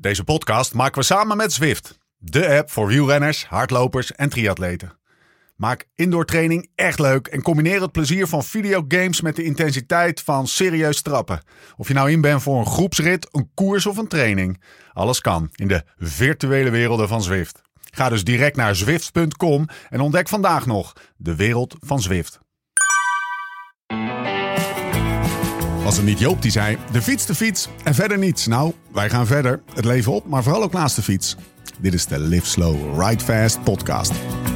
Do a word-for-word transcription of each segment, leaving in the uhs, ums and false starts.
Deze podcast maken we samen met Zwift, de app voor wielrenners, hardlopers en triatleten. Maak indoor training echt leuk en combineer het plezier van videogames met de intensiteit van serieus trappen. Of je nou in bent voor een groepsrit, een koers of een training. Alles kan in de virtuele werelden van Zwift. Ga dus direct naar zwift punt com en ontdek vandaag nog de wereld van Zwift. Was het niet Joop die zei, de fiets, de fiets en verder niets. Nou, wij gaan verder. Het leven op, maar vooral ook naast de fiets. Dit is de Live Slow, Ride Fast podcast.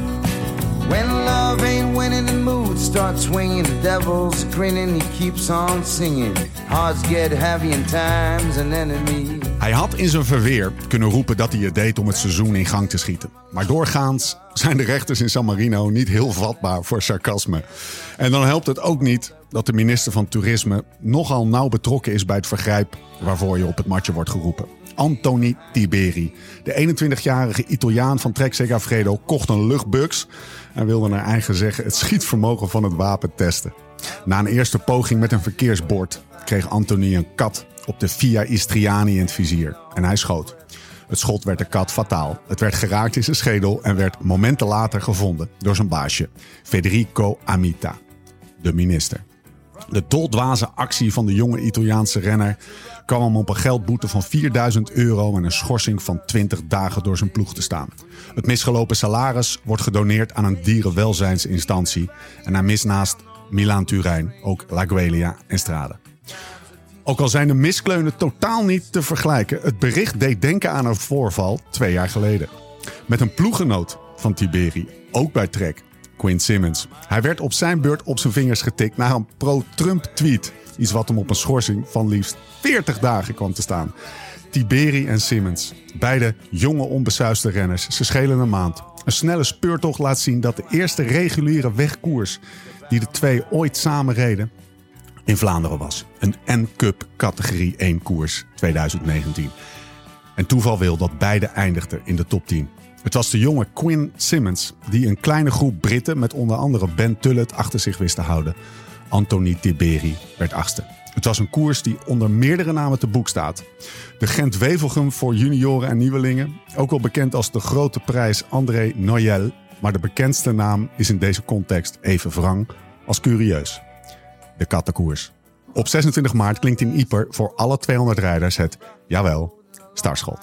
When love ain't winning, the mood starts swinging. The devil's grinning, he keeps on singing. Hearts get heavy and time's an enemy. Hij had in zijn verweer kunnen roepen dat hij het deed om het seizoen in gang te schieten. Maar doorgaans zijn de rechters in San Marino niet heel vatbaar voor sarcasme. En dan helpt het ook niet dat de minister van Toerisme nogal nauw betrokken is bij het vergrijp waarvoor je op het matje wordt geroepen. Anthony Tiberi, de eenentwintigjarige Italiaan van Trek Segafredo, kocht een luchtbux en wilde naar eigen zeggen het schietvermogen van het wapen testen. Na een eerste poging met een verkeersbord kreeg Anthony een kat op de Via Istriani in het vizier en hij schoot. Het schot werd de kat fataal. Het werd geraakt in zijn schedel en werd momenten later gevonden door zijn baasje, Federico Amita, de minister. De doldwaze actie van de jonge Italiaanse renner kwam hem op een geldboete van vierduizend euro en een schorsing van twintig dagen door zijn ploeg te staan. Het misgelopen salaris wordt gedoneerd aan een dierenwelzijnsinstantie en hij mist naast Milaan-Turijn ook La Guelia en Strade. Ook al zijn de miskleunen totaal niet te vergelijken, het bericht deed denken aan een voorval twee jaar geleden. Met een ploeggenoot van Tiberi, ook bij Trek, Quinn Simmons. Hij werd op zijn beurt op zijn vingers getikt na een pro-Trump tweet. Iets wat hem op een schorsing van liefst veertig dagen kwam te staan. Tiberi en Simmons, beide jonge onbesuisde renners. Ze schelen een maand. Een snelle speurtocht laat zien dat de eerste reguliere wegkoers die de twee ooit samen reden in Vlaanderen was. Een N-Cup categorie één koers twintig negentien. En toeval wil dat beide eindigden in de top tien. Het was de jonge Quinn Simmons die een kleine groep Britten met onder andere Ben Tullet achter zich wist te houden. Anthony Tiberi werd achtste. Het was een koers die onder meerdere namen te boek staat. De Gent-Wevelgem voor junioren en nieuwelingen. Ook wel bekend als de grote prijs André Noyel. Maar de bekendste naam is in deze context even wrang als curieus. De kattenkoers. Op zesentwintig maart klinkt in Ieper voor alle tweehonderd rijders het, jawel, startschot.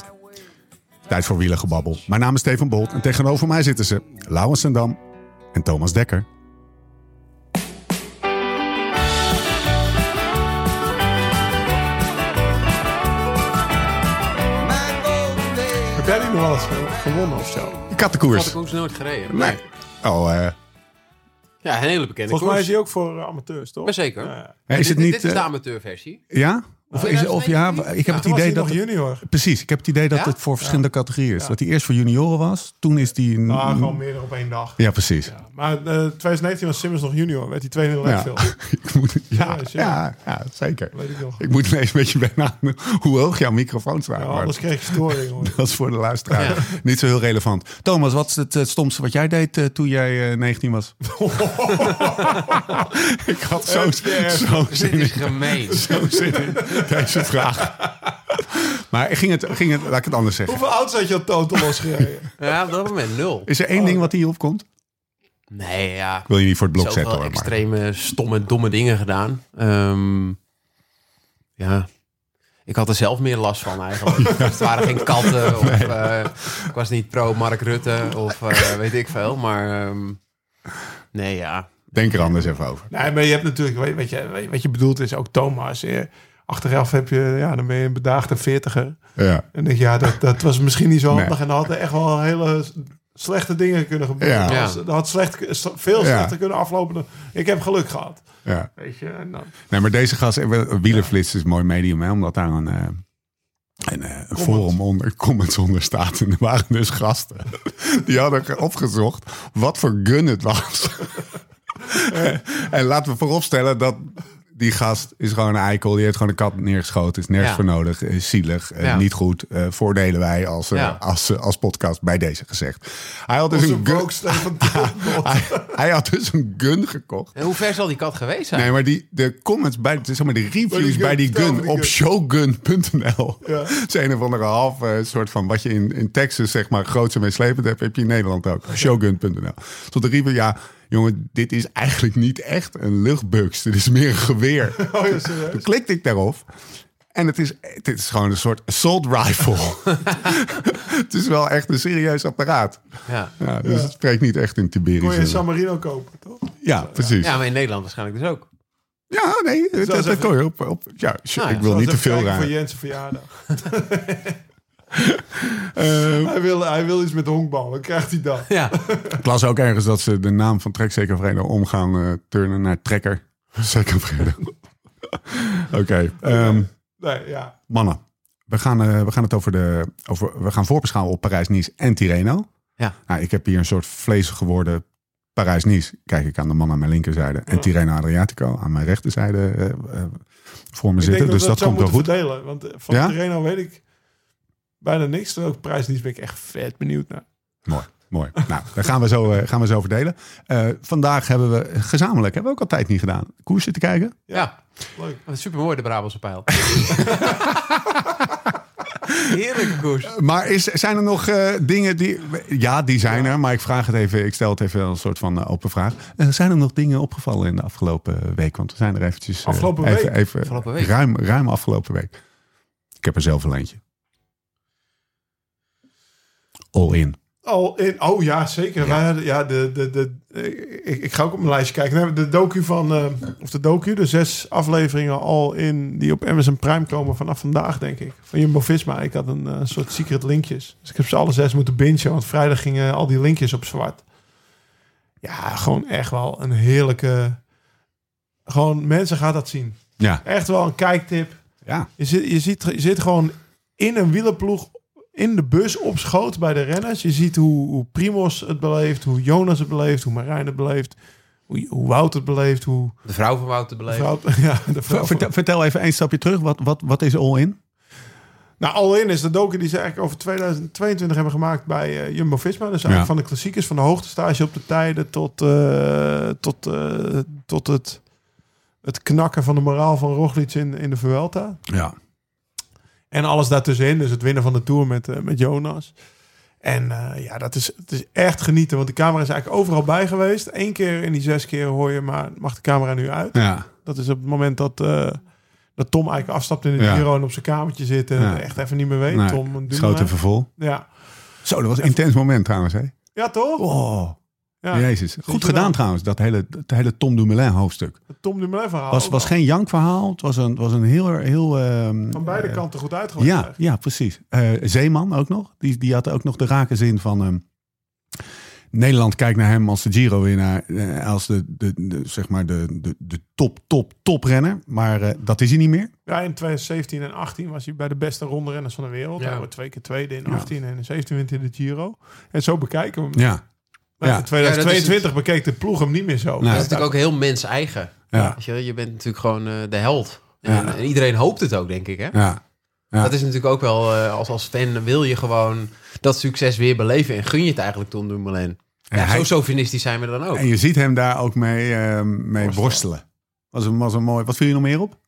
Tijd voor wielergebabbel. Mijn naam is Steven Bolt en tegenover mij zitten ze Laurens Sendam en Thomas Dekker. Heb jij die nog wel eens gewonnen of zo? De kattenkoers. Kattenkoers nooit gereden. Nee. Oh, uh, Ja, een hele bekende Volgens mij is koers. die ook voor uh, amateurs, toch? Maar zeker. Ja. is dit, het niet, dit is de uh, amateurversie. ja? Of, Oh, is, of ja, ik heb Ja, het Toen was idee hij dat nog het, junior. precies, ik heb het idee dat Ja? het voor verschillende categorieën is. Ja. Dat hij eerst voor junioren was, toen is die een, Nou, gewoon meer op één dag. ja, precies. Ja. Maar uh, twintig negentien was Simmons nog junior. Werd hij twee nul Ja. veel. Ik moet, ja, Ja, zeker. ja, ja, zeker. Weet ik nog. Ik moet ineens een beetje wennen aan hoe hoog jouw microfoon staat. Ja, maar anders kreeg je storing, hoor. dat is voor de luisteraar Ja. niet zo heel relevant. Thomas, wat is het, het stomste wat jij deed uh, toen jij uh, negentien was? Ik had zo, zo Dit zin is in, gemeen. zo zin in deze vraag. Maar ging het, ging het, laat ik het anders zeggen. Hoeveel oud had je al totaal losgereden? Ja, op dat moment nul. Is er één ding wat hier opkomt? Nee, ja. Ik wil je niet voor het blok zetten Zoveel hoor. Maar. extreme, stomme, domme dingen gedaan. Um, ja. Ik had er zelf meer last van eigenlijk. Het waren geen katten. Of, uh, ik was niet pro Mark Rutte. Of uh, weet ik veel. Maar um, nee, ja. Denk er anders even over. Nee, maar je hebt natuurlijk... Weet, weet je, wat je bedoelt is ook Thomas. Je, achteraf heb je... Ja, dan ben je een bedaagde veertiger. Ja. En denk je, ja, dat, dat was misschien niet zo handig. Nee. En dan hadden echt wel hele slechte dingen kunnen gebeuren. Ja. Dat, was- dat had slecht, veel Ja. slechter kunnen aflopen. Dan, ik heb geluk gehad. Ja. Weet je, en dan, Nee, maar deze gast, Wielerflits is een mooi medium, hè, omdat daar een, uh, een, uh, een forum onder, comments onder staat. En er waren dus gasten die hadden opgezocht wat voor gun het was. En laten we vooropstellen dat die gast is gewoon een eikel. Die heeft gewoon een kat neergeschoten. Is nergens Ja. voor nodig. Is zielig. eh, Ja. Niet goed. Eh, voordelen wij als, eh, Ja. als, eh, als podcast bij deze gezegd. Hij had dus Onze een gun. woke van Tottenham. hij, hij had dus een gun gekocht. En hoe ver zal die kat geweest zijn? Nee, maar die, de comments bij, zeg maar, de reviews Bij die gun, bij die vertel gun me die op gun. showgun punt n l. Ja. Zijn een of andere half eh, soort van wat je in, in Texas zeg maar groots en meeslepend hebt, heb je in Nederland ook. showgun punt n l. Tot de review, ja, jongen, dit is eigenlijk niet echt een luchtbuks. Dit is meer een geweer. Oh, ja, serieus? Toen klikte ik daarop. En het is, het is gewoon een soort assault rifle. Het is wel echt een serieus apparaat. Ja. Ja, dus Ja. het spreekt niet echt in Kon je Tiberisch. in San Marino kopen, toch? Ja, precies. ja, maar in Nederland waarschijnlijk dus ook. Ja, nee, dat, dat even- kon je op. op ja, shit, Nou ja, ik wil Dat niet was te even veel kijken voor raar. Jens' verjaardag. Uh, hij, wil, hij wil iets met honkbal. Wat krijgt hij dan? Ja. ik las ook ergens dat ze de naam van Trekzekervereniging om gaan uh, turnen naar Trekker. Zekervereniging. Oké, okay, um, Nee, ja. mannen. We gaan, uh, we gaan het over de. Over, we gaan voorbeschouwen op Parijs-Nice en Tirreno. Ja. Nou, ik heb hier een soort vlees geworden Parijs-Nice. Kijk ik aan de man aan mijn linkerzijde. En Tirreno Adriatico aan mijn rechterzijde uh, uh, voor me Ik zitten. denk Dus dat dat, we komt wel goed. Verdelen, want uh, van Ja? Tirreno weet ik bijna niks. Terwijl ik prijs niet ben ik echt vet benieuwd naar. Mooi, mooi. Nou, daar gaan we zo, uh, gaan we zo verdelen. Uh, vandaag hebben we gezamenlijk, hebben we ook al tijd niet gedaan, koers zitten kijken. Ja. Leuk. Super mooi, de Brabantse pijl. Heerlijke koers. Maar is, zijn er nog uh, dingen die... Ja, die zijn er, maar ik vraag het even, ik stel het even als een soort van uh, open vraag. Uh, zijn er nog dingen opgevallen in de afgelopen week? Want we zijn er eventjes... Uh, Afgelopen even, week? even Afgelopen week. Ruim, ruim afgelopen week. Ik heb er zelf een eentje. All in. Al in, oh ja, zeker. Ja. Wij hadden, ja, de, de, de, ik, ik ga ook op mijn lijstje kijken. Nee, de docu van, uh, of de docu, de zes afleveringen al in die op Amazon Prime komen vanaf vandaag, denk ik. Van Jumbo-Visma. Ik had een uh, soort secret linkjes. Dus ik heb ze alle zes moeten bingen, want vrijdag gingen al die linkjes op zwart. Ja, gewoon echt wel een heerlijke... Gewoon, mensen gaan dat zien. Ja. Echt wel een kijktip. Ja. Je zit, je, ziet, je zit gewoon in een wielerploeg in de bus op schoot bij de renners. Je ziet hoe, hoe Primoz het beleeft, hoe Jonas het beleeft, hoe Marijn het beleeft, hoe, hoe Wout het beleeft, hoe... De vrouw van Wout te De beleven. vrouw, ja, de vrouw van- Vertel, vertel even één stapje terug. Wat, wat, wat is All in? Nou, All In is de docu die ze eigenlijk over tweeduizend tweeëntwintig hebben gemaakt bij uh, Jumbo-Visma. Dus eigenlijk Ja. van de klassiekers, van de hoogtestage op de tijden tot, uh, tot, uh, tot het, het knakken van de moraal van Roglic in, in de Vuelta. Ja. En alles daartussenin. Dus het winnen van de Tour met, uh, met Jonas. En uh, ja, dat is, het is echt genieten. Want de camera is eigenlijk overal bij geweest. Eén keer in die zes keer hoor je, maar mag de camera nu uit? Ja. Dat is op het moment dat, uh, dat Tom eigenlijk afstapt in de Ja. Giro en op zijn kamertje zit. En Ja. het echt even niet meer weet. Nee, Tom Dumoulin. Schoot even vol. Ja. Zo, dat was een intens moment trouwens, hè? Ja, toch? Oh, Ja. Jezus. Zie Goed je gedaan wel. trouwens, dat hele, dat hele Tom Dumoulin hoofdstuk. Het Tom Dumoulin verhaal. Het was, was geen jankverhaal. Het was een, was een heel... heel um, Van beide uh, kanten goed uitgelegd. Ja, eigenlijk. ja, precies. Uh, Zeeman ook nog. Die, die had ook nog de rake zin van... Um, Nederland kijkt naar hem als de Giro-winnaar. Uh, als de, de, de, zeg maar de, de, de top, top, top renner. Maar uh, dat is hij niet meer. Ja, in twintig zeventien en achttien was hij bij de beste rondrenners van de wereld. Ja. Hij wordt twee keer tweede in Ja. achttien en in zeventien wint hij de Giro. En zo bekijken we hem. Ja. Maar Ja. in tweeduizend tweeëntwintig Ja, bekeek de ploeg hem niet meer zo. Nee. Dat is Ja, natuurlijk ook heel mens-eigen. Ja. Weet je, je bent natuurlijk gewoon uh, de held. En, Ja. en iedereen hoopt het ook, denk ik. Hè? Ja. Ja. Dat is natuurlijk ook wel, uh, als, als fan wil je gewoon dat succes weer beleven. En gun je het eigenlijk Tom Dumoulin. En, Ja, hij- zo chauvinistisch zijn we dan ook. en je ziet hem daar ook mee, uh, mee Worstelen. worstelen. Was een, was een mooi. Wat viel je nog meer op?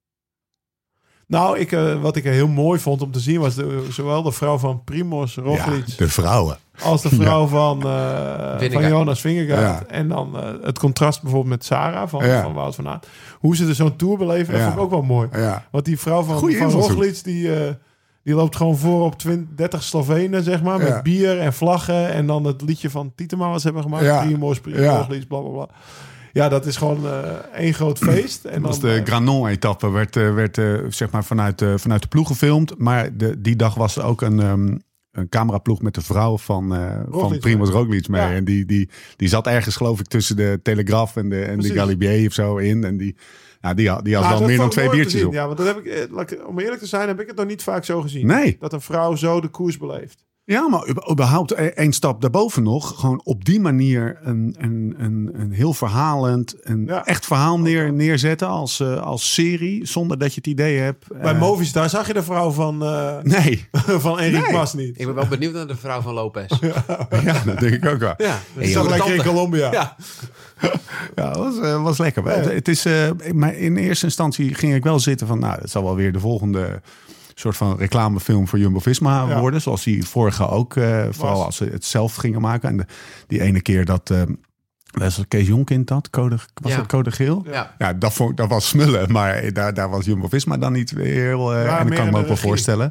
Nou, ik, uh, wat ik er heel mooi vond om te zien was de, zowel de vrouw van Primoz Roglic Ja, de vrouwen. als de vrouw van, uh, van Vingegaard. Jonas Vingegaard. Ja. En dan uh, het contrast bijvoorbeeld met Sarah van, Ja. van Wout van Aert. Hoe ze er zo'n tour beleven, dat Ja. vond ik ook wel mooi. Ja. Want die vrouw van, Goeie van invalshoek. Roglic, die, uh, die loopt gewoon voor op twintig, dertig Slovenen, zeg maar. Met Ja. bier en vlaggen. En dan het liedje van Tietema wat ze hebben gemaakt. Ja. Primoz, Primoz, Ja. Roglic, bla bla bla. Ja, dat is gewoon uh, één groot feest. En Dat was dan, de uh, Granon-etappe. Werd, uh, werd uh, zeg maar vanuit, uh, vanuit de ploeg gefilmd. Maar de, die dag was er ook een, um, een cameraploeg met de vrouw van, uh, van Primoz Roglic mee. Ja. En die, die, die zat ergens geloof ik tussen de Telegraph en de, en de Precies. Galibier of zo in. En die, nou, die, had- die had ja, wel dat meer dan vond ik twee mooi om te biertjes zien. op. Ja, want dat heb ik, eh, laat ik- om eerlijk te zijn, heb ik het nog niet vaak zo gezien. Nee. Dat een vrouw zo de koers beleeft. Ja, maar überhaupt één stap daarboven nog. Gewoon op die manier een, een, een, een heel verhalend, een Ja. echt verhaal neer, neerzetten als, uh, als serie. Zonder dat je het idee hebt. Bij uh, Movistar zag je de vrouw van, uh, Nee. van Enric Nee. Mas niet. Ik ben wel benieuwd naar de vrouw van Lopez. Ja, Ja, dat denk ik ook wel. ja. Die zag lekker in Colombia. Ja. Ja, dat was, uh, was lekker. Het, het is, uh, maar in eerste instantie ging ik wel zitten van... nou, het zal wel weer de volgende soort van reclamefilm voor Jumbo-Visma Ja. worden. Zoals die vorige ook, uh, vooral als ze het zelf gingen maken. En de, die ene keer dat... Uh, was Kees Jonkind dat? Code, was Ja. dat Code Geel? Ja. Ja, dat, vond, dat was smullen. Maar daar, daar was Jumbo-Visma dan niet heel... Uh, Ja, en dat meer kan ik in me de ook wel regie. voorstellen.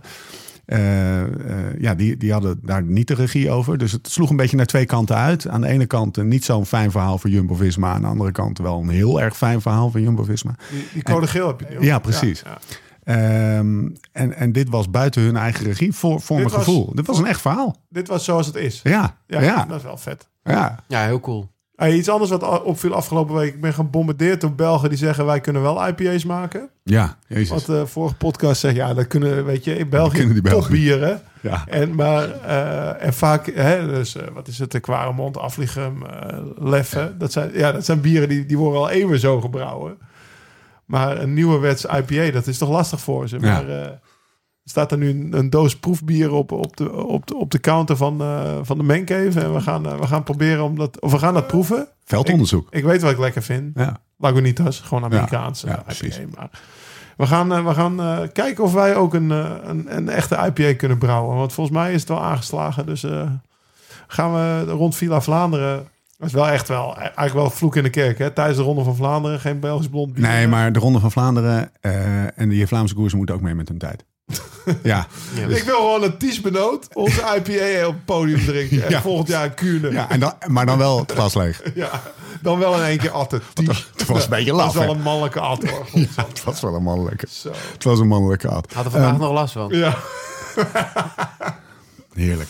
Uh, uh, ja, die, die hadden daar niet de regie over. Dus het sloeg een beetje naar twee kanten uit. Aan de ene kant een niet zo'n fijn verhaal voor Jumbo-Visma. Aan de andere kant wel een heel erg fijn verhaal voor Jumbo-Visma. Die, die code geel heb je nu. Ja, precies. Ja, ja. Um, en, en dit was buiten hun eigen regie voor, voor Dit mijn was- gevoel. Dit was een echt verhaal. Dit was zoals het is. Ja, Ja, ja, ja. dat is wel vet. ja. Ja, heel cool. Hey, iets anders wat a- opviel afgelopen week. Ik ben gebombardeerd door Belgen die zeggen... wij kunnen wel I P A's maken. Ja, jezus. Wat de vorige podcast zegt... ja, dat kunnen, weet je, in België kunnen die Belgen. topbieren. Ja. En, maar, uh, en vaak, hè, dus, uh, wat is het, de Quaremont, Aflichem, uh, Leffe. Dat zijn, ja, dat zijn bieren die, die worden al eeuwen zo gebrouwen. Maar een nieuwerwets I P A, dat is toch lastig voor ze. Ja. Maar uh, er staat er nu een, een doos proefbier op, op, de, op, de, op de counter van, uh, van de Mancave. En we gaan, uh, we gaan proberen om dat, of we gaan dat proeven. Veldonderzoek. Ik weet wat ik lekker vind. Ja. Lagunitas, gewoon Amerikaans Ja, ja, uh, precies. I P A. Maar we gaan, uh, we gaan uh, kijken of wij ook een, uh, een, een echte I P A kunnen brouwen. Want volgens mij is het wel aangeslagen. Dus uh, gaan we rond Villa Vlaanderen... Dat is wel echt wel, eigenlijk wel vloek in de kerk. Hè? Tijdens de Ronde van Vlaanderen geen Belgisch blond bier. Nee, maar de Ronde van Vlaanderen uh, en de Vlaamse koersen moeten ook mee met hun tijd. Ja. Ja. Ik wil gewoon een Ties Benoot, onze I P A op het podium drinken. En Ja. volgend jaar een Kuurne. Ja, en dan, maar dan wel het glas leeg. Ja, dan wel in één keer atten. Ties. Het was een beetje Dat laf, is wel hè? een mannelijke at, hoor. Ja, het was wel een mannelijke. Zo. Het was een mannelijke at. Had er vandaag Um, nog last van. Ja. Heerlijk.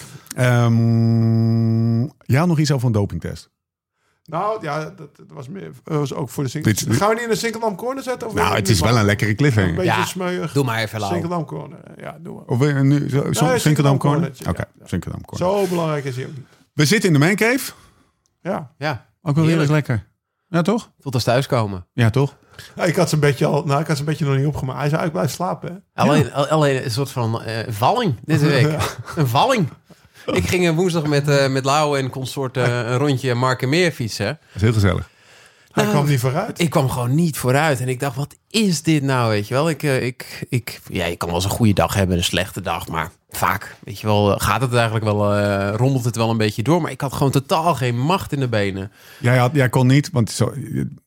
Um, ja, nog iets over een dopingtest. Nou, ja, dat, dat was, meer, dat was ook voor de Dit- Sinkeldam. Gaan we die in de Sinkeldam Corner zetten? Of Nou, wil je het nu is wel maar- een lekkere Een cliffhanger. beetje Ja, smeuig. Doe maar even lauw. Sinkeldam Corner. Ja, doen we. Of we nu zo, zo, Nee, Sinkeldam Corner? Cornertje, Oké, ja. Sinkeldam Corner. Zo belangrijk is hij ook niet. We zitten in de Mancave. Ja. Ja, Ook wel heel erg Heerlijk. lekker. Ja, toch? tot als thuiskomen. Ja, toch? Ja, ik had ze een beetje al, nou, ik had ze een beetje nog niet opgemaakt. Hij zou eigenlijk blijven slapen. Hè? Alleen, al- alleen een soort van eh, valling deze week. Ja. Een valling. Ik ging eh, woensdag met, uh, met Lau en consort uh, een rondje Markenmeer fietsen. Dat is heel gezellig. Hij Nou, kwam niet vooruit. Ik kwam gewoon niet vooruit. En ik dacht, wat is dit nou, weet je wel? Ik, uh, ik, ik, ja, je kan wel eens een goede dag hebben, een slechte dag. Maar vaak, weet je wel, gaat het eigenlijk wel, uh, rommelt het wel een beetje door. Maar ik had gewoon totaal geen macht in de benen. Jij, had, jij kon niet, want zo,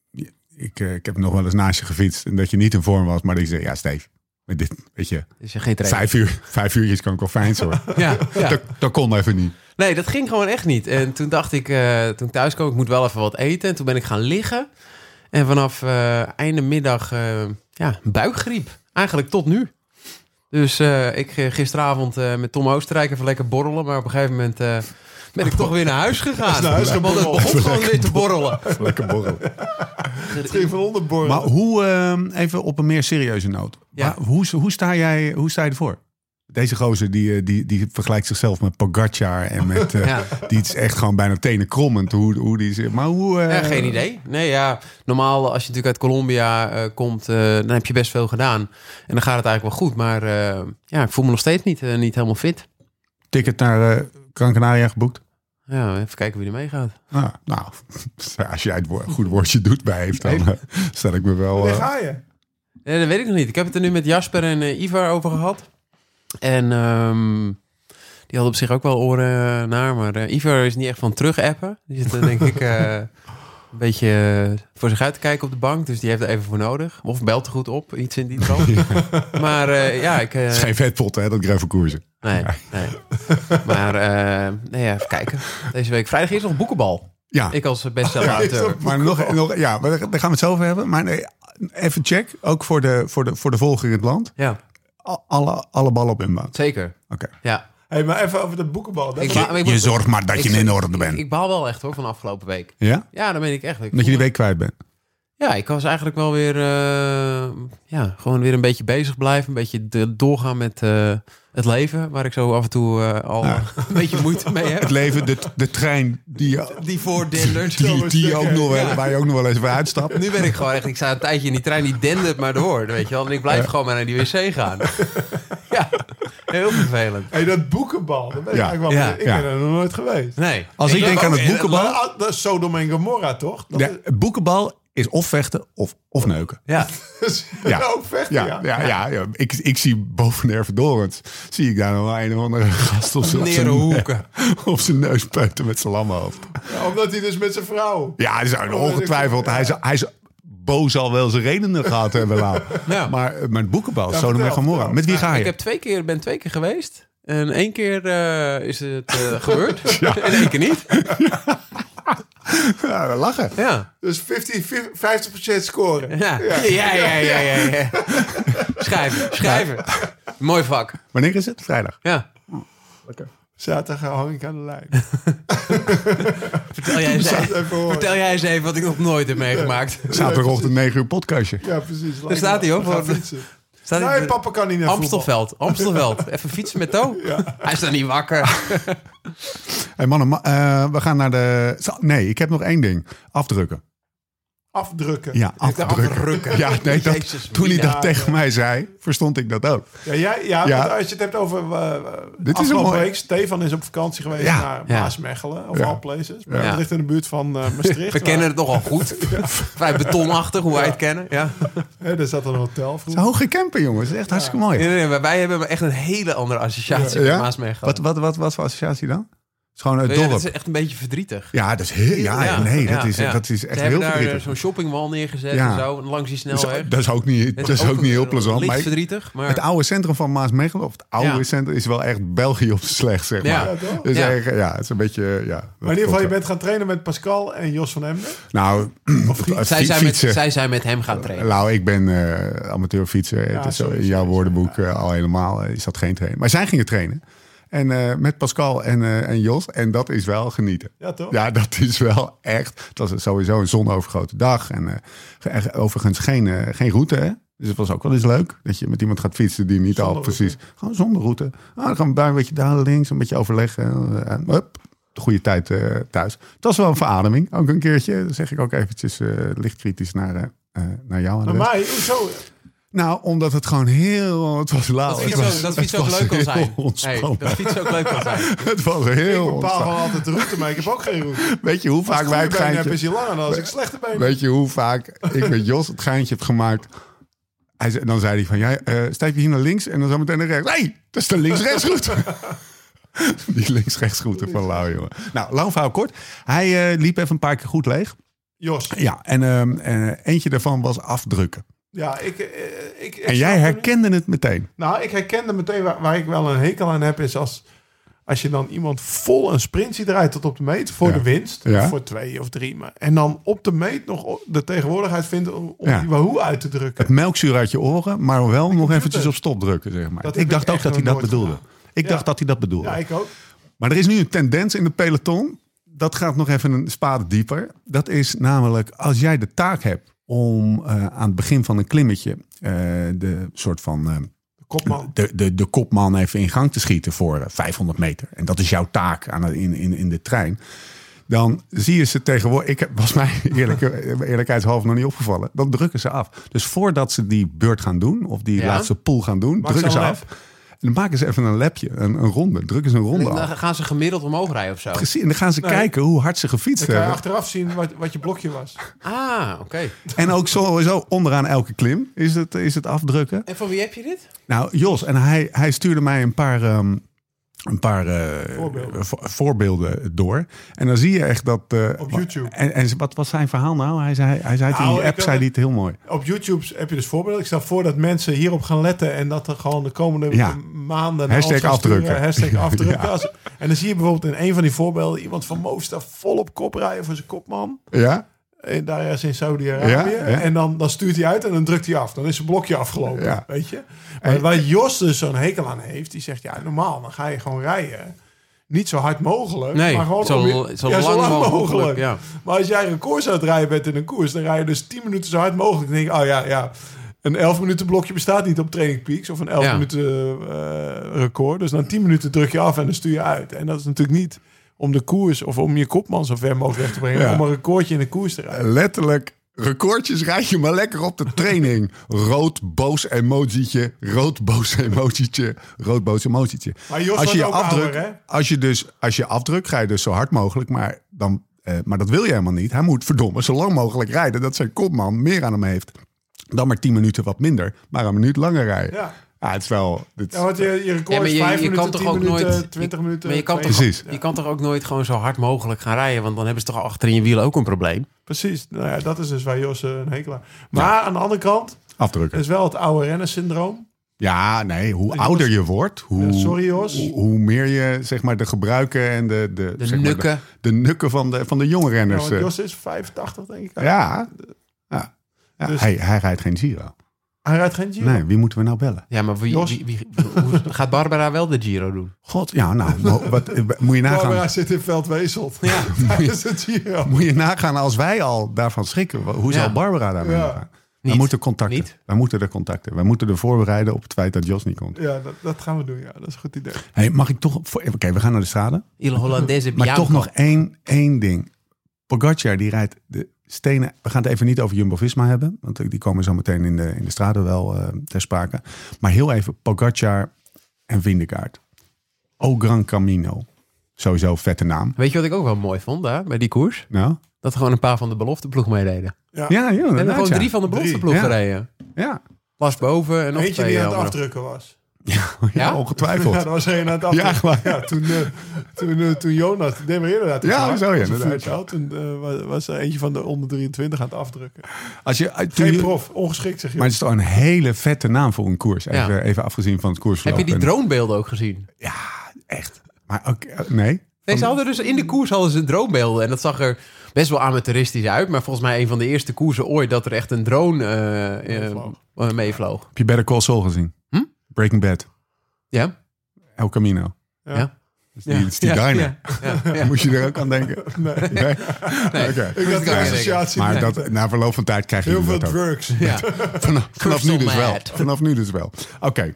ik, uh, ik heb nog wel eens naast je gefietst. En dat je niet in vorm was. Maar dat je zei, ja Steve, met dit, weet je, Dus je geen training. vijf uur, vijf uurtjes kan ik wel fijn hoor. Ja, ja. Dat, dat kon even niet. Nee, dat ging gewoon echt niet. En toen dacht ik, uh, toen ik thuis kwam, ik moet wel even wat eten. En toen ben ik gaan liggen. En vanaf uh, einde middag, uh, ja, buikgriep. Eigenlijk tot nu. Dus uh, ik uh, gisteravond uh, met Tom Oostenrijk even lekker borrelen. Maar op een gegeven moment uh, ben ik toch weer naar huis gegaan. Naar huis Want het geborreld. begon gewoon weer te borrelen. Lekker borrel. Het ging van onderborrel. Maar hoe, uh, even op een meer serieuze noot. Ja. Maar hoe, hoe, sta jij, hoe sta je ervoor? Deze gozer die, die, die vergelijkt zichzelf met Pogacar en met uh, Ja. die is echt gewoon bijna tenenkrommend hoe, hoe die zit. Maar hoe? Uh, Ja, geen idee. Nee, ja, normaal als je natuurlijk uit Colombia uh, komt, uh, dan heb je best veel gedaan. En dan gaat het eigenlijk wel goed. Maar uh, ja, ik voel me nog steeds niet, uh, niet helemaal fit. Ticket naar uh, Gran Canaria geboekt? Ja, even kijken wie er meegaat. Ah, nou, als jij het woord, goed woordje doet bij heeft, dan uh, stel ik me wel. Waar Uh, ga je? Ja, dat weet ik nog niet. Ik heb het er nu met Jasper en uh, Ivar over gehad. En um, die hadden op zich ook wel oren naar. Maar uh, Ivar is niet echt van terug-appen. Die zit uh, denk ik uh, een beetje uh, voor zich uit te kijken op de bank. Dus die heeft er even voor nodig. Of belt er goed op, iets in die trant. Maar uh, ja, ik... Uh, het is geen vetpot, hè, dat gravelkoersen. Nee, nee. Maar uh, nee, ja, even kijken. Deze week vrijdag is nog boekenbal. Ja, Ik als bestseller-auteur. maar nog, nog, ja, maar daar gaan we het zo over hebben. Maar nee, even check, ook voor de, voor de, voor de volger in het land. Ja, Alle, alle ballen op inbouw. zeker. Oké. Ja. Hey, maar even over de boekenbal. Dat Ik is- ba- ik Je moet- zorgt maar dat ik- je in orde bent. Ik, ik baal wel echt hoor, van de afgelopen week. Ja? Ja, dan ben ik echt. Ik Dat je die voel- week kwijt bent. Ja, ik was eigenlijk wel weer... Uh, ja, gewoon weer een beetje bezig blijven. Een beetje de, doorgaan met uh, Het leven, waar ik zo af en toe uh, al ja. een beetje moeite mee heb. Het leven, de, de trein die, die voordendert. Die, die, die ook nog wel, ja. waar je ook nog wel eens bij uitstapt. Nu ben ik gewoon echt, ik sta een tijdje in die trein, die dendert maar door, weet je wel. En ik blijf ja. gewoon maar naar die wc gaan. Ja, heel vervelend. Hey, dat boekenbal, dat ben ik ja. eigenlijk wel. Ja. Ik ben ja. er nog nooit geweest. Nee. Als ik, ik denk aan het boekenbal... Dat is Sodom en Gomorra, toch? Dat ja, het boekenbal is of vechten of, of neuken. Ja. ja. Ook vechten, ja. ja. ja, ja, ja. Ik, ik zie boven de Ervedorens, zie ik daar nog een of andere gast op zijn, hoeken. op zijn neus peuten met zijn lammenhoofd. Ja, omdat hij dus met zijn vrouw... Ja, dat is ongetwijfeld. Ja. Hij is, hij is boos al wel zijn redenen gehad hebben. Nou. Ja. Maar, maar het boekenbal, ja, Sodom en Gomorra. Met wie ga je? Ik heb twee keer, ben twee keer geweest. En één keer uh, is het uh, gebeurd. Ja. En één keer niet. Ja. Ja, we lachen. Ja. Dus vijftig procent scoren. Ja, ja, ja, ja. ja, ja, ja. Schrijven, schrijven. Ja. Mooi vak. Wanneer is het? Vrijdag. Ja. Oh, lekker. Zaterdag hang ik aan de lijn. vertel, jij eens even, vertel jij eens even wat ik nog nooit heb meegemaakt. Zaterdagochtend negen uur podcastje. Ja, precies. Daar staat hij hoor. Staat nee, papa kan niet naar Amstelveld. Amstelveld. Even fietsen met To. Ja. Hij is dan niet wakker. Hey mannen, uh, we gaan naar de... Nee, ik heb nog één ding. Afdrukken. Afdrukken? Ja, afdrukken. afdrukken. Ja, nee, dat, Jezus, toen hij dat ja, tegen ja. mij zei, verstond ik dat ook. Ja, jij, ja, ja. als je het hebt over... Uh, Dit is een week, Stefan is op vakantie geweest ja. naar ja. Maasmechelen. Of ja. all places. Maar ja. Het ligt in de buurt van uh, Maastricht. We waar... kennen het nogal goed. ja. Vrij betonachtig, hoe ja. wij het kennen. Ja. Ja, er zat een hotel vroeger. Het is een hoge camper, jongens. Dat is echt ja. hartstikke mooi. Nee, nee, nee, wij hebben echt een hele andere associatie ja. met Maasmechelen. Wat, wat, wat, wat voor associatie dan? Het is gewoon het ja, dorp. Dat is echt een beetje verdrietig. Ja, dat is heel, ja, ja, nee, dat is, ja. dat is echt Ze heel verdrietig. Ze hebben daar zo'n shoppingwal neergezet ja. en zo, langs die snelweg. Dat is, dat is ook niet, dat is ook, ook niet heel plezant. Licht verdrietig. Maar... Het oude centrum van Maasmechelen, of het oude ja. centrum, is wel echt België op z'n slecht, zeg maar. Ja, ja, dus ja. Echt, ja, het is een beetje, ja. Maar in ieder geval, je bent gaan trainen met Pascal en Jos van Emden? Nou, zij, zijn met, zij zijn met hem gaan trainen. Nou, ik ben uh, amateurfietser. Ja, dus in jouw woordenboek uh, al helemaal is dat geen trainen. Maar zij gingen trainen. En uh, met Pascal en, uh, en Jos. En dat is wel genieten. Ja, toch? Ja, dat is wel echt. Het was sowieso een zonovergoten dag. En uh, overigens geen, uh, geen route, hè? Dus het was ook wel eens leuk. Dat je met iemand gaat fietsen die niet zonder al precies... Route. Gewoon zonder route. Ah, dan gaan we daar een beetje daar links, een beetje overleggen. Uh, en hup, de goede tijd uh, thuis. Dat was wel een verademing. Ook een keertje. Dan zeg ik ook eventjes uh, licht kritisch naar, uh, naar jou. Naar mij? Hoezo? Nou, omdat het gewoon heel... Het was lauw. Dat fiets ook, fiets ook leuk kan zijn. Hey, dat fiets ook leuk kan zijn. Het was heel Ik bepaal gewoon altijd de route, maar ik heb ook geen route. Weet je hoe vaak wij het geintje... heb, is hij langer dan als ik slechte benen. Weet je hoe vaak ik met Jos het geintje heb gemaakt... Hij zei, dan zei hij van, ja, uh, stijf je hier naar links en dan zo meteen naar rechts. Nee, dat is de links-rechts-route. Die links-rechts-route van Lau, jongen. Nou, lang verhaal kort. Hij uh, liep even een paar keer goed leeg. Jos. Ja, en uh, uh, eentje daarvan was afdrukken. Ja, ik, ik, ik, ik en jij herkende het meteen? Nou, ik herkende meteen waar, waar ik wel een hekel aan heb... is als, als je dan iemand vol een sprint ziet rijden tot op de meet... voor ja. de winst, ja. voor twee of drie. Maar, en dan op de meet nog de tegenwoordigheid vindt... om ja. die Wahoo uit te drukken. Het melkzuur uit je oren, maar wel ik nog eventjes op stop drukken, zeg maar. Ik dacht ook dat hij dat bedoelde. Gedaan. Ik ja. dacht dat hij dat bedoelde. Ja, ik ook. Maar er is nu een tendens in de peloton... dat gaat nog even een spade dieper. Dat is namelijk, als jij de taak hebt... om uh, aan het begin van een klimmetje uh, de soort van uh, de, kopman. De, de, de kopman even in gang te schieten voor uh, vijfhonderd meter. En dat is jouw taak aan, in, in, in de trein. Dan zie je ze tegenwoordig... Ik was mij eerlijk, eerlijkheidshalve nog niet opgevallen. Dan drukken ze af. Dus voordat ze die beurt gaan doen... of die ja? laatste pool gaan doen, Maak drukken ze af. Lep. En dan maken ze even een lapje, een, een ronde. Drukken ze een ronde af. Dan gaan ze gemiddeld omhoog rijden of zo. Precies, en dan gaan ze nee. kijken hoe hard ze gefietst hebben. Dan kan je achteraf zien wat, wat je blokje was. Ah, oké. Okay. En ook sowieso onderaan elke klim is het, is het afdrukken. En van wie heb je dit? Nou, Jos. En hij, hij stuurde mij een paar... Um, Een paar uh, voorbeelden. Vo- voorbeelden door. En dan zie je echt dat... Uh, op YouTube. En, en wat was zijn verhaal nou? Hij zei, hij zei nou, in die app zei hij het heel mooi. Op YouTube heb je dus voorbeelden. Ik stel voor dat mensen hierop gaan letten... en dat er gewoon de komende ja. maanden... Hashtag afdrukken. Hashtag afdrukken. ja. Als, en dan zie je bijvoorbeeld in een van die voorbeelden... iemand van Movistar vol op kop rijden voor zijn kopman. Ja. En daar is in Saudi-Arabië. Ja, ja. En dan, dan stuurt hij uit en dan drukt hij af. Dan is zijn blokje afgelopen, ja. weet je. Maar en, waar Jos dus zo'n hekel aan heeft... die zegt, ja, normaal, dan ga je gewoon rijden. Niet zo hard mogelijk, nee, maar gewoon zo, je, zo, ja, lang, zo lang mogelijk. mogelijk ja. Maar als jij een koers aan het rijden bent in een koers... dan rij je dus tien minuten zo hard mogelijk. Dan denk ik, oh ja, ja... een elf minuten blokje bestaat niet op Training Peaks of een elf Ja. minuten uh, record. Dus na tien minuten druk je af en dan stuur je uit. En dat is natuurlijk niet om de koers of om je kopman zo ver mogelijk weg te brengen. Ja. Om een recordje in de koers te rijden. Letterlijk, recordjes rijd je maar lekker op de training. Rood, boos emojietje. Rood, boos emojietje. Rood, boos emojietje. Maar Jos Als je je wordt ook afdrukt, ouder, hè? als je dus, als je afdrukt, ga je dus zo hard mogelijk. Maar, dan, eh, maar dat wil je helemaal niet. Hij moet verdomme zo lang mogelijk rijden. Dat zijn kopman meer aan hem heeft. Dan maar tien minuten wat minder. Maar een minuut langer rijden. Ja, Ja. het is wel... Het, Ja, want je, je record Ja, maar is je- vijf je kan minuten, toch tien ook minuten, nooit- twintig je- minuten. maar je kan twee- toch- Precies. Je kan toch ook nooit gewoon zo hard mogelijk gaan rijden? Want dan hebben ze toch achter in je wielen ook een probleem? Precies. Nou ja, dat is dus waar Jos uh, een hekel aan. Maar aan de andere kant afdrukken. is wel het oude rennersyndroom. Ja, nee, hoe Jos- ouder je wordt, hoe, Ja, sorry, Jos. hoe, hoe meer je zeg maar de gebruiken en de, de, De zeg maar, nukken. de, de nukken van de, van de jonge Ja, renners. want eh, Jos is vijfentachtig, denk ik. ja, ja. ja Dus- hij, hij rijdt geen Giro. Hij rijdt geen Giro. Nee, wie moeten we nou bellen? Ja, maar wie, Jos. wie, wie, hoe, gaat Barbara wel de Giro doen? God, ja, nou, mo- wat, eh, moet je nagaan. Barbara zit in Veldweselt. Ja, tijdens het Giro. Moet je nagaan als wij al daarvan schrikken. Hoe zal Ja. Barbara daarmee Ja. omgaan? We Niet. moeten contacten. Niet. We moeten er contacten. We moeten er voorbereiden op het feit dat Jos niet komt. Ja, dat, dat gaan we doen. Ja, dat is een goed idee. Hey, mag ik toch... voor- Oké, we gaan naar de strade. Il Hollandese Maar Bianco. toch nog één, één ding. Pogacar die rijdt de stenen... We gaan het even niet over Jumbo-Visma hebben. Want die komen zo meteen in de, in de strade wel uh, ter sprake. Maar heel even Pogacar en Vingegaard. O Gran Camino. Sowieso vette naam. Weet je wat ik ook wel mooi vond daar, bij die koers? Nou? Dat er gewoon een paar van de beloftenploeg meededen. Ja. Ja, ja, En er gewoon ja. drie van de beloftenploeg Drie, ja. gereden. Ja, Lars boven en nog Eentje twee die aan het anderen. afdrukken was. ja, Ja? ongetwijfeld. Ja, dat was een aan het afdrukken. Ja, maar- Ja, toen, uh, toen, uh, toen Jonas, die deed we inderdaad. Ja, gemaakt, zo, ja, onze inderdaad. voetbal. Toen uh, was, was er eentje van de onder drieëntwintig aan het afdrukken. Als je, toen Geen je- prof, ongeschikt zeg je. Maar het is toch een hele vette naam voor een koers. Even, Ja. even afgezien van het koersverloop. Heb je die En- droombeelden ook gezien? Ja, echt. Maar ook, eh, nee. Nee, ze hadden dus in de koers hadden ze droombeelden. En dat zag er best wel amateuristisch uit. Maar volgens mij een van de eerste koersen ooit dat er echt een drone eh, eh, Meevloog. eh, meevloog. Heb je Better Call Saul gezien? Hm? Breaking Bad. Ja? El Camino. Ja. Ja. Dus die, is die ja, diner. Ja, ja, ja. Moet je er ook aan denken? Nee. Nee? Nee, Oké. Ik had kan een je associatie Maar met dat, na verloop van tijd krijg je heel veel dat ook. drugs. Ja. Vanaf, vanaf nu dus wel. mad. Vanaf nu dus wel. Oké.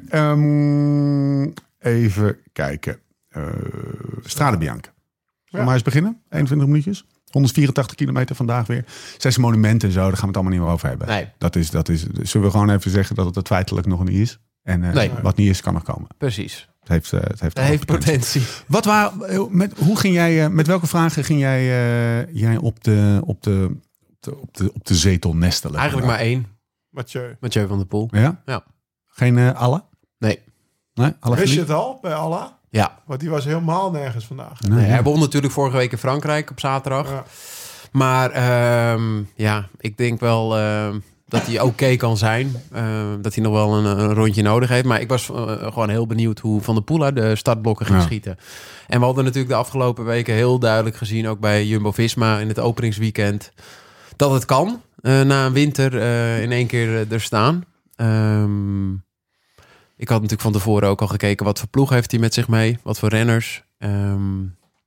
ehm, even kijken. Uh, Strade Bianca. Zullen we maar eens beginnen? eenentwintig minuutjes. honderdvierentachtig kilometer vandaag weer. Zes monumenten en zo, daar gaan we het allemaal niet meer over hebben. Nee. Dat is, dat is, zullen we gewoon even zeggen dat het het feitelijk nog niet is? En uh, Nee. wat niet is, kan nog komen. Precies. Het heeft, uh, het heeft, Dat heeft potentie. Wat waren, met, hoe ging jij, uh, met welke vragen ging jij, uh, jij op, de, op, de, op, de, op, de, op de zetel nestelen? Eigenlijk maar één. Mathieu. Mathieu van der Poel. Ja? Ja. Geen uh, alle? Nee. Nee? Alle Wist je Philippe? het al bij Allah? Ja. Want die was helemaal nergens vandaag. Nee, Nee, ja. hij won natuurlijk vorige week in Frankrijk op zaterdag. Ja. Maar ehm, ja, ik denk wel ehm, dat hij oké kan zijn. Ehm, dat hij nog wel een, een rondje nodig heeft. Maar ik was eh, gewoon heel benieuwd hoe Van der Poel uit de startblokken ging Ja. schieten. En we hadden natuurlijk de afgelopen weken heel duidelijk gezien, ook bij Jumbo-Visma in het openingsweekend, dat het kan eh, na een winter eh, in één keer eh, er staan. Ehm, ik had natuurlijk van tevoren ook al gekeken wat voor ploeg heeft hij met zich mee. Wat voor renners. Ehm,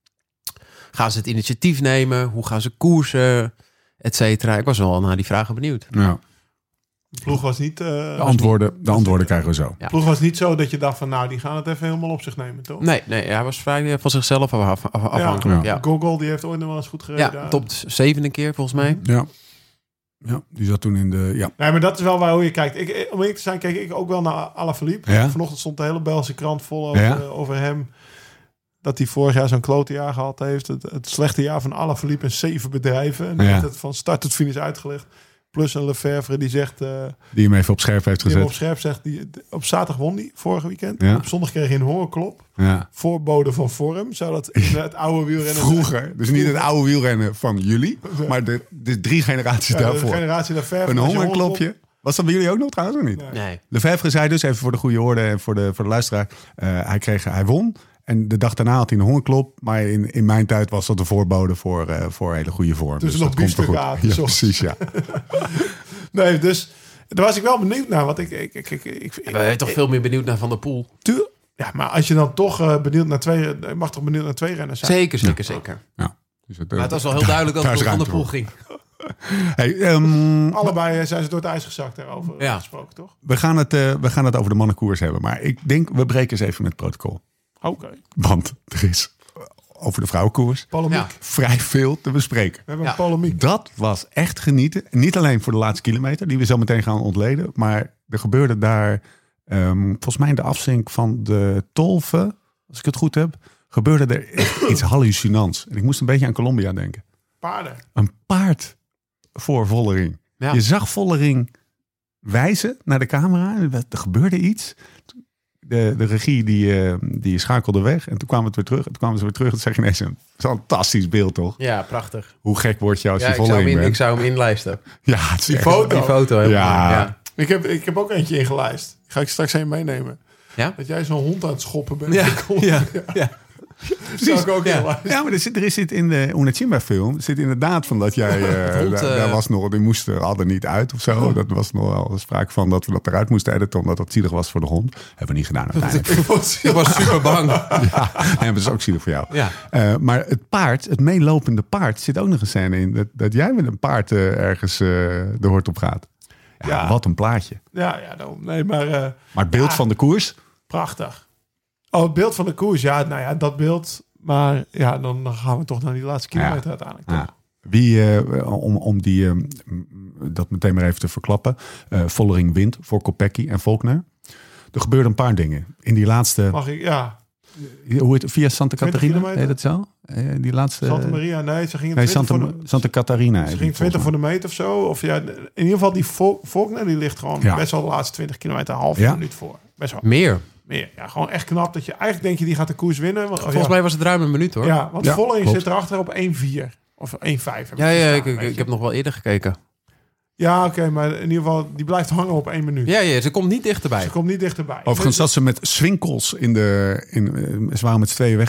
gaan ze het initiatief nemen? Hoe gaan ze koersen? Et cetera. Ik was wel naar die vragen benieuwd. Ja. De ploeg was niet... uh, De antwoorden, de antwoorden krijgen we zo. Ja. ploeg was niet zo dat je dacht van... nou, die gaan het even helemaal op zich nemen, toch? Nee, nee, hij was vrij van zichzelf af, af- afhankelijk. Ja. Ja, Gogol, die heeft ooit nog wel eens goed gereden. ja. top zevende keer volgens mij. Ja. Ja, die zat toen in de... Ja. Nee, maar dat is wel waar hoe je kijkt. Ik, om eerlijk te zijn, keek ik ook wel naar Alaphilippe. Ja. Vanochtend stond de hele Belgische krant vol over, Ja. over hem. Dat hij vorig jaar zo'n klote jaar gehad heeft. Het, het slechte jaar van Alaphilippe in zeven bedrijven. En Ja. heeft het van start tot finish uitgelegd. Plus een Lefevre die zegt... Uh, Die hem even op scherp heeft die hem op gezet. scherp zegt... Die, op zaterdag won die, vorige weekend. Ja. Op zondag kreeg hij een hongerklop. Ja. Voorbode van vorm. Zou dat in het oude wielrennen... Vroeger, dus niet het oude wielrennen van jullie, maar de, de drie generaties Ja, de daarvoor. generatie Lefevre. Een als je hongerklopje. Was dat bij jullie ook nog trouwens of niet? Nee. Nee. Lefevre zei dus, even voor de goede orde en voor de, voor de luisteraar, uh, hij, kreeg, hij won. En de dag daarna had hij een hongerklop. Maar in, in mijn tijd was dat de voorbode voor, uh, voor hele goede vorm. Dus dus nog dat komt er goed. biefstuk aan, Ja, zo. precies, ja. Nee, dus daar was ik wel benieuwd naar. Want ik... ik, ik, ik, ik, ik We zijn toch veel meer benieuwd naar Van der Poel. tuur- ja, maar als je dan toch uh, benieuwd naar twee... Je mag toch benieuwd naar twee renners zijn? Zeker, zeker, zeker. ja. Dus het, uh, Maar het was wel heel duidelijk dat daar het is om Van der ruimte Poel voor. ging. Hey, um, Allebei zijn ze door het ijs gezakt daarover Ja. gesproken, toch? we, gaan het, uh, we gaan het over de mannenkoers hebben. Maar ik denk, we breken eens even met het protocol. Oké. Okay. Want er is over de vrouwenkoers Polemiek. Ja. vrij veel te bespreken. We hebben Ja. een polemiek. Dat was echt genieten. Niet alleen voor de laatste kilometer, die we zo meteen gaan ontleden. Maar er gebeurde daar, um, volgens mij in de afzink van de Tolve, als ik het goed heb, gebeurde er echt iets hallucinants. En ik moest een beetje aan Colombia denken. Paarden. Een paard voor Vollering. Ja. Je zag Vollering wijzen naar de camera. Er gebeurde iets. De, de regie die, uh, die schakelde weg. En toen kwamen we het weer terug. En toen kwamen ze weer terug. En toen zeg je ineens een fantastisch beeld, toch? Ja, prachtig. Hoe gek word je als Ja, je ik, zou Vollering hem in, bent? ik zou hem inlijsten. Ja, het is Die echt- foto. Die foto. Heel Ja. mooi. Ja. Ik heb, ik heb ook eentje ingelijst. Ga ik straks een meenemen. Ja? Dat jij zo'n hond aan het schoppen bent. Ja. Ja. Ja. Zou ik ook Ja. inlijsten. Ja, maar er zit, er zit in de Una Chimba film zit inderdaad van dat jij uh, hond, daar, uh, daar was nog, die moest er hadden niet uit of zo. Dat was nog wel sprake van dat we dat eruit moesten editen omdat dat zielig was voor de hond. Hebben we niet gedaan uiteindelijk. Ik was super bang. Ja, en dat is ook zielig voor jou. Ja. Uh, maar het paard, het meelopende paard, zit ook nog een scène in dat, dat jij met een paard uh, ergens uh, de hoort op gaat. Ja, Ja. Wat een plaatje. Ja, ja, nou, nee, maar uh, Maar het beeld Ja. van de koers, prachtig. Oh, het beeld van de koers. Ja, nou ja, dat beeld. Maar ja, dan, dan gaan we toch naar die laatste kilometer Ja. uiteindelijk. ja. Toch? Wie, uh, om, om die, uh, dat meteen maar even te verklappen, uh, Vollering wint voor Kopecky en Volkner. Er gebeurden een paar dingen. In die laatste, Mag ik? Ja. hoe heet het, via Santa twintig Catarina, kilometer? heet het zo? Uh, die laatste, Santa Maria, nee, ze gingen nee, twintig Santa, voor de, Santa Catarina. heet ze die ging twintig voor volgens de meet of zo. Of ja, in ieder geval die Vol- Volkner, die ligt gewoon Ja. best wel de laatste twintig kilometer een half Ja. minuut voor. Best wel Meer. meer. Ja, gewoon echt knap dat je eigenlijk denk je die gaat de koers winnen. Want, Volgens ja, mij was het ruim een minuut hoor. ja, want Ja, Vollering klopt. zit erachter op één vier of één vijf. Ja, ja, ik, ik, ik heb nog wel eerder gekeken. Ja, oké, okay, maar in ieder geval die blijft hangen op één minuut. Ja, ja, ze komt niet dichterbij. Ze komt niet dichterbij. Overigens Dus- zat ze met Swinkels in de... In, uh, ze waren met z'n tweeën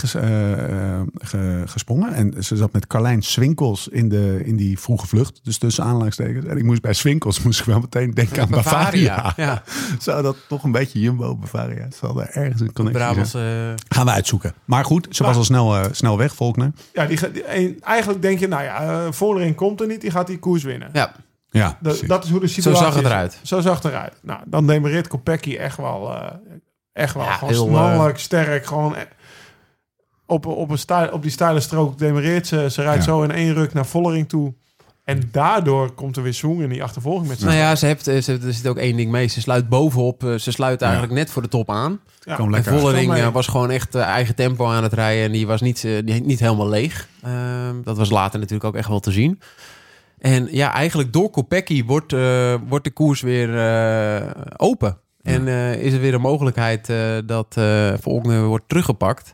weggesprongen. Uh, uh, en ze zat met Carlijn Swinkels in, de, in die vroege vlucht. Dus tussen aanhalingstekens. En ik moest bij Swinkels moest ik wel meteen denken aan Bavaria. Bavaria. Ja. Zou dat toch een beetje Jumbo Bavaria? Zal er ergens een connectie Brabants, zijn? uh, Gaan we uitzoeken. Maar goed, ze was al snel, uh, snel weg, Volkner. Ja, die, gaat- die, en eigenlijk denk je, nou ja, uh, Vollering komt er niet, die gaat die koers winnen. ja, Ja, Dat, precies. dat is hoe de zo situatie zag het is. eruit. Zo zag het eruit. Nou, dan demereert Kopecky echt wel, uh, echt wel Ja, gewoon heel, mannelijk, sterk. Gewoon e- op, op, een stijl, op die steile strook demereert ze. Ze rijdt Ja. zo in één ruk naar Vollering toe. En daardoor komt er weer zoen in die achtervolging met z'n Nou ja, ze heeft, ze, er zit ook één ding mee. Ze sluit bovenop. uh, Ze sluit Ja. eigenlijk net voor de top aan. Ja. Kwam En lekker uit. Vollering mee. uh, was gewoon echt uh, eigen tempo aan het rijden. En die was niet, uh, die, niet helemaal leeg. Uh, dat was later natuurlijk ook echt wel te zien. En ja, eigenlijk door Kopecky wordt, uh, wordt de koers weer uh, open. Ja. En uh, is er weer een mogelijkheid uh, dat uh, Volkner wordt teruggepakt.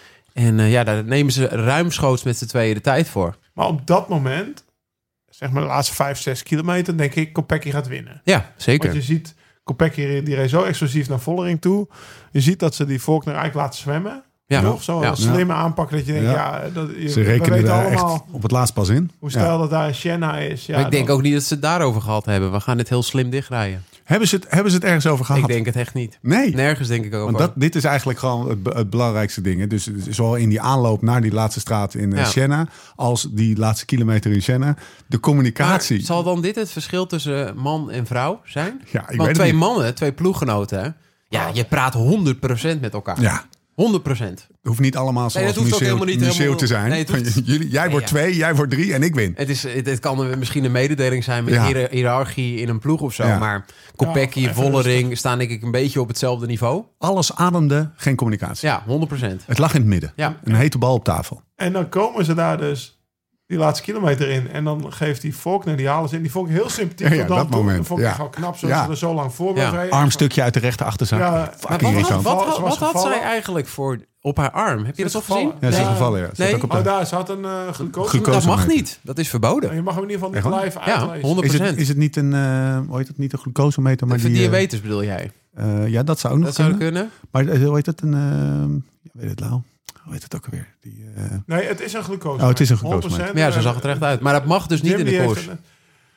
En uh, ja, daar nemen ze ruimschoots met z'n tweeën de tijd voor. Maar op dat moment, zeg maar de laatste vijf, zes kilometer, denk ik Kopecky gaat winnen. Ja, zeker. Want je ziet, Kopecky die reed zo explosief naar Vollering toe. Je ziet dat ze die Volkner eigenlijk laten zwemmen. Ja. Toch? Zo Ja. een slimme aanpak dat je denkt, Ja. ja, dat, je, Ze we rekenen weten daar allemaal echt op het laatst pas in. hoe Ja. stijl dat daar in Siena is. Ja, maar ik denk dan- ook niet dat ze het daarover gehad hebben. We gaan dit heel slim dichtrijden. Hebben ze, het, hebben ze het ergens over gehad? Ik denk het echt niet. Nee. Nergens denk ik over. Want dat, dit is eigenlijk gewoon het, be- het belangrijkste ding. Hè. Dus zowel in die aanloop naar die laatste straat in uh, Ja. Siena, als die laatste kilometer in Siena. De Maar communicatie. zal dan dit het verschil tussen man en vrouw zijn? Ja, ik weet Want het twee niet. mannen, twee ploeggenoten, hè? Ja, je praat honderd procent met elkaar. Ja, honderd procent. het hoeft niet allemaal zoals dat hoeft ook Museo, helemaal niet Museo helemaal- te zijn. Nee, het Van, hoeft- jullie, jij Nee, wordt ja. twee, jij wordt drie en ik win. Het, is, het, het kan een- misschien een mededeling zijn met Ja. hier- hiërarchie in een ploeg of zo. Ja. Maar Kopecky, Ja, even Vollering staan denk ik een beetje op hetzelfde niveau. Alles ademde, geen communicatie. Ja, honderd procent. Het lag in het midden. Ja. Een hete bal op tafel. En dan komen ze daar dus die laatste kilometer in. En dan geeft die Volkner, die halen ze in. Die vond ik heel sympathiek. Ja, ja, tot dan dat toe. moment, Dat vond ik ja. echt wel knap, zoals Ja. ze er zo lang voor bleef Ja. rijden. Armstukje uit de rechter achterzak. Ja, Maar Fucking wat, had, irritant. wat, Ze had, was wat had gevallen. zij eigenlijk voor op haar arm? Heb je dat Ze al is gezien? gevallen. Ja, ze is Ja. gevallen. Ja. Zat Nee. ook op Oh, de- daar, ze had een uh, glucose. Glucose. Dat mag meter. niet. Dat is verboden. Je mag hem in ieder geval Echt niet waar? live Ja, uitlezen. honderd Is het, procent. is het niet een, uh, hoe heet het, niet een glucosemeter, maar Voor die... uh, diabetes bedoel jij? uh, ja, dat zou ook nog Dat zou kunnen. kunnen. Maar uh, hoe heet het? Een, uh, weet het nou? Hoe heet het ook alweer? Die, uh, Nee, het is een glucose. Oh, het is een honderd procent. glucosemeter. Ja, zo zag het er echt uit. Maar dat mag dus niet Jim, in de die heeft koers. een-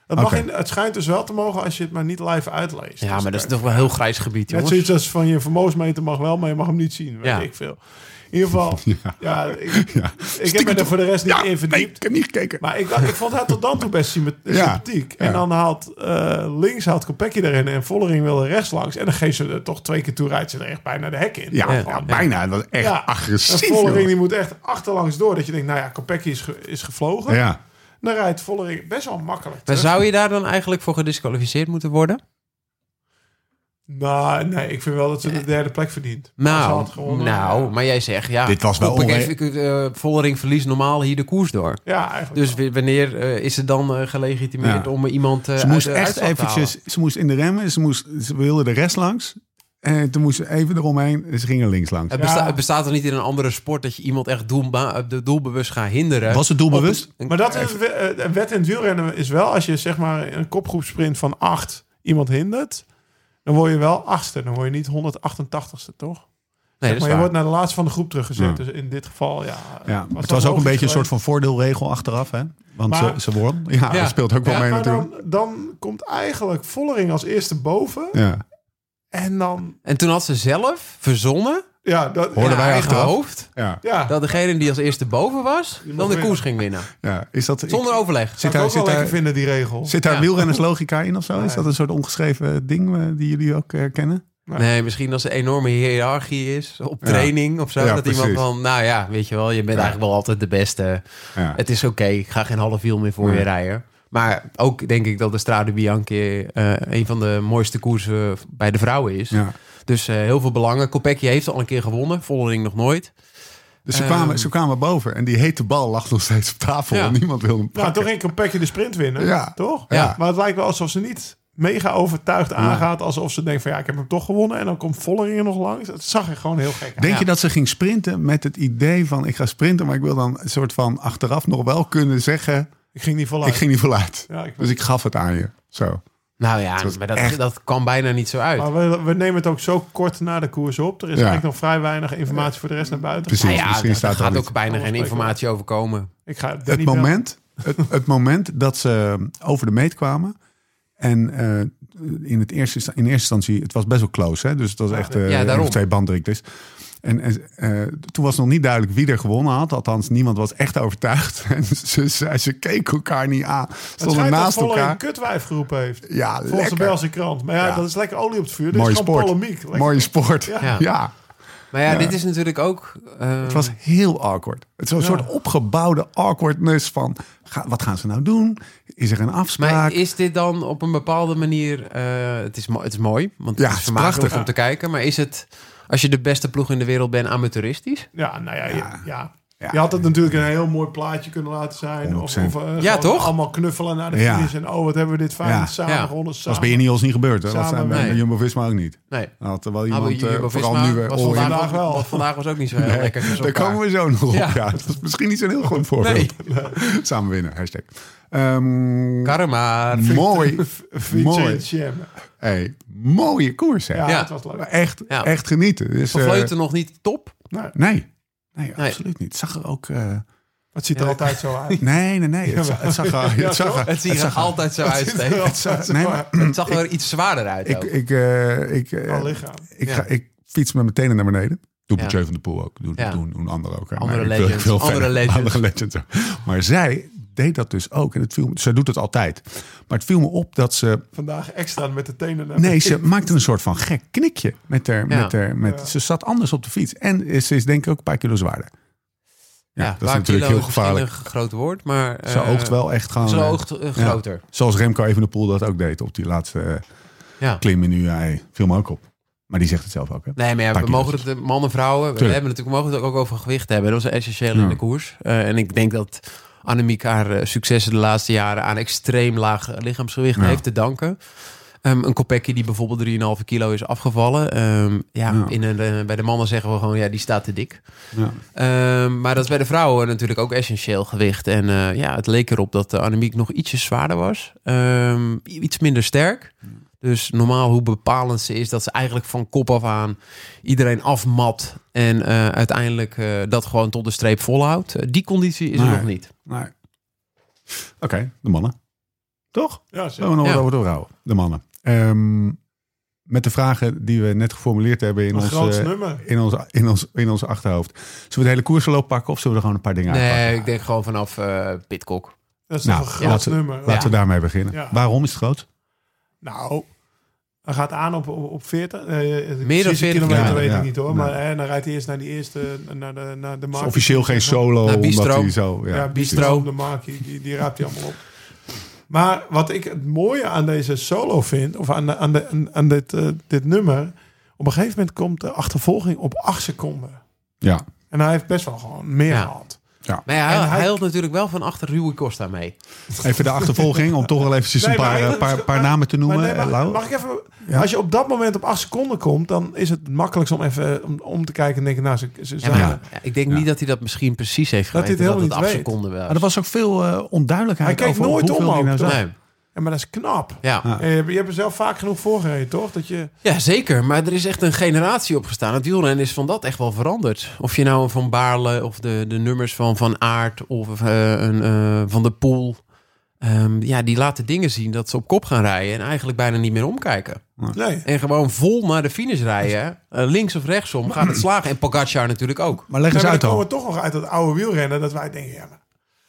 Het, mag Oké. in, het schijnt dus wel te mogen als je het maar niet live uitleest. Ja, Dus maar dat is kan- toch wel een heel grijs gebied, Net jongens. zoiets als van je vermogensmeter mag wel, maar je mag hem niet zien. Weet Ja. ik veel. In ieder geval, ja, Ja. ik, Ja. ik heb me er voor de rest niet Ja, in nee, verdiept. ik heb niet gekeken. Maar ik, ik vond haar tot dan toe best sympa- Ja. sympathiek. En Ja. dan haalt uh, links haalt Kopecky erin en Vollering wilde rechts langs. En dan geeft ze er toch twee keer toe, rijdt ze er echt bijna de hek in. Ja, Ja. ja, bijna. Dat was echt Ja. agressief. En Vollering joh. die moet echt achterlangs door. Dat je denkt, nou ja, Kopecky is, ge- is gevlogen. Ja. Dan rijdt Vollering best wel makkelijk Maar terug. zou je daar dan eigenlijk voor gedisqualificeerd moeten worden? Nou, nee, ik vind wel dat ze de derde plek verdient. Maar ze Nou, had gewonnen. nou, maar jij zegt, ja... Dit was wel Koppig onre- heeft, uh, Vollering verliest normaal hier de koers door. Ja, eigenlijk Dus wel. w- wanneer uh, is het dan uh, gelegitimeerd Ja. om iemand uh, Ze uit moest de echt uitslag te halen? eventjes... Ze moest in de remmen. Ze, moest, ze wilde de rest langs. En toen moest ze even eromheen. En ze gingen links langs. Het, besta- Ja. het bestaat er niet in een andere sport dat je iemand echt doelba- de doelbewust gaat hinderen. Was het doelbewust? Op een- Maar dat is een een wet in het wielrennen is wel, als je zeg maar een kopgroepsprint van acht iemand hindert, dan word je wel achtste. Dan word je niet honderdachtentachtigste, toch? Nee, Zeg dat is maar je waar. wordt naar de laatste van de groep teruggezet. Ja. Dus in dit geval, ja. Ja, was het dat was ook een logisch beetje een soort geweest. van voordeelregel achteraf. Hè? Want Maar- ze, ze won. Ja, Ja. dat speelt ook wel Ja, mee Maar natuurlijk. dan, dan komt eigenlijk Vollering als eerste boven. Ja. En dan, En toen had ze zelf verzonnen, ja, dat, Hoorden in ja, wij haar eigen achteraf? hoofd, Ja. ja. dat degene die als eerste boven was, Die dan mocht de koers winnen. ging winnen. Ja. Is dat, Zonder overleg. Zit zit daar, daar, ook wel zit lekker daar, vinden, die regel. zit daar Ja. wielrennerslogica in of zo? Is Nee. dat een soort ongeschreven ding eh, die jullie ook herkennen? Nee, misschien als er een enorme hiërarchie is op Ja. training of zo. Ja, dat iemand precies. van, nou ja, weet je wel, je bent Ja. eigenlijk wel altijd de beste. Ja. Het is oké, ik ga geen half wiel meer voor Nee. je rijden. Maar ook denk ik dat de Strade Bianchi eh, een van de mooiste koersen bij de vrouwen is. Ja. Dus eh, heel veel belangen. Kopecky heeft al een keer gewonnen, Vollering nog nooit. Dus ze, Ehm. kwamen, ze kwamen boven en die hete bal lag nog steeds op tafel. Ja. En niemand wilde hem Nou, pakken. toch ging Kopecky de sprint winnen. Ja. Toch? Ja. Maar het lijkt wel alsof ze niet mega overtuigd aangaat. Alsof ze denkt van ja, ik heb hem toch gewonnen. En dan komt Vollering er nog langs. Het zag er gewoon heel gek uit. Denk Ja. je dat ze ging sprinten met het idee van... ik ga sprinten, maar ik wil dan een soort van achteraf nog wel kunnen zeggen... Ik ging niet voluit. ik ging niet voluit. Ja, ik- Dus ik gaf het aan je. Zo. Nou ja, was maar dat, echt- dat kan bijna niet zo uit. Maar we, we nemen het ook zo kort na de koers op. Er is Ja. eigenlijk nog vrij weinig informatie voor de rest naar buiten. Precies. Nou ja, misschien er staat er gaat al ook iets. bijna geen Alles informatie over komen. Ik ga Het Danny bellen. moment, het, het moment dat ze over de meet kwamen... en eh, in, het eerste, in eerste instantie... het was best wel close, hè? Dus het was echt eh Ja, daarom. nog twee banddruktes. En, en eh, toen was nog niet duidelijk wie er gewonnen had. Althans, niemand was echt overtuigd. En ze, ze, ze keken elkaar niet aan. Het Stonden schijnt dat naast Vollering elkaar. een kutwijf geroepen heeft. Ja, Volgens de lekker. Belgische krant. Maar ja, Ja. dat is lekker olie op het vuur. Dit Mooie is gewoon sport. polemiek. Lekker- Mooie sport. Ja. Ja. Ja. Maar ja, Ja. dit is natuurlijk ook... eh, Het was heel awkward. Het is een Ja. soort opgebouwde awkwardness van... Ga, wat gaan ze nou doen? Is er een afspraak? Maar is dit dan op een bepaalde manier... eh, het, is mo- het is mooi, want Ja, het het is is vermakelijk prachtig. om te kijken. Maar is het, als je de beste ploeg in de wereld bent, amateuristisch? Ja, nou ja, ja. Ja. ja. Ja. Je had het natuurlijk een heel mooi plaatje kunnen laten zijn. Of, honderd procent. of uh, Ja, gewoon toch? allemaal knuffelen naar de Ja. finish. En oh, wat hebben we dit fijn Ja. samen Ja. gewonnen. Dat Samen. is bij Ineos niet gebeurd. Hè? Dat Samen zijn bij nee. Jumbo-Visma ook niet. Nee. Dan had er wel Ah, iemand, maar eh, Jumbo-Visma vooral nu... was all in. vandaag, Vandaag wel. was vandaag was ook niet zo heel Nee, lekker. tussen daar elkaar. komen we zo nog op. Ja. Ja. Dat is misschien niet zo'n heel goed voorbeeld. Nee. Samen winnen, hashtag. Ehm, Karma. mooi. Featuring Mooi. Cham. Hey, mooie koers, hè? Ja, Ja. het was leuk. Echt, Ja. echt genieten. Dus, Van eh, Vleuten nog niet top. Nee, nee. Nee, Nee. absoluut niet. Het zag er ook... eh, het ziet er Ja. altijd zo uit. nee, nee, nee. Het, zag- het zag er... Ja, Het zag toch? er Het ziet er zag altijd zo uit, Steve. Het zag nee, maar- Het zag er iets zwaarder uit ik, ook. ik, eh, ik, eh, Al lichaam. ik, Ja. ga, ik fiets met mijn tenen naar beneden. Doe Ja. Mathieu van der Poel ook. Doe, Ja. doen, doen anderen ook. hè. Andere ik wil- ik legends, wil andere verder. legends. Andere legends. Maar zij deed dat dus ook. En het viel, me- zij doet het altijd. Maar het viel me op dat ze... Vandaag extra met de tenen naar Nee, ze maakte een soort van gek knikje. Met haar, Ja. met haar, met, Ja. Ze zat anders op de fiets. En ze is denk ik ook een paar kilo zwaarder. Ja, Ja, dat is paar natuurlijk kilo heel is misschien gevaarlijk. een groot woord, maar... Ze eh, oogt wel echt gewoon... Ze eh, oogt eh, ja. groter. Zoals Remco Evenepoel dat ook deed op die laatste eh, Ja. klim in U A E. Viel me ook op. Maar die zegt het zelf ook, hè? Nee, maar ja, Paar we mogen kilo's. het, de mannen, vrouwen, we Tuurlijk. hebben natuurlijk, we mogen het ook over gewicht hebben. Dat is essentieel in Ja. de koers. Uh, en ik denk dat Annemiek haar uh, successen de laatste jaren aan extreem laag lichaamsgewicht Ja. heeft te danken. Um, een Kopecky die bijvoorbeeld drie komma vijf kilo is afgevallen. Um, ja, Ja. In een, uh, bij de mannen zeggen we gewoon, ja, die staat te dik. Ja. Um, maar dat is bij de vrouwen natuurlijk ook essentieel gewicht. En uh, ja, het leek erop dat uh, Annemiek nog ietsje zwaarder was. Um, iets minder sterk. Dus normaal hoe bepalend ze is dat ze eigenlijk van kop af aan iedereen afmat. En uh, uiteindelijk uh, dat gewoon tot de streep volhoudt. Uh, die conditie is Nee. er nog niet. Nee. Oké, de mannen. Toch? Ja, We zeker. hebben nog Ja. wat over doorhouden, de mannen. Ehm, met de vragen die we net geformuleerd hebben in Een ons, groot eh, nummer. in ons, in ons, in ons achterhoofd. Zullen we de hele koersverloop pakken of zullen we er gewoon een paar dingen Nee, uitpakken? ik denk gewoon vanaf uh, Pitcock. Dat is Nou, toch een groot laten we- nummer. Laten we Ja. daarmee beginnen. Ja. Waarom is het groot? Nou, hij gaat aan op, op, op veertig. Eh, Meer dan precies veertig kilometer ja, weet ja. ik niet hoor. Nee. Maar eh, dan rijdt hij eerst naar die eerste, naar de, naar de Het markt. is officieel geen solo, Naar omdat Bistro. hij zo... Ja, Ja, Bistro. Bistro, de markt, die, die raapt hij allemaal op. Maar wat ik het mooie aan deze solo vind, of aan, de, aan, de, aan, aan dit, uh, dit nummer, op een gegeven moment komt de achtervolging op acht seconden. ja. En hij heeft best wel gewoon meer Ja. gehad. Maar ja, hij, En hij- hij hield natuurlijk wel van achter Rui Costa mee. Even de achtervolging, om toch wel eventjes een Nee, maar paar, ik- eh, paar, paar namen te noemen. Maar nee, eh, maar Lau. mag ik even... Ja. Als je op dat moment op acht seconden komt, dan is het makkelijkst om even om, om te kijken en denken, nou, ze, ze Ja, zijn... maar Ja. ja, ik denk Ja. niet dat hij dat misschien precies heeft Dat hij geweten. het Dat het, helemaal acht niet weet. seconden was. Maar er was ook veel eh, onduidelijkheid Hij keek over nooit hoeveel om hij nou ook, zag. toch? Nee. Ja, maar dat is knap. Ja. Ja. En je, hebt- je hebt er zelf vaak genoeg voorgereden, toch? Dat je... Ja, zeker. Maar er is echt een generatie opgestaan. Het wielrennen is van dat echt wel veranderd. Of je nou een Van Baarle of de, de nummers van Van Aert of uh, een uh, Van der Poel. Um, ja, die laten dingen zien dat ze op kop gaan rijden en eigenlijk bijna niet meer omkijken. Nee. En gewoon vol naar de finish rijden. Uh, links of rechtsom gaat het slagen. En Pogacar natuurlijk ook. Maar leg Nee, eens maar uit dan dan. komen we toch nog uit dat oude wielrennen, dat wij denken, ja, maar...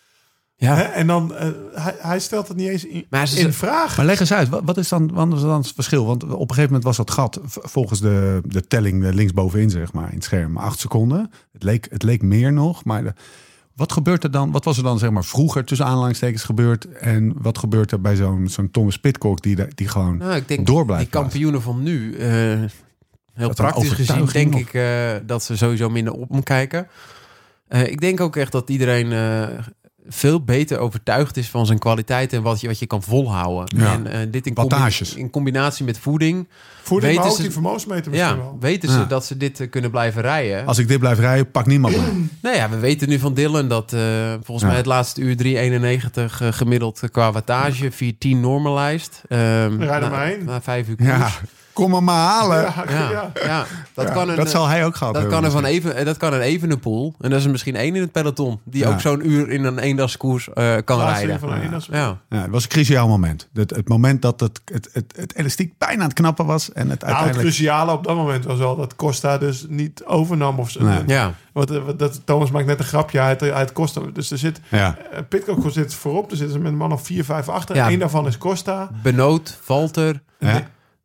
Ja. Hè? En dan, uh, hij, hij stelt het niet eens in, Maar ze- in vraag. Maar leg eens uit, wat, wat, is dan, wat is dan het verschil? Want op een gegeven moment was dat gat, v- volgens de, de telling eh, linksbovenin, zeg maar, in het scherm, acht seconden. Het leek, het leek meer nog, maar de, wat gebeurt er dan? Wat was er dan, zeg maar, vroeger tussen aanhalingstekens gebeurd? En wat gebeurt er bij zo'n zo'n Thomas Pidcock die, de- die gewoon Nou, ik denk door blijft die kampioenen van nu, uh, heel Dat praktisch een gezien, overtuiging denk of- ik uh, dat ze sowieso minder op omkijken. Uh, ik denk ook echt dat iedereen uh, veel beter overtuigd is van zijn kwaliteit en wat je, wat je kan volhouden. Ja. En uh, dit in, combi- Wattages. in combinatie met voeding, Voeding, maar weten ook ze- die vermogensmeter misschien ja, wel. weten ze Ja. dat ze dit uh, kunnen blijven rijden. Als ik dit blijf rijden, pak niemand me. Nou ja, we weten nu van Dylan dat uh, volgens Ja. mij het laatste uur drie eenennegentig uh, gemiddeld qua wattage, vier tien normalized. Um, Rijd er na, maar heen. na vijf uur koers. Ja, kom hem maar halen. Ja, Ja, ja. ja. dat Ja, kan een, dat zal hij ook gehad dat hebben. kan, er van misschien. even, dat kan een Evenepoel. En dat is er misschien één in het peloton. Die Ja. ook zo'n uur in een eendagskoers uh, kan Laatste rijden. uur van een eendags- Ja. Ja, het was een cruciaal moment. Het, het moment dat het, het, het, het elastiek bijna aan het knappen was. En het Nou, het uiteindelijk... cruciale op dat moment was wel dat Costa dus niet overnam. Of zo. Nee. Ja. Wat, wat, dat, Thomas maakt net een grapje uit, uit Costa. Dus er zit, Ja. uh, Pidcock zit voorop. Er zitten ze met een man of vier, vijf achter. Ja. Eén daarvan is Costa. Benoot, Valter, Ja.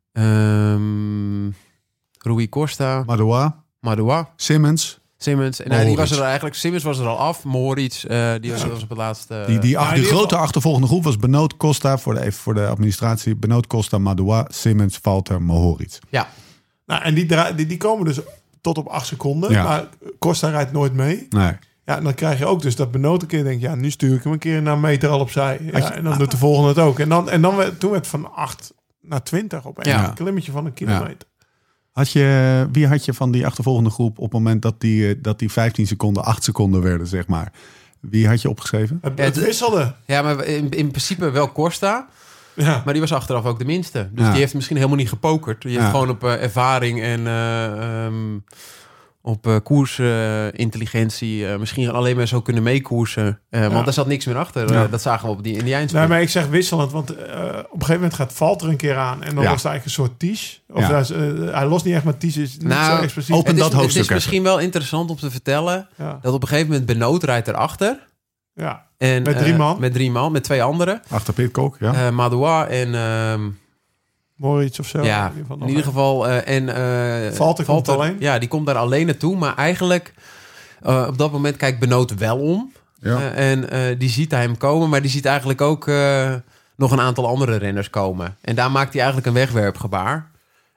um, Rui Costa, Madoua, Madoua, Simmons. Simmons. En nee, die was Moritz. er eigenlijk. Simmons was er al af. Moritz, uh, die was, was op het laatste. Uh, Die, die, ach- in die ieder grote geval- achtervolgende groep was Benoot, Costa, voor de, even voor de administratie. Benoot, Costa, Madoua, Simmons, Valter, Mohoric. ja. Nou, en die, dra- die, die komen dus tot op acht seconden. Ja. Maar Costa rijdt nooit mee. Nee. Ja, en dan krijg je ook dus dat Benoot een keer denkt... ja, nu stuur ik hem een keer naar een meter al opzij. Had Ja, je- en dan doet de volgende het ook. En, dan, en dan werd, toen werd van acht naar twintig op een Ja. klimmetje van een kilometer. Had je, wie had je van die achtervolgende groep op het moment dat die, eh, dat die vijftien seconden, acht seconden werden, zeg maar? Wie had je opgeschreven? Het, Ja, het het- wisselde. ja, maar in, in principe wel Costa. Ja. Maar die was achteraf ook de minste. Dus Ja. die heeft misschien helemaal niet gepokerd. Die heeft Ja. gewoon op uh, ervaring en uh, um, op uh, koersintelligentie uh, uh, misschien alleen maar zo kunnen meekoersen. Uh, Ja. Want daar zat niks meer achter. Ja. Uh, dat zagen we op die, in die Nee, eindsprint. maar ik zeg wisselend, want uh, op een gegeven moment gaat Valter een keer aan. En dan Ja. was het eigenlijk een soort tige. Of Ja. hij, is, uh, hij lost niet echt, maar tige is niet Nou, zo explosief. open het, is, dat hoofdstuk het is even. misschien wel interessant om te vertellen... Ja. dat op een gegeven moment Benoot rijdt erachter. Ja. En, Met drie uh, man? Met drie man, met twee anderen. Achter Pidcock, ja. Uh, Madoua en... Um, Moritz of zo. ja, in ieder geval in nog ieder een. geval... Uh, en, uh, Valter komt alleen? Ja, die komt daar alleen naartoe. Maar eigenlijk... Uh, op dat moment kijkt Benoot wel om. ja. Uh, en uh, die ziet hij hem komen, maar die ziet eigenlijk ook uh, nog een aantal andere renners komen. En daar maakt hij eigenlijk een wegwerpgebaar.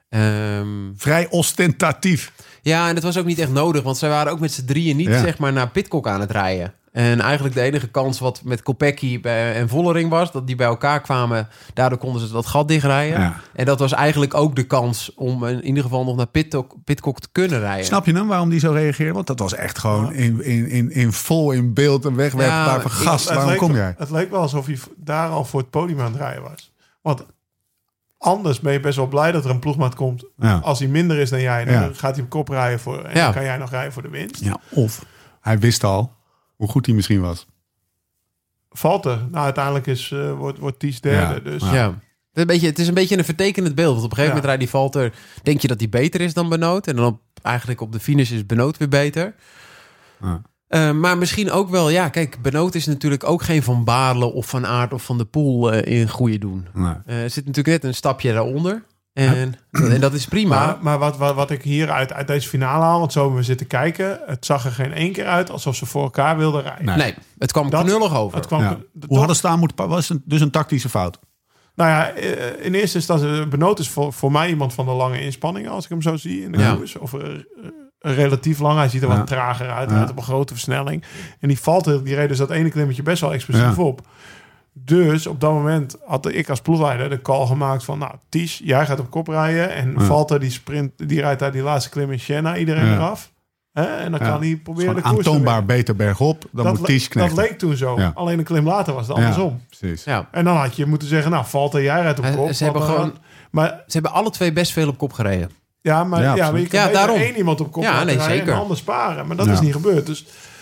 Um, Vrij ostentatief. ja, en dat was ook niet echt nodig, want zij waren ook met z'n drieën niet Ja. zeg maar naar Pidcock aan het rijden. En eigenlijk de enige kans wat met Kopecky bij- en Vollering was, dat die bij elkaar kwamen, daardoor konden ze dat gat dichtrijden. Ja. En dat was eigenlijk ook de kans om in ieder geval nog naar Pidcock, Pidcock te kunnen rijden. Snap je dan waarom die zo reageerde? Want dat was echt gewoon in, in, in, in vol in beeld een wegwerpgebaar Ja, van ik- gast. Het Waarom leek- kom jij? Het leek wel alsof hij daar al voor het podium aan het rijden was. Want anders ben je best wel blij dat er een ploegmaat komt. Ja. Als hij minder is dan jij, dan Ja. gaat hij op kop rijden voor. En Ja. dan kan jij nog rijden voor de winst. Ja, of hij wist al hoe goed hij misschien was. Valter. Nou, uiteindelijk is, uh, wordt, wordt Ties derde. Ja. Dus. Ja. Ja. Een beetje, het is een beetje een vertekenend beeld. Want op een gegeven Ja. moment rijdt die Valter... denk je dat hij beter is dan Benoot. En dan op, eigenlijk op de finish is Benoot weer beter. Ja. Uh, maar misschien ook wel... Ja, kijk, Benoot is natuurlijk ook geen Van Baarle... of Van Aert of Van der Poel uh, in goede doen. Nee. Uh, er zit natuurlijk net een stapje daaronder. En, en dat is prima. Maar, maar wat, wat, wat ik hier uit, uit deze finale haal... want zo hebben we zitten kijken... het zag er geen één keer uit alsof ze voor elkaar wilden rijden. Nee. Nee, het kwam Dat- knullig over. Het kwam, Ja. de- Hoe hadden staan moeten... was een, dus een tactische fout. Nou ja, in eerste instantie... Benoot is voor, voor mij iemand van de lange inspanningen... als ik hem zo zie in de Ja. koers. Of uh, relatief lang. Hij ziet er Ja. wat trager uit. Ja. Rijdt op een grote versnelling. En die valt, die reed dus dat ene klimmetje best wel explosief Ja. op. Dus op dat moment had ik als ploegleider de call gemaakt van... nou, Ties, jij gaat op kop rijden. En Ja. Valter, die sprint, die rijdt daar die laatste klim in Siena. Iedereen Ja. eraf. Hè? En dan Ja. kan hij proberen de Gewoon koers te aantoonbaar winnen. beter bergop. Dan Dat, moet le- Ties dat knechten. leek toen zo. Ja. Alleen een klim later was het Ja, andersom. precies. Ja. En dan had je moeten zeggen... nou, Valter, jij rijdt op Hij- kop. ze hebben Want dan- gewoon- Maar Ze hebben alle twee best veel op kop gereden. Ja, maar, Ja, ja, maar je absoluut. kan Ja, beter daarom. één iemand op kop Ja, laten nee, rijden zeker. en anders sparen. Maar dat Ja. is niet gebeurd. Dus,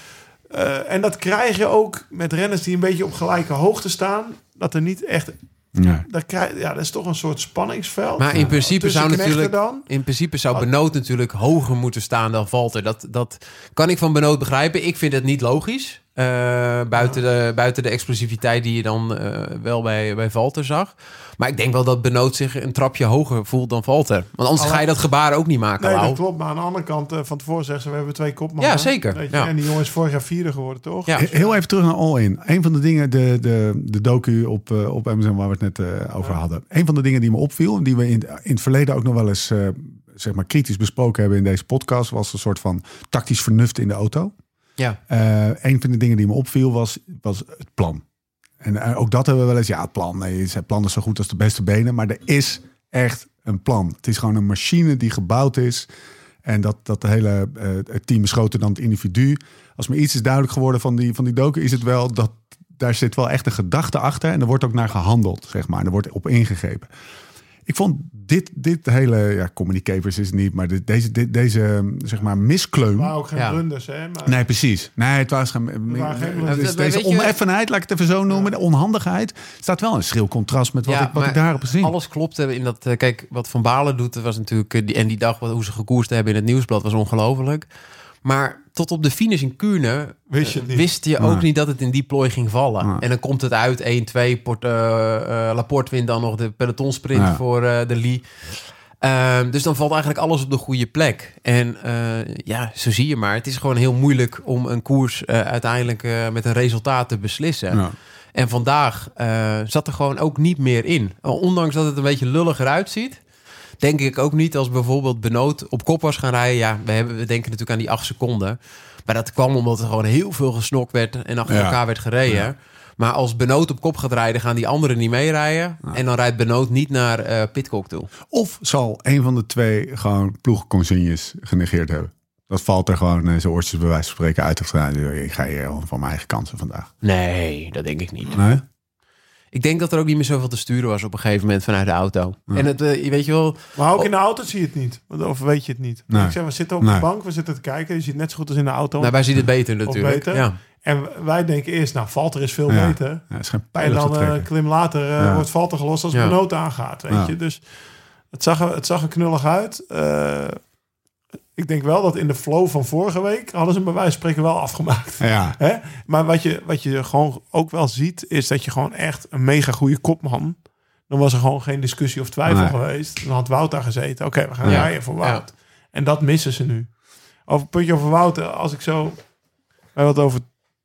uh, en dat krijg je ook met renners die een beetje op gelijke hoogte staan. Dat er niet echt... Nee. Dat, krijg, ja, dat is toch een soort spanningsveld. Maar in principe Tussen zou knechten natuurlijk... dan. In principe zou Benoot natuurlijk hoger moeten staan dan Valter. Dat, dat kan ik van Benoot begrijpen. Ik vind het niet logisch. Uh, buiten, de, buiten de explosiviteit die je dan uh, wel bij, bij Valter zag. Maar ik denk wel dat Benoot zich een trapje hoger voelt dan Valter. Want anders Alle- ga je dat gebaar ook niet maken, Nee, Lau. dat klopt. Maar aan de andere kant, uh, van tevoren zeggen ze... we hebben twee kopmannen. Ja, zeker. Weet je? Ja. En die jongen is vorig jaar vierde geworden, toch? Ja. Heel even terug naar All In. Een van de dingen, de, de, de docu op, uh, op Amazon waar we het net uh, over hadden. Een van de dingen die me opviel, en die we in, in het verleden ook nog wel eens uh, zeg maar kritisch besproken hebben in deze podcast, was een soort van tactisch vernuft in de auto. Ja. Uh, een van de dingen die me opviel was, was het plan. En uh, ook dat hebben we wel eens, ja, het plan. Nee, het plan is zo goed als de beste benen, maar er is echt een plan. Het is gewoon een machine die gebouwd is. En dat, dat de hele uh, het team is groter dan het individu. Als me iets is duidelijk geworden van die, van die docu, is het wel dat daar zit wel echt een gedachte achter. En er wordt ook naar gehandeld, zeg maar. En er wordt op ingegrepen. Ik vond dit, dit hele, ja, communicators is het niet, maar dit, deze, dit, deze, zeg maar, miskleum. Maar ook geen Ja. blunders, hè? Maar, Nee, precies. Nee, het was geen, waren geen dus blunders. deze Weet je- oneffenheid, laat ik het even zo noemen, de onhandigheid, staat wel een schril contrast met wat, Ja, ik, wat maar ik daarop zie. Alles klopte in dat... uh, kijk, wat Van Baarle doet, dat was natuurlijk... uh, die, en die dag wat, hoe ze gekoerst hebben in het nieuwsblad was ongelooflijk. Maar tot op de finish in Kuurne Wist je het niet. wist je Nee. ook niet dat het in die plooi ging vallen. Nee. En dan komt het uit één twee. Port, uh, uh, Laporte wint dan nog de pelotonsprint Ja. voor uh, de Lee. Uh, dus dan valt eigenlijk alles op de goede plek. En uh, ja, zo zie je maar. Het is gewoon heel moeilijk om een koers uh, uiteindelijk uh, met een resultaat te beslissen. Ja. En vandaag uh, zat er gewoon ook niet meer in. Ondanks dat het een beetje lulliger uitziet, denk ik ook niet als bijvoorbeeld Benoot op kop was gaan rijden. Ja, we, hebben, we denken natuurlijk aan die acht seconden. Maar dat kwam omdat er gewoon heel veel gesnokt werd en achter Ja. elkaar werd gereden. Ja. Maar als Benoot op kop gaat rijden, gaan die anderen niet meerijden. Ja. En dan rijdt Benoot niet naar uh, Pidcock toe. Of zal een van de twee gewoon ploegconsignes genegeerd hebben. Dat valt er gewoon uh, zijn oortjes bij wijze van spreken uit heeft gedaan. Ik ga hier gewoon van mijn eigen kansen vandaag. Nee, dat denk ik niet. Nee? Ik denk dat er ook niet meer zoveel te sturen was op een gegeven moment vanuit de auto. Ja. En het, uh, je weet je wel... Maar ook in de auto zie je het niet. Of weet je het niet. Nee. Ik zeg, we zitten op Nee. de bank, we zitten te kijken. Je ziet het net zo goed als in de auto. Nou, wij zien het beter natuurlijk. beter. Ja. En wij denken eerst, nou, Valter is veel Ja. beter. Ja, het is geen En pijlen te dan uh, trekken. klim later uh, Ja. wordt Valter gelost als Ja. Benoot aangaat. Weet Ja. je? Dus het zag, er, het zag er knullig uit. Uh, ik denk wel dat in de flow van vorige week hadden ze hem bij wijze van spreken wel afgemaakt. Ja, Hè? Maar wat je, wat je gewoon ook wel ziet, is dat je gewoon echt een mega goede kopman. Dan was er gewoon geen discussie of twijfel Nee. geweest. Dan had Wout daar gezeten. Oké, we gaan Ja. rijden voor Wout. En dat missen ze nu. Over puntje over Wout. Als ik zo... We hebben het over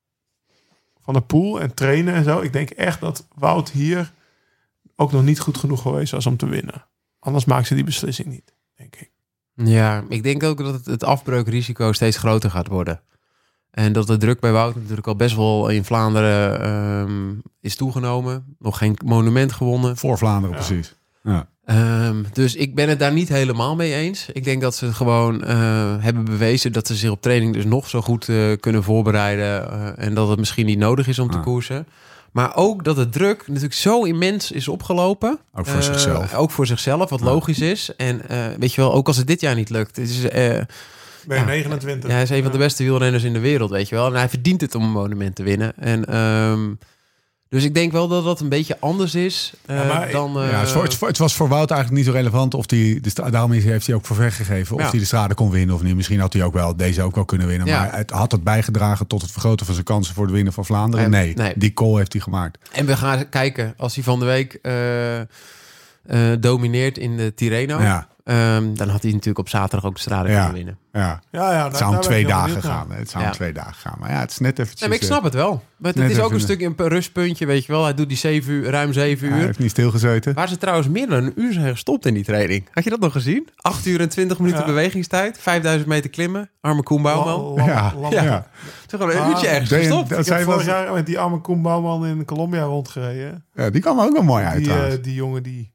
Van der Poel en trainen en zo. Ik denk echt dat Wout hier ook nog niet goed genoeg geweest was om te winnen. Anders maakt ze die beslissing niet, denk ik. Ja, ik denk ook dat het, het afbreukrisico steeds groter gaat worden. En dat de druk bij Wout natuurlijk al best wel in Vlaanderen um, is toegenomen. Nog geen monument gewonnen. voor Vlaanderen Ja. precies. Ja. Um, dus ik ben het daar niet helemaal mee eens. Ik denk dat ze gewoon uh, hebben bewezen dat ze zich op training dus nog zo goed uh, kunnen voorbereiden. Uh, en dat het misschien niet nodig is om te Ja. koersen. Maar ook dat de druk natuurlijk zo immens is opgelopen. Ook voor Uh, zichzelf. Ook voor zichzelf, wat Ja. logisch is. En uh, weet je wel, ook als het dit jaar niet lukt. Het is, uh, Ben je Ja. negenentwintig? ja, hij is een van de beste wielrenners in de wereld, weet je wel. En hij verdient het om een monument te winnen. En um, Dus ik denk wel dat dat een beetje anders is uh, Ja, maar- dan... Uh, Ja, het, was, het was voor Wout eigenlijk niet zo relevant of die, de stra- daarom heeft hij ook voor weggegeven of Ja. hij de strade kon winnen of niet. Misschien had hij ook wel deze ook wel kunnen winnen. Ja. Maar het had het bijgedragen tot het vergroten van zijn kansen voor de winnen van Vlaanderen? En- Nee, nee. die call heeft hij gemaakt. En we gaan kijken, als hij van de week uh, uh, domineert in de Tirreno... Ja, Um, dan had hij natuurlijk op zaterdag ook de strade Ja. kunnen winnen. ja. Ja, ja, Het daar- zou om daar ben twee ik heel dagen benieuwd naar. gaan. Het zou Ja. om twee dagen gaan. Maar ja, het is net eventjes... Nee, maar ik eh, snap het wel. Maar het net is ook even- een stukje een rustpuntje, weet je wel. Hij doet die zeven uur, ruim zeven Hij uur. heeft niet stilgezeten. Waar ze trouwens meer dan een uur zijn gestopt in die training. Had je dat nog gezien? acht uur en twintig minuten Ja. bewegingstijd. vijfduizend meter klimmen. Arme Koen Bouwman. Lam- lam- Ja, lam- ja. Ja. Toch gewoon een Ah, uurtje ergens deed je- gestopt. dat Ik zei heb was- vorig jaar met die arme Koen Bouwman in Colombia rondgereden. Ja, die kwam ook wel mooi uit Die, trouwens. eh, die jongen die...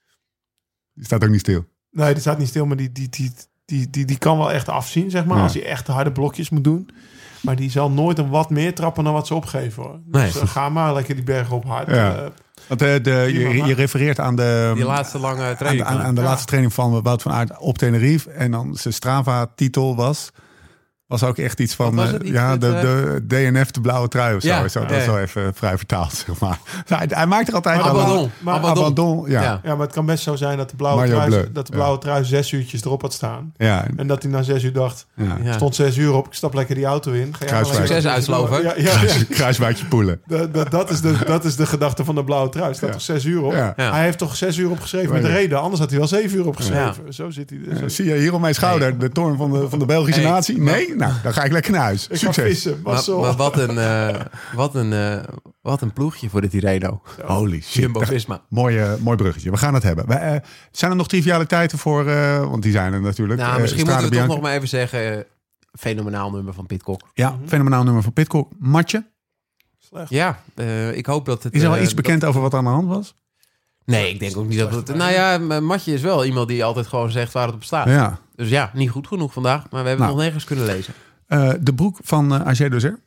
Die staat ook niet stil. Nee, die staat niet stil, maar die, die, die, die, die, die kan wel echt afzien, zeg maar. Ja. Als hij echt harde blokjes moet doen. Maar die zal nooit een wat meer trappen dan wat ze opgeven, hoor. Nee. Dus uh, ga maar lekker die bergen op hard. Ja. Uh, Want eh, de, Prima, je, maar- je refereert aan de... Die laatste lange aan, training. aan, aan de Ja. laatste training van Wout van Aert op Tenerife. En dan zijn Strava-titel was... Was ook echt iets van... Wat was eh, het? Iets ja, met, de, eh, de D N F, de blauwe trui of zo. Ja, zo ja. dat is wel even vrij vertaald, zeg maar. Hij, hij maakt er altijd Maar wel... Abandon. Maar- Abandon. Abandon, ja. Ja. ja. ja, maar het kan best zo zijn dat de blauwe, Maillot trui, bleu. dat de Ja. blauwe trui zes uurtjes erop had staan. ja. En dat hij na zes uur dacht, ja. Ja. stond zes uur op, ik stap lekker die auto in. Ga jij maar Kruiswijk. lekker- Succes uitsloven. Ja, ja, ja. Kruiswijkje poelen. Dat, dat, dat, is de, dat is de gedachte van de blauwe trui. Staat Ja. toch zes uur op? Ja. Ja. Hij heeft toch zes uur opgeschreven met de Ja. reden. Anders had hij wel zeven uur opgeschreven. Zo zit hij. Ja, Zo. zie je hier op mijn schouder de toorn van de, van de Belgische Hey, natie? Nee? Nou, dan ga ik lekker naar huis. Ik ga Succes. vissen. Maar, Marcel. maar wat, een, uh, wat, een, uh, wat een ploegje voor de Tirreno. Holy shit. Jumbo-Visma. Mooi, uh, mooi bruggetje. We gaan het hebben. Wij, uh, zijn er nog trivialiteiten voor? Uh, want die zijn er natuurlijk. Nou, Uh, misschien Strade moeten we toch Bianchi. nog maar even zeggen... Uh, fenomenaal nummer van Pidcock. Ja, fenomenaal nummer van Pidcock. Matje. Slecht. Ja, uh, ik hoop dat het... Is er al uh, iets bekend over wat aan de hand was? Nee, ik denk ook niet dat het... Nou ja, Matje is wel iemand die altijd gewoon zegt waar het op staat. Ja. Dus ja, niet goed genoeg vandaag. Maar we hebben Nou. het nog nergens kunnen lezen. Uh, de broek van uh, Agé Dozer.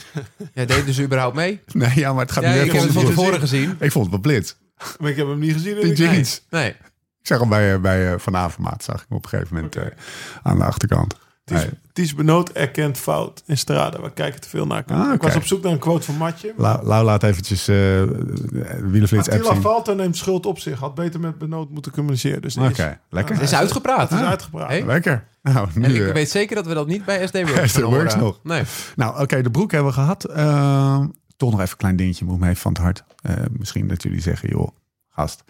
Ja, deed dus überhaupt mee? Nee, ja, maar het gaat Ja, nu ik even heb het om van de- tevoren gezien. Ik vond het wel blitz. Maar ik heb hem niet gezien. in De de- jeans. Nee. Ik zag hem bij, uh, bij uh, Van Avermaat. Zag ik hem op een gegeven moment uh, aan de achterkant. Ties, Nee. Ties Benoot erkent fout in Strade. We kijken te veel naar. Ah, oké. Ik was op zoek naar een quote van Matje. Lau, Lau laat eventjes uh, Wielenflits app Attila zien. Valter neemt schuld op zich. Had beter met Benoot moeten communiceren. Dus die Oké, is, lekker. Het is uitgepraat. het is Ah. uitgepraat. Hey? Lekker. Nou, nu, En ik uh, weet zeker dat we dat niet bij S D Works S D gaan Works horen. nog. Nee. Nou, oké, okay, de broek hebben we gehad. Uh, toch nog even een klein dingetje, moet me even van het hart. Uh, misschien dat jullie zeggen, joh, gast.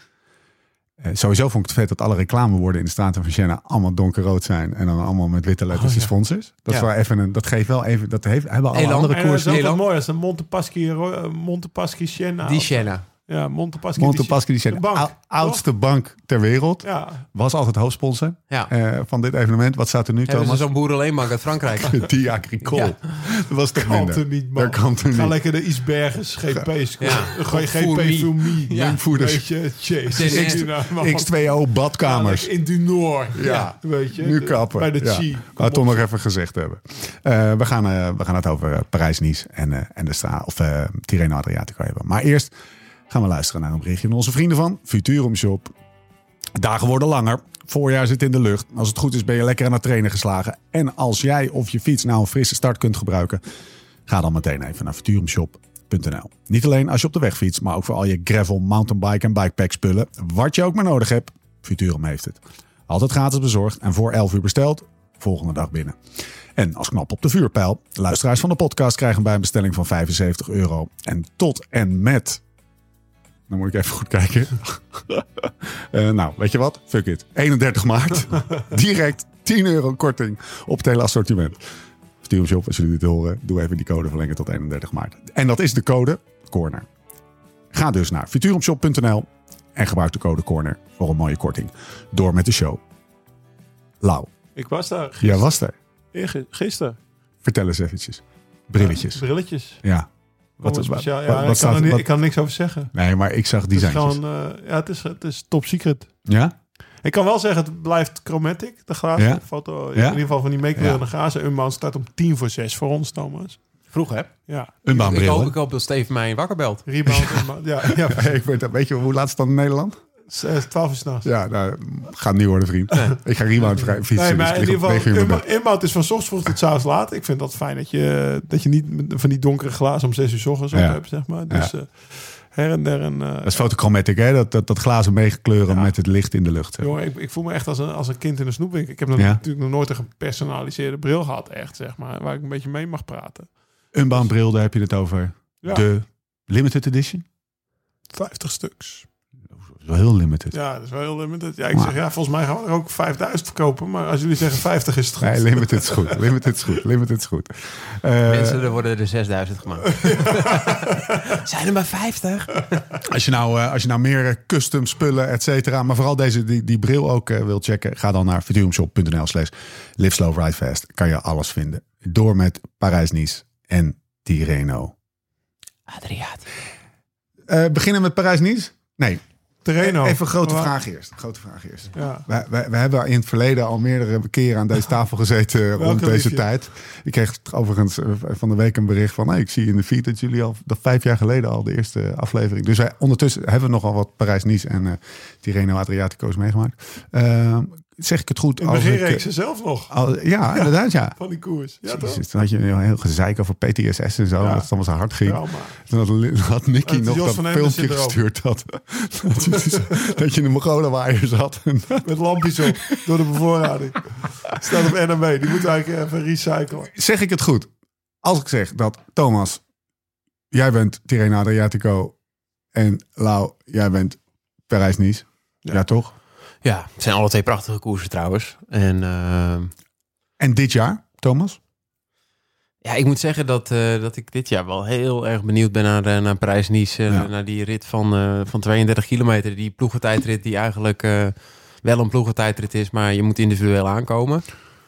Uh, sowieso vond ik het vet dat alle reclamewoorden in de straten van Siena allemaal donkerrood zijn. En dan allemaal met witte letters Oh, de ja. sponsors. Dat is Ja. wel even een, dat geeft wel even, dat heeft, hebben alle Elan. andere En dat koers. is ook wel Nederland. mooi. Dat is een Montepaschi, Ro- Montepaschi Siena. Die Siena. Ja, Montepaschi. Montepaschi die zijn De bank, ou- oudste bank ter wereld. Ja, Was altijd hoofdsponsor Ja. uh, van dit evenement. Wat staat er nu, Hebben ze Thomas? zo'n boerenleenbank uit Frankrijk. Die Agricole. Ja. Dat was toch kan minder. er niet, man. Dat kan er Ga niet. lekker de Isbergens G P's. Ja. Gooi G P Fourmi. Fourmi. Ja. Mengvoerders. Weet je, jezus. X- Ja, man. X twee O badkamers. Ja, in du Nord. Ja. Ja, weet je. Nu de- kappen. Bij de ja. Chi. Maar Kom toch op. nog even gezegd hebben. Uh, we, gaan, uh, we gaan het over uh, Parijs-Nice en, uh, en de Stra of uh, Tirreno Adriatico hebben. Maar eerst gaan we luisteren naar een berichtje van onze vrienden van Futurum Shop. Dagen worden langer. Voorjaar zit in de lucht. Als het goed is ben je lekker aan het trainen geslagen. En als jij of je fiets nou een frisse start kunt gebruiken, ga dan meteen even naar futurumshop punt n l. Niet alleen als je op de weg fietst, maar ook voor al je gravel, mountainbike en bikepack spullen. Wat je ook maar nodig hebt, Futurum heeft het. Altijd gratis bezorgd en voor elf uur besteld, volgende dag binnen. En als knap op de vuurpijl, luisteraars van de podcast krijgen bij een bestelling van vijfenzeventig euro. En tot en met... Dan moet ik even goed kijken. uh, nou, weet je wat? Fuck it. eenendertig maart. Direct tien euro korting op het hele assortiment. Futurum Shop, als jullie dit horen, doe even die code verlengen tot eenendertig maart. En dat is de code CORNER. Ga dus naar futurumshop punt n l en gebruik de code CORNER voor een mooie korting. Door met de show. Lau, Ik was daar jij gisteren. was daar. Eergi- Gisteren. Vertel eens eventjes. Brilletjes. Ja, brilletjes. Ja. Wat, Wat, speciaal. wat, Ja, wat ik, kan staat er niet, wat- ik kan er niks over zeggen. Nee, maar ik zag Het is designtjes. gewoon, uh, ja, het is, het is top secret. Ja? Ik kan wel zeggen, het blijft chromatic, de glazen Ja. foto. Ja. In ieder geval van die meekleuren Ja. glazen. Unbound staat om tien voor zes voor ons, Thomas. Vroeg, hè? Ja. Een Ik baanbril. hoop, ik hoop dat Steven mij wakker belt. Rebound. Unbound. Ja, ja. Ik weet, weet je hoe laat is het dan in Nederland? twaalf uur s'nachts. Ja, nou, gaat niet worden, vriend. Nee. Ik ga rebound vrij fietsen. Nee, maar dus in ieder geval, in inbound is van 's ochtends vroeg tot 's avonds laat. Ik vind dat fijn dat je, dat je niet van die donkere glazen om zes uur 's ochtends op ja. hebt, zeg maar. Dus ja. uh, her en der. En, uh, dat is fotochromatic, hè? Dat, dat, dat glazen meegekleuren ja. met het licht in de lucht. Zeg. Jongen, ik, ik voel me echt als een, als een kind in een snoepwinkel. Ik heb nog, ja. natuurlijk nog nooit een gepersonaliseerde bril gehad, echt, zeg maar. Waar ik een beetje mee mag praten. Unbound bril, daar heb je het over. Ja. De limited edition? vijftig stuks. Dat is wel heel limited. Ja, dat is wel heel limited. Ja, ik maar. zeg, ja, volgens mij gaan we er ook vijfduizend verkopen. Maar als jullie zeggen vijftig is het goed. Nee, limited is goed. Limited is goed. Limited is goed. Uh, Mensen, er worden er zesduizend gemaakt. Zijn er maar vijftig? Als je nou, uh, als je nou meer custom spullen, et cetera, maar vooral deze, die, die bril ook uh, wilt checken, ga dan naar futurumshop.nl slash live slow ride fast. Kan je alles vinden. Door met Parijs-Nice en Tirreno. Adriaat. Uh, beginnen met Parijs-Nice? Nee. Tirreno. Even een grote Waar? vraag eerst. Grote vraag eerst. Ja. We, we, we hebben in het verleden al meerdere keren aan deze tafel gezeten rond deze liefje? tijd. Ik kreeg overigens van de week een bericht van, hey, ik zie in de feed dat jullie al dat vijf jaar geleden al de eerste aflevering. Dus wij, ondertussen hebben we nogal wat Parijs-Nice en uh, Tirreno Adriatico's meegemaakt. Uh, Zeg ik het goed? In het begin reed ze zelf nog. Al, ja, ja, inderdaad, ja. Van die koers. Ja, Jezus, toen had je een heel gezeik over P T S S en zo. Ja. Dat het allemaal zo hard ging. Trauma. Toen had, had Nicky nog dat filmpje gestuurd. Dat, dat, je, dat je in een mogolenwaaier zat. Met lampjes op. Door de bevoorrading. Staat op N M B. Die moet eigenlijk even recyclen. Zeg ik het goed? Als ik zeg dat Thomas, jij bent Tirreno Adriatico. En Lau, jij bent Parijs-Nice. Ja. ja, toch? Ja, het zijn alle twee prachtige koersen trouwens. En, uh... en dit jaar, Thomas? Ja, ik moet zeggen dat, uh, dat ik dit jaar wel heel erg benieuwd ben naar, uh, naar Parijs-Nice. Uh, ja. Naar die rit van, uh, van tweeëndertig kilometer. Die ploegentijdrit die eigenlijk uh, wel een ploegentijdrit is. Maar je moet individueel aankomen.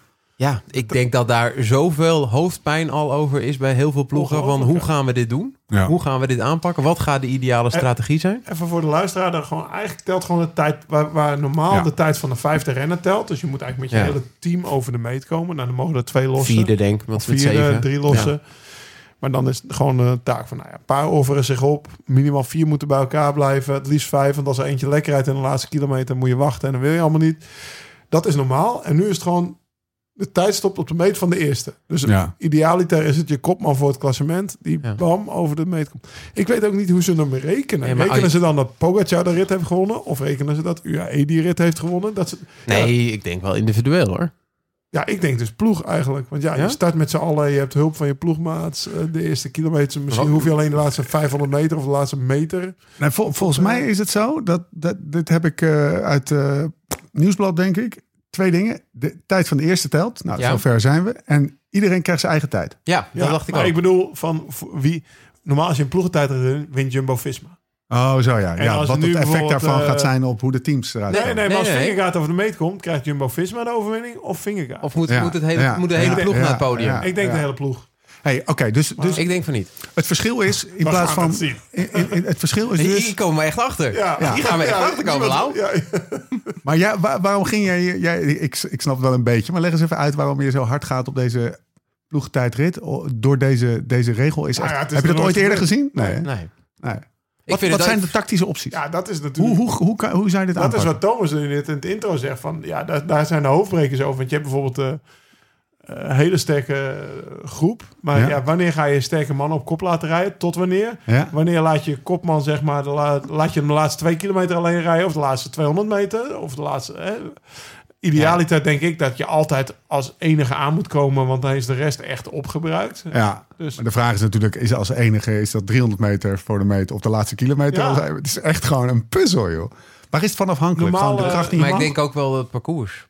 Ja, ik denk dat daar zoveel hoofdpijn al over is bij heel veel ploegen. Van hoe gaan we dit doen? Ja. Hoe gaan we dit aanpakken? Wat gaat de ideale strategie zijn? Even voor de luisteraar. Dan gewoon, eigenlijk telt gewoon de tijd waar, waar normaal ja. de tijd van de vijfde renner telt. Dus je moet eigenlijk met je ja. hele team over de meet komen. Nou, dan mogen er twee lossen. Vierde denk ik. Of vierde, drie lossen. Ja. Maar dan is het gewoon een taak van, nou ja, een paar offeren zich op. Minimaal vier moeten bij elkaar blijven. Het liefst vijf. Want als er eentje lekker rijdt in de laatste kilometer, moet je wachten. En dan wil je allemaal niet. Dat is normaal. En nu is het gewoon, de tijd stopt op de meet van de eerste. Dus ja. idealiter is het je kopman voor het klassement die ja. bam over de meet komt. Ik weet ook niet hoe ze ermee rekenen. Ja, rekenen je... ze dan dat Pogacar de rit heeft gewonnen? Of rekenen ze dat U A E die rit heeft gewonnen? Dat ze... Nee, ja. ik denk wel individueel hoor. Ja, ik denk dus ploeg eigenlijk. Want ja, ja? je start met z'n allen. Je hebt hulp van je ploegmaats. De eerste kilometer. Misschien Wat? hoef je alleen de laatste vijfhonderd meter of de laatste meter. Nee, vol, volgens of, mij is het zo. Dat, dat, dit heb ik uh, uit uh, Nieuwsblad, denk ik. Twee dingen. De tijd van de eerste telt. Nou, ja. zover zijn we. En iedereen krijgt zijn eigen tijd. Ja, dat ja, dacht ik ook. Ik bedoel, van wie... Normaal als je een ploegentijd wint, Jumbo-Visma. Oh, zo ja. ja wat het effect daarvan uh, gaat zijn op hoe de teams eruit nee, komen. Nee, nee, maar nee, als nee. Vingegaard over de meet komt, krijgt Jumbo-Visma de overwinning of Vingegaard? Of moet, ja. moet, het hele, ja. moet de hele ja. ploeg ja. naar het podium? Ja. Ik denk ja. de hele ploeg. Hey, oké, okay, dus, dus ik denk van niet. Het verschil is in we plaats van in, in, in, het verschil is dus hier komen we echt achter. Ja. Ja. Hier gaan we echt ja, achter komen, Lau. Ja, ja. Maar ja, waar, waarom ging jij, jij ik, ik snap het wel een beetje, maar leg eens even uit waarom je zo hard gaat op deze ploegtijdrit door deze, deze regel. Is echt, ah, ja, heb je dat ooit eerder gezien? Nee. nee. nee. nee. Wat, wat zijn de tactische opties? Ja, dat is natuurlijk. Hoe, hoe, hoe, hoe, hoe zou je dit dat aanpakken? Dat is wat Thomas in het, in het intro zegt. Van, ja, daar, daar zijn de hoofdbrekers over. Want je hebt bijvoorbeeld een uh, hele sterke groep. Maar ja. Ja, wanneer ga je sterke mannen op kop laten rijden? Tot wanneer? Ja. Wanneer laat je kopman, zeg maar, de la, laat je hem de laatste twee kilometer alleen rijden? Of de laatste tweehonderd meter? Of de laatste... Hè? Idealiter ja. denk ik dat je altijd als enige aan moet komen, want dan is de rest echt opgebruikt. Ja, dus. Maar de vraag is natuurlijk, is als enige, is dat driehonderd meter voor de meet of de laatste kilometer? Ja. Het is echt gewoon een puzzel, joh. Waar is het van afhankelijk? Normaal, van de kracht maar ik denk ook wel het parcours.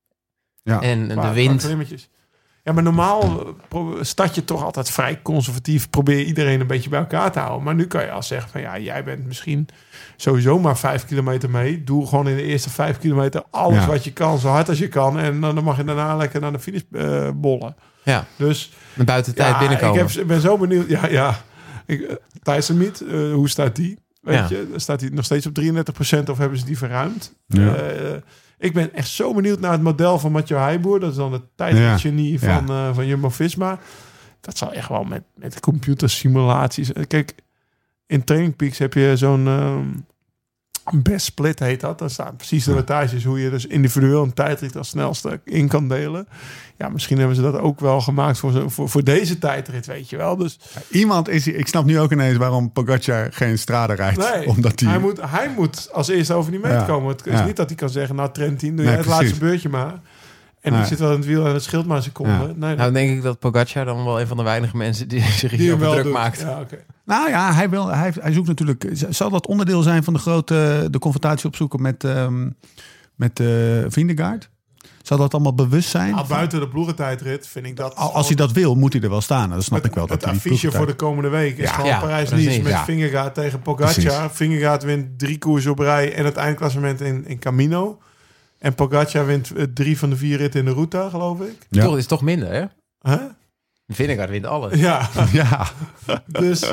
Ja. En de wind. Ja, maar normaal start je toch altijd vrij conservatief. Probeer je iedereen een beetje bij elkaar te houden. Maar nu kan je al zeggen van ja, jij bent misschien sowieso maar vijf kilometer mee. Doe gewoon in de eerste vijf kilometer alles ja. wat je kan, zo hard als je kan. En dan mag je daarna lekker naar de finish uh, bollen. Ja, dus met buiten de tijd ja, binnenkomen. Ik heb, ben zo benieuwd. Ja, ja. Ik, Tyson Meet, uh, hoe staat die? Weet ja. je, staat hij nog steeds op drieëndertig procent of hebben ze die verruimd? Ja. Uh, Ik ben echt zo benieuwd naar het model van Mathieu Heijboer. Dat is dan het tijdgenie ja. van, ja. uh, van Jumbo-Visma. Dat zal echt wel met, met computersimulaties... Kijk, in Training Peaks heb je zo'n... Uh, Best split heet dat. Daar staan precies de wattages hoe je dus individueel een tijdrit als snelste in kan delen. Ja, misschien hebben ze dat ook wel gemaakt voor, zo, voor, voor deze tijdrit, weet je wel. Dus Iemand is... Ik snap nu ook ineens waarom Pogacar geen Strade rijdt. nee, Omdat die... hij, moet, hij moet als eerste over die meet Ja. komen. Het is Ja. niet dat hij kan zeggen, nou Trentin, doe Nee, jij het precies. laatste beurtje maar. En Nee. ik zit wel in het wiel en het scheelt maar een seconde. Ja. Nee, Nou, dat, dan denk ik dat Pogacar dan wel een van de weinige mensen die zich die hier hem over wel druk doet. maakt. Ja, okay. Nou ja, hij, wil, hij, hij zoekt natuurlijk... Zal dat onderdeel zijn van de grote... de confrontatie opzoeken met, um, met uh, Vingegaard? Zal dat allemaal bewust zijn? Nou, buiten de ploegentijdrit vind ik dat... Als, als hij dat wil, moet hij er wel staan. Dat snap het, ik wel. Dat het hij die affiche voor de ploegentijd- komende week is Ja. gewoon Ja, Parijs-Nice precies. met Ja. Vingegaard tegen Pogacar. Precies. Vingegaard wint drie koers op rij en het eindklassement in, in Camino. En Pogacar wint uh, drie van de vier ritten in de Ruta, geloof ik. Ja. Toch, het is toch minder, hè? Huh? Vingegaard wint alles. Ja, Ja, dus...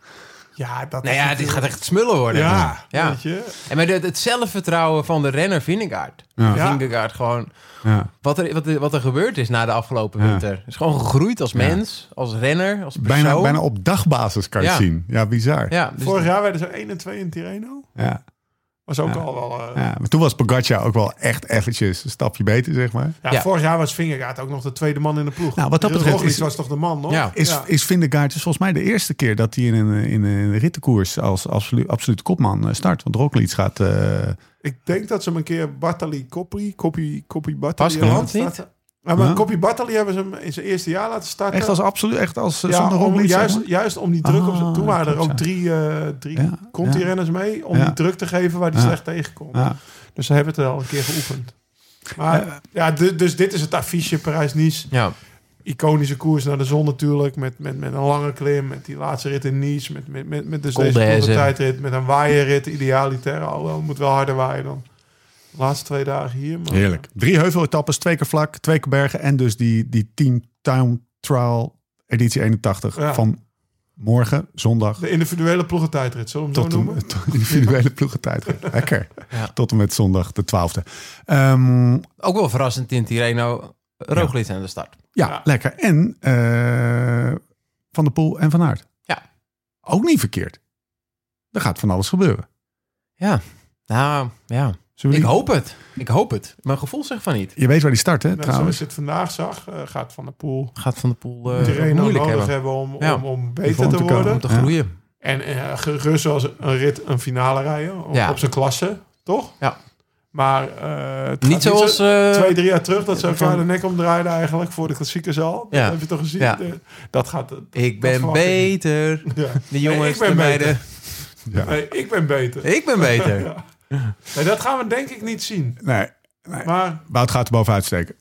Ja, dat Nou is ja, dit natuurlijk- gaat echt smullen worden. Ja, Ja. weet je. En maar het, het zelfvertrouwen van de renner Vingegaard. Ja. Ja. Vingegaard gewoon... ja. Wat er, wat, er, wat er gebeurd is na de afgelopen Ja. winter. Is gewoon gegroeid als Ja. mens, als renner, als persoon. Bijna, bijna op dagbasis kan je Ja. het zien. Ja, bizar. Ja. Ja, dus Vorig jaar werden ze één en twee in Tirreno. Ja. Was ook Ja. al wel... uh, Maar toen was Pogacar ook wel echt eventjes een stapje beter, zeg maar. ja, Ja. vorig jaar was Vingegaard ook nog de tweede man in de ploeg. Nou, wat dat betreft Roglic is- was toch de man, nog? Ja. Is, is Vingegaard dus volgens mij de eerste keer dat hij in een, in een rittenkoers als absolu, absolute kopman eh, start. Want Roglic gaat... eh, Ik denk dat ze hem een keer Bartali Coppi, Coppi, Coppi Bartali Pascaland laten niet? starten. Ja, maar Ja. Coppi Bartali hebben ze hem in zijn eerste jaar laten starten. echt als absoluut, echt als eh, ja, zonder om, Roglic. zeg juist, maar. juist om die druk op zijn... Ah, Toen waren er klopt, ook ja. drie, uh, drie Ja, Conti-renners mee om Ja. die druk te geven waar die Ja. slecht tegen kon. Ja. Dus ze hebben het al een keer geoefend. Maar ja, du- dus dit is het affiche Parijs-Nice. ja. Iconische koers naar de zon natuurlijk. Met, met, met een lange klim. Met die laatste rit in Nice. Met, met, met, met dus Col deze d'Huez. tijdrit. Met een waaierrit idealiter. Alhoewel, het moet wel harder waaien dan de laatste twee dagen hier. Maar, Heerlijk. Drie heuveletappes, twee keer vlak, twee keer bergen. En dus die, die Team Town Trial editie eenentachtig Ja. van morgen, zondag. De individuele ploegentijdrit, zullen we hem Tot zo en noemen? tot individuele ploegentijd. Lekker. Ja. Tot en met zondag de twaalfde. Ehm, Ook wel verrassend in Tirreno. Roglic aan de start. ja, Ja. lekker. En eh, Van der Poel en Van Aert. Ja. Ook niet verkeerd. Er gaat van alles gebeuren. Ja. Nou, ja. Zullen we Ik die- hoop het. Ik hoop het. Mijn gevoel zegt van niet. Je weet waar die start, hè, Net zoals trouwens. je het vandaag zag, uh, gaat Van der Poel Gaat Van de Poel uh, Tirreno moeilijk nodig hebben. hebben, om, Ja. om, om beter vorm te te worden. komen. Om te Ja. groeien. En uh, gerust zoals een rit een finale rijden. Op, Ja. op zijn klasse, toch? Ja. Maar uh, het Niet gaat zoals... zo- eh, twee, drie jaar terug dat ze elkaar van- de nek omdraaiden eigenlijk voor de klassiekers al. Ja. Dat heb je toch gezien? Ja. De- dat gaat... ik dat ben verwacht ik niet. beter. Ja. De jongens, ik ben de beter. meiden. Ja. Nee, ik ben beter. Ik ben beter. Ja. Nee, dat gaan we denk ik niet zien. Nee, nee. Maar Wout gaat er bovenuit steken.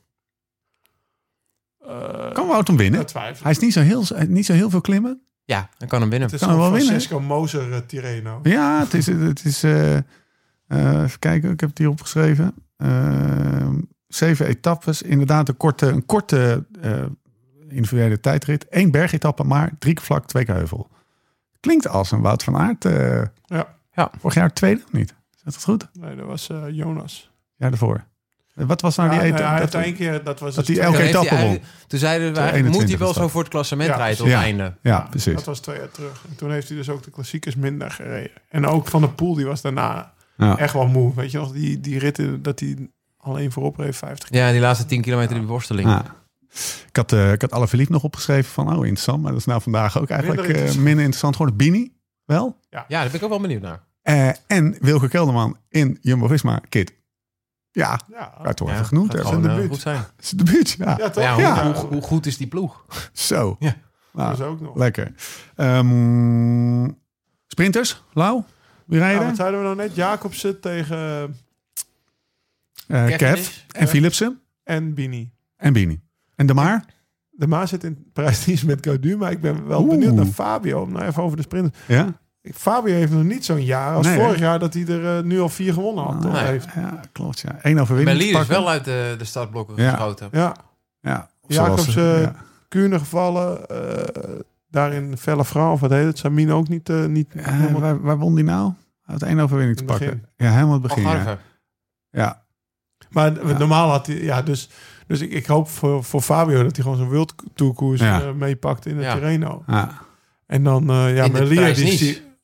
uh, Kan Wout hem winnen? dat twijfel. Hij is niet zo heel, niet zo heel veel klimmen. Ja, dan kan hem winnen. Het is kan gewoon wel winnen, Francesco Moser uh, Tirreno. Ja, het is... Het is eh, eh, even kijken, ik heb het hier opgeschreven. Eh, zeven etappes. Inderdaad een korte, een korte eh, individuele tijdrit. Eén bergetappe, maar drie keer vlak, twee keer heuvel. Klinkt als een Wout van Aert. eh, Ja. Ja. Vorig jaar tweede of niet? Is dat goed? Nee, dat was uh, Jonas. Ja, daarvoor. Eh, Wat was nou Ja, die nee, etappe? hij heeft dat- één keer, dat was dat dus hij twee- elke Toen heeft etappe hij won. eigenlijk- Toen zeiden we eigenlijk, eenentwintig moet hij wel was zo dat. voor het klassement Ja, rijden tot het ja. einde. Ja, precies. Dat was twee jaar terug. En toen heeft hij dus ook de klassiekers minder gereden. En ook Van der Poel, die was daarna Ja. echt wel moe. Weet je nog, die, die ritten dat hij alleen voorop reed, vijftig. Ja, die laatste tien kilometer die worsteling. Ja. Ik had, uh, ik had Alaphilippe nog opgeschreven van, oh interessant. Maar dat is nou vandaag ook eigenlijk Minder uh, interessant. minder interessant geworden. Bini, wel. Ja, daar ben ik ook wel benieuwd naar. Uh, en Wilco Kelderman in Jumbo-Visma Kit. Ja, Ja, werd toch Ja, even genoemd. gaat Hè? gewoon, Zijn eh, debuut. goed zijn. Dat is de buurt, ja. ja toch? Ja, hoe, Ja. Hoe, hoe goed is die ploeg? Zo. Ja. Nou, Dat is ook nog. lekker. Um, sprinters, Lau, wie Ja, rijden? wat zeiden we nou net? Jacobsen tegen Uh, Kev Cavendish. en Philipsen en Bini. en Bini. En De Maar? De Maas zit in Parijs-Nice met Gaudu, maar ik ben wel Oeh. benieuwd naar Fabio. Om nou even over de sprint. Ja? Fabio heeft nog niet zo'n jaar als Nee, vorig hè? jaar dat hij er uh, nu al vier gewonnen had. toch? Nee. Heeft. Ja, klopt. Ja. Eén overwinning te Berlier is pakken. wel uit de, de startblokken Ja. geschoten. Ja, Ja, zoals, Jacobsen, uh, ja. Kuurne gevallen. Uh, daarin Felle Vrouw, of wat heet het? Samine ook niet. Uh, niet Ja, helemaal waar, waar won die nou? Hij had één overwinning te In het pakken. begin. Ja, helemaal het begin. Ja. Algarve. Ja. Maar Ja. normaal had hij, ja, dus, dus ik, ik hoop voor, voor Fabio dat hij gewoon zijn World Tour koers Ja. uh, meepakt in het Ja. Tirreno. Ja. En dan, uh, ja, In de Merlier, die, Parijs-Nice. die,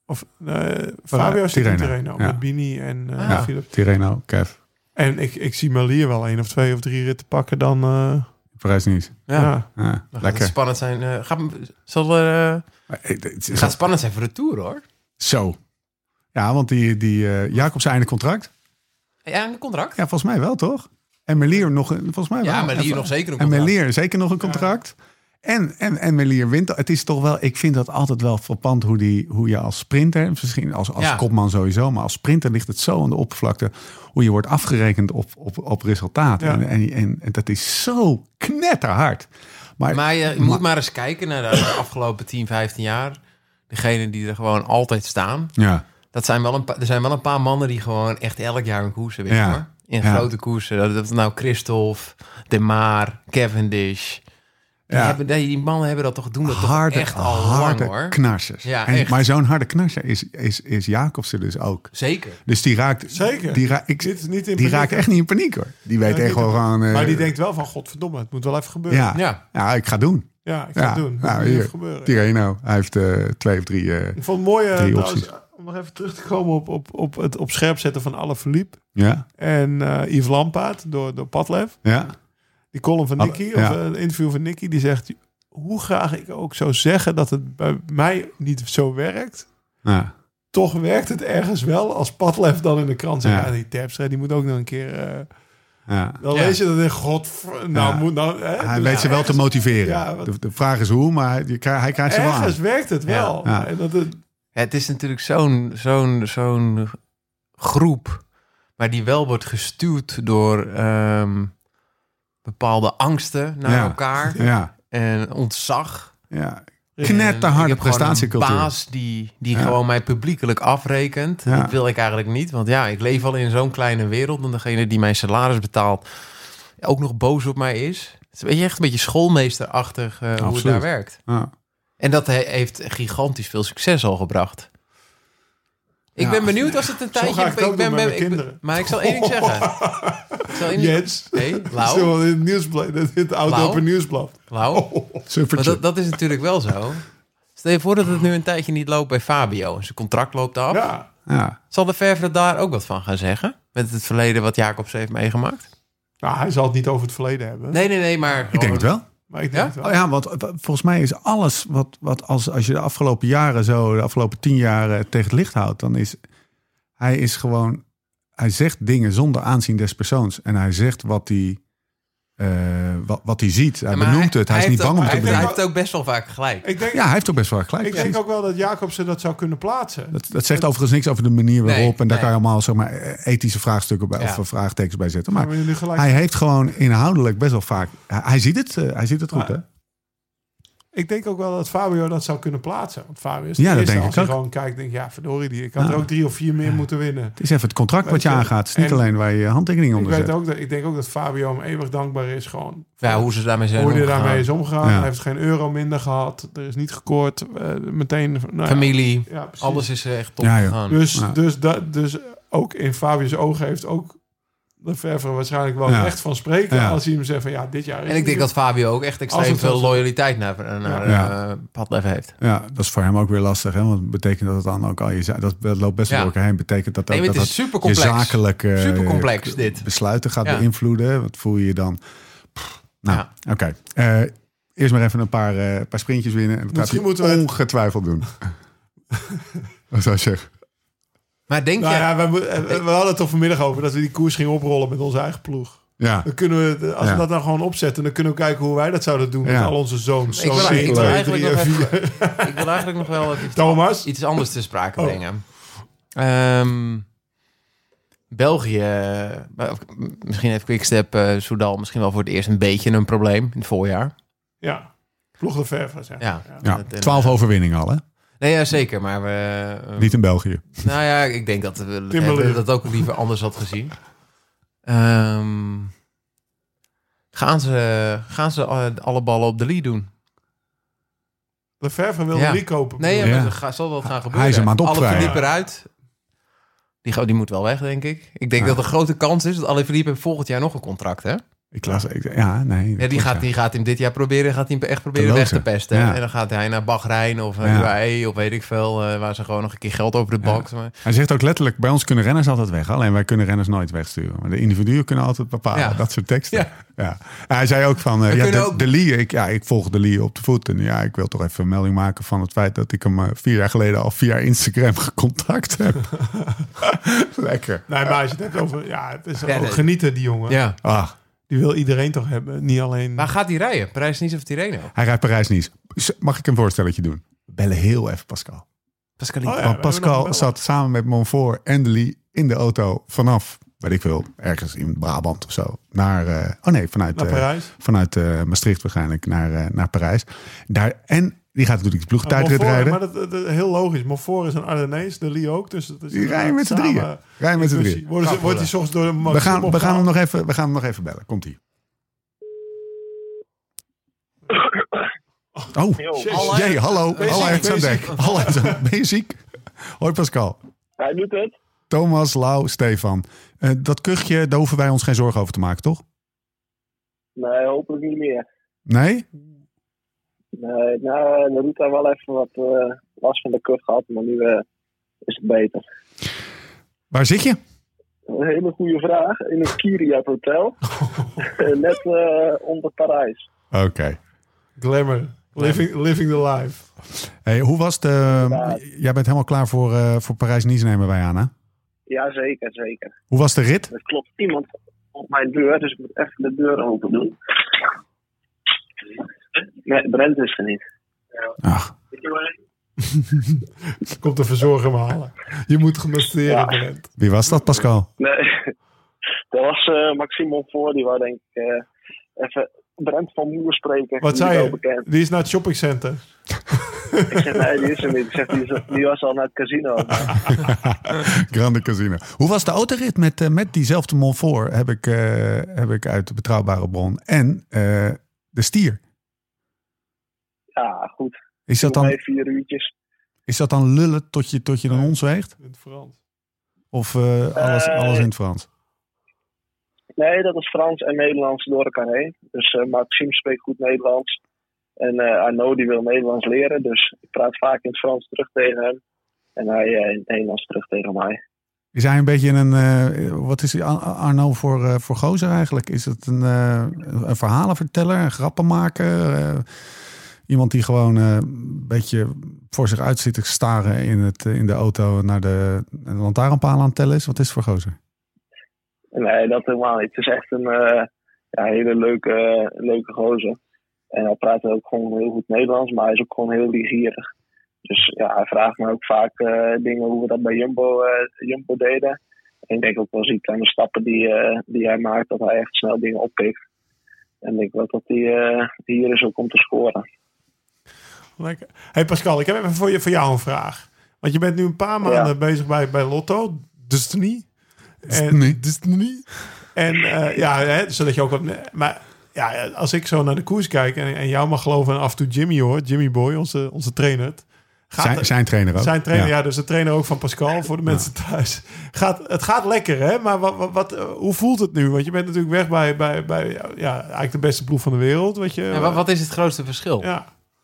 Of uh, Fabio zit in Tirreno. Ja. Met Bini en uh, ja, Philips. Tirreno, Kev. En ik, ik zie Melier wel één of twee of drie ritten pakken dan... Uh, Parijs-Nice. Ja. ja. Ja, Dan gaat lekker. het spannend zijn. Uh, gaat, zal er, uh, Maar, eh, het is gaat spannend zijn voor de Tour, hoor. Zo. Ja, want die, die uh, Jacobs einde contract. Ja, een contract. Ja, volgens mij wel, toch? En Melier nog, een- volgens mij wel. Ja, Melier En- nog zeker een En contract. Melier zeker nog een contract. En, en, en Melier wint. Het is toch wel, ik vind dat altijd wel frappant hoe, die, hoe je als sprinter, misschien als, als Ja. kopman sowieso, maar als sprinter ligt het zo aan de oppervlakte, hoe je wordt afgerekend op, op, op resultaat. Ja. En, en, en, en dat is zo knetterhard. Maar, Maar je, je moet maar eens kijken naar de afgelopen tien, vijftien jaar. Degenen die er gewoon altijd staan. ja, Dat zijn wel een pa- er zijn wel een paar mannen die gewoon echt elk jaar een koers hebben. Ja. Hoor. In Ja. grote koersen. Dat is nou Christophe, De Maar, Cavendish. Die, Ja. hebben, die mannen hebben dat toch doen dat toch harde, echt al harde lang, hoor. knarsers. Ja, En- echt. maar zo'n harde knarser is, is, is Jacobsen dus ook. Zeker. Dus die raakt, Zeker. die, ra ik, Zit niet in die paniek, raakt hè? echt niet in paniek, hoor. Die weet Ja, echt niet wel in- gewoon... eh, Maar die denkt wel van, godverdomme, het moet wel even gebeuren. ja, Ja. ja. ik ga het doen. Ja, ik ga Ja, het doen. Het nou, moet hier, even gebeuren. Tirreno, hij heeft uh, twee of drie... Uh, Ik vond het mooi, uh, Drie trouwens, opties. om nog even terug te komen op, op, op het op scherp zetten van Alaphilippe ja, en uh, Yves Lampaert door, door Padlef. ja, Die column van Al- Nicky, ja. of uh, een interview van Nicky, die zegt... Hoe graag ik ook zou zeggen dat het bij mij niet zo werkt... ja. toch werkt het ergens wel als Padlef dan in de krant zegt... Ja. Ja, die Terpstra, die moet ook nog een keer... Uh, ja. dan Ja. lees je dat in God... Nou, Ja. moet nou... Hè, Hij dus weet ze wel te ergens- motiveren. Ja, wat- de, de vraag is hoe, maar hij, je krijgt- hij krijgt ze wel aan. Ergens werkt het wel. Ja. En dat het, Ja, het is natuurlijk zo'n zo'n zo'n groep, maar die wel wordt gestuurd door ehm, bepaalde angsten naar Ja. elkaar Ja, en ontzag. ja. En Knetterharde ik heb gewoon prestatiecultuur. Een baas die, die Ja. gewoon mij publiekelijk afrekent. Ja. Dat wil ik eigenlijk niet, want ja, ik leef al in zo'n kleine wereld en degene die mijn salaris betaalt ook nog boos op mij is. Het is een beetje, echt een beetje schoolmeesterachtig uh, hoe het Absoluut. daar werkt. Ja. En dat he- heeft gigantisch veel succes al gebracht. Ik Ja. ben benieuwd als het een Zo tijdje... ga ik het ook ik ben, doen met ben- mijn ik ben- kinderen. maar ik zal één ding zeggen. Ik zal één ding- Jens. Hey, Lau, Zo in het nieuwsblad, in het oude Lauw? op een nieuwsblad. Lau. Maar Suffertje. dat, dat is natuurlijk wel zo. Stel je voor dat het nu een tijdje niet loopt bij Fabio. Zijn contract loopt af. Ja, Ja. Zal de Verve daar ook wat van gaan zeggen? Met het verleden wat Jacobs heeft meegemaakt? nou, hij zal het niet over het verleden hebben. Nee, nee, nee, maar... Ik denk het wel. Maar ik denk Ja? het wel. Oh ja, want eh, volgens mij is alles wat, wat als, als je de afgelopen jaren zo, de afgelopen tien jaar eh, tegen het licht houdt, dan is hij is gewoon, hij zegt dingen zonder aanzien des persoons. En hij zegt wat hij, eh, wat, wat hij ziet. Hij Ja, maar benoemt het. Hij, is heeft niet bang ook- om te hij, heeft- benoemen. hij heeft ook best wel vaak gelijk. Ik denk, Ja, hij heeft ook best wel gelijk. ik denk precies. ook wel dat Jacobsen dat zou kunnen plaatsen. Dat, dat zegt overigens niks over de manier waarop. Nee, en daar nee. kan je allemaal zeg maar, ethische vraagstukken bij, Ja. of vraagtekens bij zetten. Maar Gaan we nu gelijk... hij heeft gewoon inhoudelijk best wel vaak. Hij, hij ziet het, eh, hij ziet het goed, Ja. hè? Ik denk ook wel dat Fabio dat zou kunnen plaatsen. Want Fabio is de Ja, dat eerste, denk als ik hij ook. gewoon kijkt, denk ik, ja, verdorie, die, ik had Ja. er ook drie of vier meer moeten winnen. Het is even het contract wat Weet je je, aangaat. Het is niet en- alleen waar je handtekening Ik, onder weet zet. ook dat, ik denk ook dat Fabio hem eeuwig dankbaar is. Gewoon Ja, hoe ze daarmee zijn hoe hij omgegaan. daarmee is omgegaan. Ja. Hij heeft geen euro minder gehad. Er is niet gekort. eh, meteen... Nou ja, Familie, ja, precies. alles is eh, echt top Ja, ja. gegaan. Dus, Ja. dus, dat, dus ook in Fabio's ogen heeft ook de Verver waarschijnlijk wel Ja. recht van spreken. Ja. Als hij hem zegt van ja, dit jaar is En ik denk dat het Fabio ook echt Als extreem het wel veel zo- loyaliteit naar, naar Ja. eh, Padlef heeft. Ja, dat is voor hem ook weer lastig. Hè? Want het betekent dat het dan ook al je za- dat, dat loopt best wel Ja. door elkaar heen. Betekent dat Nee, ook maar dat het is dat super je complex. zakelijke Super complex, eh, dit. besluiten gaat Ja. beïnvloeden. Wat voel je je dan? Pff, nou, Ja. oké. Eh, eerst maar even een paar, eh, paar sprintjes winnen. En dat gaat Misschien hij moeten we het- ongetwijfeld doen. Wat zou je zeggen? Maar denk Nou je... ja, we, we, we hadden het er vanmiddag over dat we die koers gingen oprollen met onze eigen ploeg. Ja, Dan kunnen we, als Ja. we dat dan gewoon opzetten, dan kunnen we kijken hoe wij dat zouden doen Ja. met al onze zoons. Ik wil, Zoon ik één, wil twee, eigenlijk drie nog en vier. even, ik wil eigenlijk nog wel even Thomas? iets anders te sprake Oh. brengen. Ehm, België, eh, of misschien heeft Quickstep uh, Soudal misschien wel voor het eerst een beetje een probleem in het voorjaar. Ja, ploeg de Verver. Zeg. Ja, ja. Dat- en, twaalf eh, overwinningen al, hè? Nee, ja, zeker. Maar we, uh, Niet in België. nou ja, ik denk dat we Timmerlier. dat ook liever anders had gezien. Ehm, gaan ze, gaan ze uh, alle ballen op de lead doen? De Verver wil Ja. die kopen. Nee, ja, Ja. maar dat gaat, zal dat gaan gebeuren. Hij is hem aan het Alle opvrijden. Philippe eruit. Die, go- die moet wel weg, denk ik. Ik denk Ja. dat er een grote kans is dat Alle Philippe volgend jaar nog een contract, hè? Ik las, ik, ja, nee. Ja, die, gaat, die gaat hem dit jaar proberen, gaat hij hem echt proberen Te weg te lozen. pesten. Ja. En dan gaat hij naar Bahrein of uh, Ja. U A E of weet ik veel, uh, waar ze gewoon nog een keer geld over de bak. Ja. Hij zegt ook letterlijk, bij ons kunnen renners altijd weg. Alleen wij kunnen renners nooit wegsturen. Maar de individuen kunnen altijd bepalen. Ja. Dat soort teksten. Ja. Ja. En hij zei ook van, uh, ja, de, ook... de Lee, ik, ja, ik volg de Lee op de voet. En ja, ik wil toch even een melding maken van het feit dat ik hem uh, vier jaar geleden al via Instagram gecontact heb. Lekker. Nee, maar als je het hebt over, ja, het is ja, ook de... genieten, die jongen. Ja. Ah. Die wil iedereen toch hebben, niet alleen... Waar gaat hij rijden? Parijs-Nice of Tirreno? Hij rijdt Parijs-Nice. Mag ik een voorstelletje doen? Bellen heel even Pascal. Pascal. Oh ja, Want Pascal zat samen met Monfort en de Lee in de auto vanaf, weet ik veel, ergens in Brabant of zo. Naar, uh, oh nee, vanuit, naar Parijs. Uh, vanuit uh, Maastricht waarschijnlijk naar, uh, naar Parijs. Daar, en die gaat natuurlijk de ploegtijdrit uh, rijden. Maar dat, dat, dat, heel logisch. Monfort is een Ardennees, de Lee ook. Dus, dus die rijden met z'n drieën. Rijden met z'n drieën. Wordt hij soms door de we gaan, we gaan hem nog even, we gaan hem nog even bellen. Komt-ie. Oh, jee, hallo. Hallo, ben je ziek? Hoi Pascal. Hij doet het. Thomas, Lau, Stefan. Uh, dat kuchje, daar hoeven wij ons geen zorgen over te maken, toch? Nee, hopelijk niet meer. Nee? Nee, nou, de route heeft wel even wat uh, last van de kuch gehad, maar nu uh, is het beter. Waar zit je? Een hele goede vraag. In een Kyriat Hotel. Net uh, onder Parijs. Oké. Okay. Glamour. Living, living the life. Hey, hoe was het? Uh, ja. Jij bent helemaal klaar voor, uh, voor Parijs-Nice, nemen wij aan, hè? Ja, zeker, zeker. Hoe was de rit? Er klopt iemand op mijn deur, dus ik moet even de deur open doen. Nee, Brent is er niet. Ach. Komt de verzorger me halen. Je moet gemasteerd, ja. Brent. Wie was dat, Pascal? Nee, dat was uh, Maxime Monfort. Die wou denk ik uh, even Brent van Moer spreken. Wat zei je? Bekend. Die is naar het shoppingcenter. Ik zeg, nee, die is er niet. Ik zeg, die, is, die was al naar het casino. Grande casino. Hoe was de autorit met, uh, met diezelfde Monfort? Heb ik, uh, heb ik uit de betrouwbare bron. En uh, de stier. Ja, goed. Is dat, dan, vier uurtjes. Is dat dan lullen tot je, tot je dan ons weegt? In het Frans. Of uh, alles, uh, alles in het Frans? Nee, dat is Frans en Nederlands door elkaar heen. Dus uh, Maxime spreekt goed Nederlands. En uh, Arnaud die wil Nederlands leren. Dus ik praat vaak in het Frans terug tegen hem. En hij uh, in het Nederlands terug tegen mij. Is hij een beetje een... Uh, wat is Arnaud voor, uh, voor gozer eigenlijk? Is het een, uh, een verhalenverteller, een grappenmaker? Uh, iemand die gewoon uh, een beetje voor zich uit zit te staren in, het, in de auto... naar de, de lantaarnpaal aan het tellen is? Wat is het voor gozer? Nee, dat helemaal niet. Het is echt een uh, ja, hele leuke, uh, leuke gozer. En hij praat ook gewoon heel goed Nederlands, maar hij is ook gewoon heel liegierig. Dus ja, hij vraagt me ook vaak uh, dingen hoe we dat bij Jumbo, uh, Jumbo deden. En ik denk ook wel zie kleine stappen die, uh, die hij maakt, dat hij echt snel dingen oppikt. En ik denk wel dat hij uh, hier is ook om te scoren. Lekker. Hey Pascal, ik heb even voor, je, voor jou een vraag. Want je bent nu een paar maanden ja. bezig bij, bij Lotto, Destiny. En, Destiny. En uh, ja, hè, zodat je ook wat... Maar ja, als ik zo naar de koers kijk en, en jou mag geloven en af en toe Jimmy hoor, Jimmy Boy, onze, onze trainer. Gaat zijn, zijn trainer ook. Zijn trainer, ja. ja, dus de trainer ook van Pascal voor de mensen ja. thuis. Gaat, het gaat lekker, hè? Maar wat, wat, wat, hoe voelt het nu? Want je bent natuurlijk weg bij, bij, bij ja, eigenlijk de beste ploeg van de wereld. Weet je. Ja, wat, wat is het grootste verschil? Ja.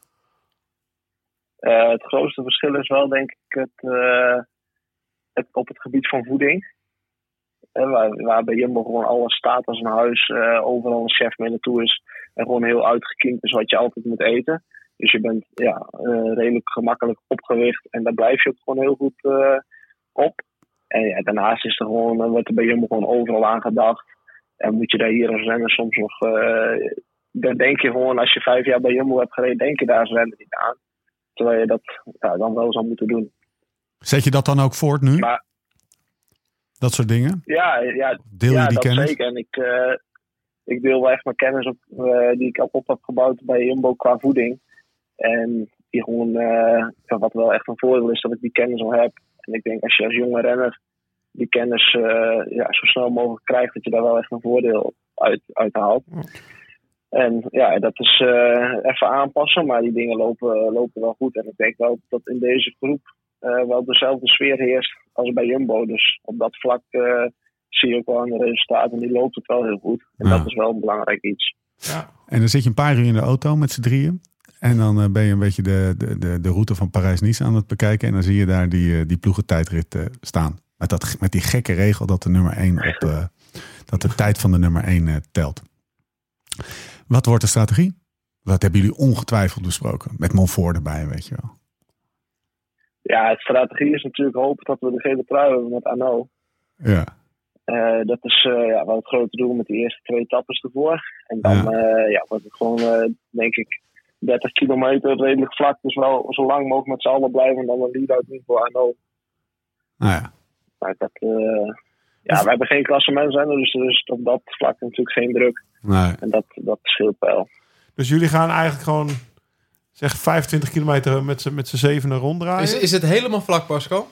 Uh, het grootste verschil is wel, denk ik, het, uh, het op het gebied van voeding. Uh, waar, waar bij Jumbo gewoon alles staat als een huis, uh, overal een chef mee naartoe is en gewoon heel uitgekiend is wat je altijd moet eten. Dus je bent ja, uh, redelijk gemakkelijk opgewicht en daar blijf je ook gewoon heel goed uh, op. En ja, daarnaast is er gewoon, uh, wordt er bij Jumbo gewoon overal aan gedacht. En moet je daar hier als renner soms nog, uh, dan denk je gewoon als je vijf jaar bij Jumbo hebt gereden, denk je daar als renner niet aan. Terwijl je dat ja, dan wel zou moeten doen. Zet je dat dan ook voort nu? Maar, dat soort dingen? Ja, ja, deel je ja die dat kennis? zeker. En ik, uh, ik deel wel echt mijn kennis op, uh, die ik op heb gebouwd bij Jumbo qua voeding. En die gewoon, uh, wat wel echt een voordeel is, dat ik die kennis al heb. En ik denk als je als jonge renner die kennis uh, ja, zo snel mogelijk krijgt, dat je daar wel echt een voordeel uit, uit haalt. Mm. En ja, dat is uh, even aanpassen, maar die dingen lopen, lopen wel goed. En ik denk wel dat in deze groep uh, wel dezelfde sfeer heerst als bij Jumbo. Dus op dat vlak uh, zie je ook wel aan de resultaten. Die loopt het wel heel goed. En Ja. dat is wel een belangrijk iets. Ja. En dan zit je een paar uur in de auto met z'n drieën. En dan uh, ben je een beetje de, de, de, de route van Parijs-Nice aan het bekijken. En dan zie je daar die, uh, die ploegentijdrit uh, staan. Met, dat, met die gekke regel dat de nummer één op uh, dat de tijd van de nummer één uh, telt. Wat wordt de strategie? Dat hebben jullie ongetwijfeld besproken. Met Montfort erbij, weet je wel. Ja, de strategie is natuurlijk hopen dat we de gele trui hebben met Arnaud. Ja. Uh, dat is uh, ja, wel het grote doel met die eerste twee etappes ervoor. En dan Ja. ja. Uh, ja, wordt het gewoon, uh, denk ik, dertig kilometer redelijk vlak. Dus wel zo lang mogelijk met z'n allen blijven en dan een lead-out doen voor Arnaud. Nou ja. Maar dat, uh, ja, we hebben geen klassementsrenner, dus er is op dat vlak natuurlijk geen druk. Nee. En dat, dat scheelt wel. Dus jullie gaan eigenlijk gewoon zeg vijfentwintig kilometer met z'n met z'n zevenen ronddraaien? Is, is het helemaal vlak, Pascal?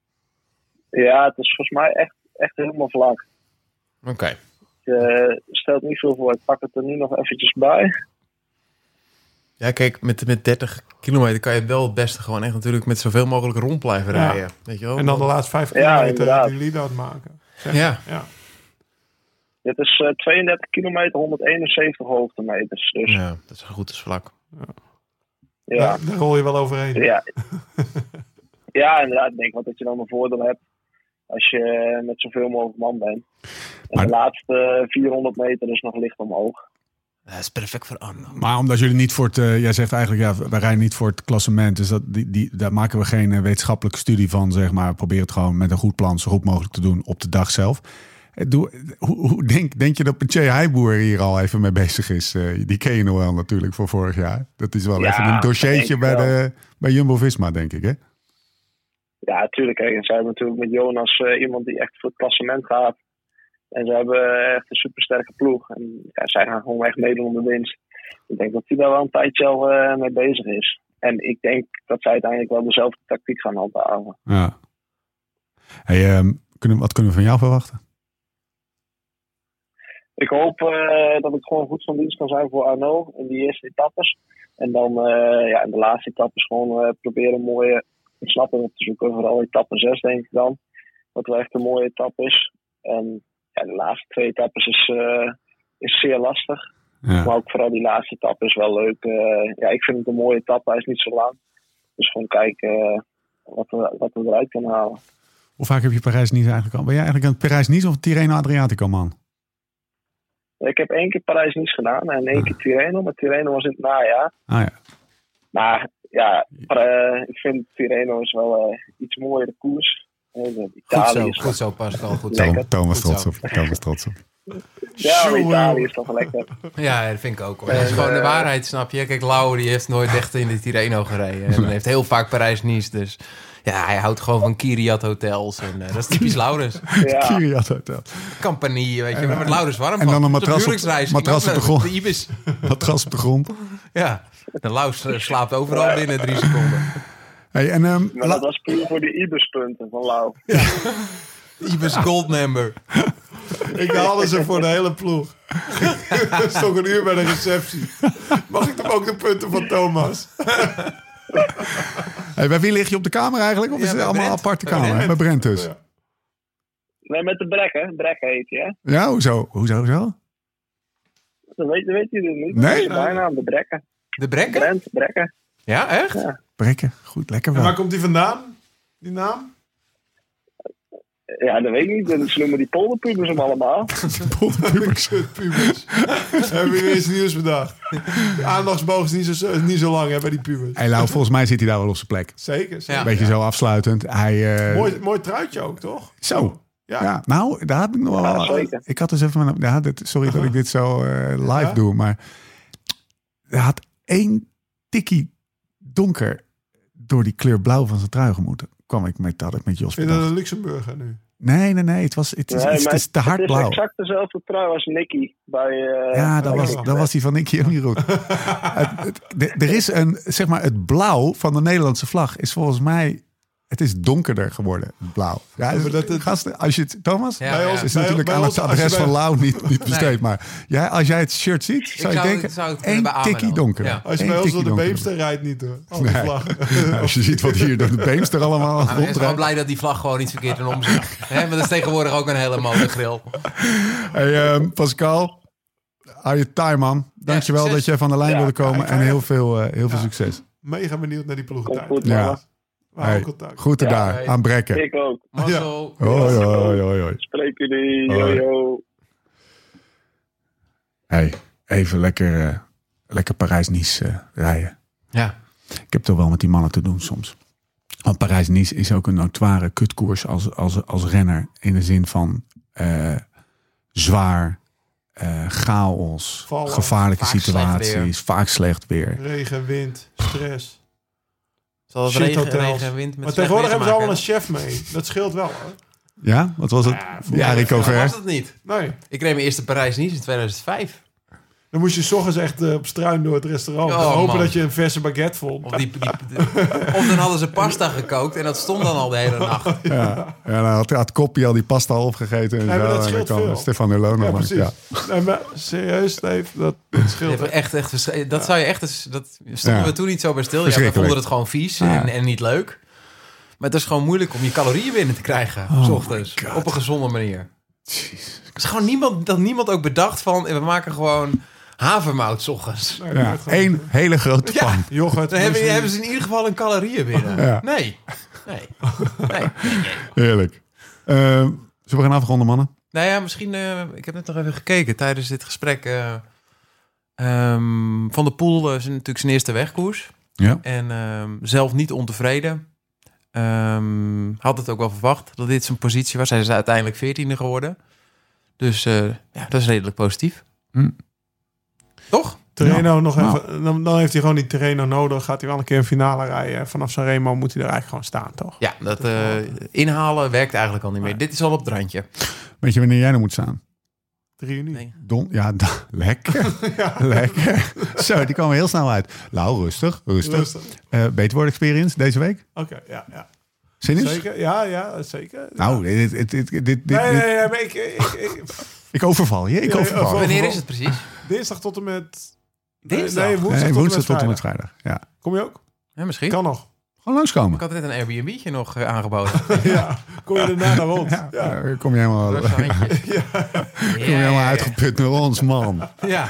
Ja, het is volgens mij echt, echt helemaal vlak. Oké. Okay. Je stelt niet veel voor. Ik pak het er nu nog eventjes bij. Ja, kijk, met, met dertig kilometer kan je wel het beste gewoon echt natuurlijk met zoveel mogelijk rond blijven Ja. rijden. Weet je wel? En dan de laatste vijf Ja, kilometer inderdaad. die lead-out maken. Zeg, Ja. ja. Dit is uh, tweeëndertig kilometer, honderdeenenzeventig hoogtemeters. Dus ja, Ja, dat is goed als vlak. ja. Daar, daar rol je wel overheen. Ja. ja, inderdaad. Ik denk wat dat je dan een voordeel hebt als je met zoveel mogelijk man bent. En Maar- de laatste vierhonderd meter is nog licht omhoog. Dat is perfect voor Arno. Maar omdat jullie niet voor het... Uh, jij zegt eigenlijk, ja, wij rijden niet voor het klassement. Dus dat, die, die, daar maken we geen uh, wetenschappelijke studie van, zeg maar. Probeer het gewoon met een goed plan zo goed mogelijk te doen op de dag zelf. Uh, doe, hoe, hoe denk, denk je dat Mathieu Heijboer hier al even mee bezig is? Uh, die ken je nog wel natuurlijk voor vorig jaar. Dat is wel Ja, even een dossiertje denk bij, ik de, bij Jumbo-Visma, denk ik, hè? Ja, natuurlijk. En zij hebben natuurlijk met Jonas uh, iemand die echt voor het klassement gaat. En ze hebben echt een supersterke ploeg. En ja, zij gaan gewoon echt meedoen om de winst. Ik denk dat hij daar wel een tijdje al uh, mee bezig is. En ik denk dat zij uiteindelijk wel dezelfde tactiek gaan handhaven. Ja. Hey, um, kunnen, wat kunnen we van jou verwachten? Ik hoop uh, dat ik gewoon goed van dienst kan zijn voor Arnaud in die eerste etappes. En dan uh, ja, in de laatste etappes gewoon uh, proberen een mooie ontsnapping op te zoeken. Vooral etappe zes denk ik dan. Wat wel echt een mooie etappe is. En ja, de laatste twee etappes is, uh, is zeer lastig. Ja. Maar ook vooral die laatste etappe is wel leuk. Uh, ja, ik vind het een mooie etappe. Hij is niet zo lang. Dus gewoon kijken uh, wat, we, wat we eruit kunnen halen. Hoe vaak heb je Parijs-Nice eigenlijk al? Ben jij eigenlijk een Parijs-Nice of een Tirreno Adriatico, man? Ik heb één keer Parijs-Nice gedaan en één keer Tirreno. Maar Tirreno was in het najaar. Ah ja. Maar ja, uh, ik vind Tirreno is wel uh, iets mooiere koers. Uh, Goed Italië zo, is goed zo, Pascal. Goed zo. Lekker. Thomas Goed trots zo. op. Thomas trots op. Ja, maar Italië is toch lekker. Ja, dat vind ik ook hoor. Dat is gewoon de waarheid, snap je? Kijk, Lau die heeft nooit echt in de Tirreno gereden. En heeft heel vaak Parijs-Nice. Dus ja, hij houdt gewoon van Kiriat hotels. En uh, dat is typisch Laurens. Ja, Kiriat Hotel. Compagnie, weet je. Met Laurens warm en van. dan een Op matras op- huwelijksreis ging matras ook op de met grond. De Ibis. Matras op de grond. Ja, de Laus uh, slaapt overal binnen drie seconden. Hey, en, um, maar la- dat was puur voor die Ibis-punten van Lau. Ibis Gold Member. Ik haalde ze voor de hele ploeg. Dat is toch een uur bij de receptie. Mag ik dan ook de punten van Thomas? hey, bij wie lig je op de kamer eigenlijk? Of Ja, is het bij allemaal een Brent. aparte Bij kamer? Brent. Bij Brent dus. Ja. Nee, met de Brek, hè? Brek heet je, hè? Ja, hoezo? Hoezo, hoezo? Dat weet, dat weet je dus niet. Nee? Dat is je bijnaam, de Brekken. De Brekken? Brent, Brekken. Ja, echt? Ja. Brekken. Goed, lekker En wel. waar komt die vandaan? Die naam? Ja, dat weet ik niet. Dan noemen die polderpubers hem allemaal. Pubers. Hebben we weer eens nieuws bedacht. De aandachtsboog is niet zo, is niet zo lang hè, bij die pubers. Hey, Lau, volgens mij zit hij daar wel op zijn plek. Zeker. zeker. Ja. Beetje zo afsluitend. Hij, uh, Mooi, mooi truitje ook, toch? Zo. Ja. Ja, nou, daar heb ik nog Ja, wel... zeker. Ik had dus even... Van, ja, dit, sorry dat ik dit zo uh, live Ja. doe, maar... Er had één tikkie donker door die kleur blauw van zijn trui gemoeten. Kwam ik met dat ik met Jos Vind je dat bedacht. een Luxemburger nu? Nee, nee, nee. Het, was, het, is, Nee, iets, maar het is te hard Het is blauw. exact dezelfde trui als Nicky bij... Uh, Ja, dat bij was, Nicky. dat was die van Nicky ook niet goed. het, het, de- er is een, zeg maar, het blauw van de Nederlandse vlag is volgens mij Het is donkerder geworden, blauw. Ja, maar dat- dat- gasten, als je het, Thomas, Ja, bij ja. ons is Bij- natuurlijk bij aan ons, het als je adres bij- van Lau niet, niet besteed. Nee. Maar jij, als jij het shirt ziet, zou je zou- denken, zou het kunnen één beamen tikkie dan. donkerder. Ja. Als je Eén bij ons door tikkie de donkerder. Beemster rijdt niet hoor. Al die Nee. vlaggen. Nou, als je ziet wat hier door de Beemster allemaal Maar ik ben gewoon rondrijdt. blij dat die vlag gewoon niet verkeerd in omzet. Hè, maar dat is tegenwoordig ook een hele modegril. Hey, ehm, Pascal, hou je time, man. Dankjewel succes. dat jij van de lijn Ja, wilde komen. kijk, En ja. heel veel, eh, heel veel Ja. succes. Mega benieuwd naar die Komt ploegentijd. goed, Ja. mannen. We houden Hey, contact. groeten Ja, daar, hey. aan Brekken. Ik ook. Mazzel. Hoi, hoi, hoi, hoi. Spreek jullie. Hoi. Yo, yo. Hey, even lekker, eh, lekker Parijs-Nice eh, rijden. Ja. Ik heb toch wel met die mannen te doen soms. Want Parijs-Nice is ook een notoire kutkoers als, als, als renner. In de zin van eh, zwaar, eh, chaos, Vallen. gevaarlijke Vaak slecht situaties, weer. vaak slecht weer. Regen, wind, stress. Zal het Shit regen, hotels. regen en wind met Maar slecht tegenwoordig weer hebben te ze allemaal een maken? chef mee. Dat scheelt wel hoor. Ja, wat was het? Ja, Ja, vroeger- Rico Dat was Ver. dat niet. Nee. Ik reed mijn eerste Parijs-Nice in tweeduizend vijf. Dan moest je 's ochtends echt eh, op struin door het restaurant. Oh, hopen man. dat je een verse baguette vond. Of, die, die, of dan hadden ze pasta gekookt en dat stond dan al de hele nacht. Ja, ja dan had, had Koppie al die pasta al opgegeten. En Nee, maar zo. dat En dan scheelt kwam veel. Stefan Hullo nog Ja, langs. precies. Ja. Nee, maar serieus, Steve, dat, dat scheelt. Ja, echt, echt, verschri- dat zou je echt eens, dat stonden Ja. we toen niet zo bij stil. Ja, we Verschrikkelijk. vonden het gewoon vies Ja. en, en niet leuk. Maar het is gewoon moeilijk om je calorieën binnen te krijgen. Oh s my ochtends. God. Op een gezonde manier. Het is gewoon niemand, dat niemand ook bedacht van, we maken gewoon havermout 's ochtends. Nee, dat Ja, wordt gewoon- één hele grote Ja. pan. yoghurt. Dan hebben, muesli. hebben ze in ieder geval een calorieën binnen. Ja. Nee. Nee. Nee. Heerlijk. Uh, zullen we gaan afronden, mannen? Nou ja, misschien... eh, ik heb net nog even gekeken tijdens dit gesprek. eh, ehm, Van der Poel eh, is natuurlijk zijn eerste wegkoers. Ja. En ehm, zelf niet ontevreden. Ehm, had het ook wel verwacht dat dit zijn positie was. Hij is uiteindelijk veertiende geworden. Dus eh, ja, dat is redelijk positief. Hm. Toch? Terreno nog Nou. even. Dan, dan heeft hij gewoon die Terreno nodig. Gaat hij wel een keer een finale rijden. Vanaf Sanremo moet hij er eigenlijk gewoon staan, toch? Ja, dat eh, inhalen werkt eigenlijk al niet meer. Dit is al op het randje. Weet je wanneer jij er moet staan? drie juni. Nee. Don, ja, da- lekker. Lekker. Zo, die komen heel snel uit. Lau, rustig, rustig. Rustig. Eh Beterwoord Experience deze week? Oké, ja, ja. Zin in? Zeker, ja, ja, zeker. Nou, dit, dit, dit, dit, dit- Nee, nee, dit- nee, maar ik, ik, ik, ik overval je. Ik Ja, overval je. overval. Wanneer is het precies? dinsdag tot en met... Dinsdag? Nee, woensdag, Nee, tot, woensdag en tot en met met vrijdag. Ja. Kom je ook? Ja, misschien. Kan nog. Gewoon langskomen. Ik had net een Airbnb'tje nog eh, aangeboden. Ja, kom je daarna naar rond. Ja, Ja. ja, kom je helemaal, Dat is een handje. kom je helemaal uitgeput naar ons, man. Ja.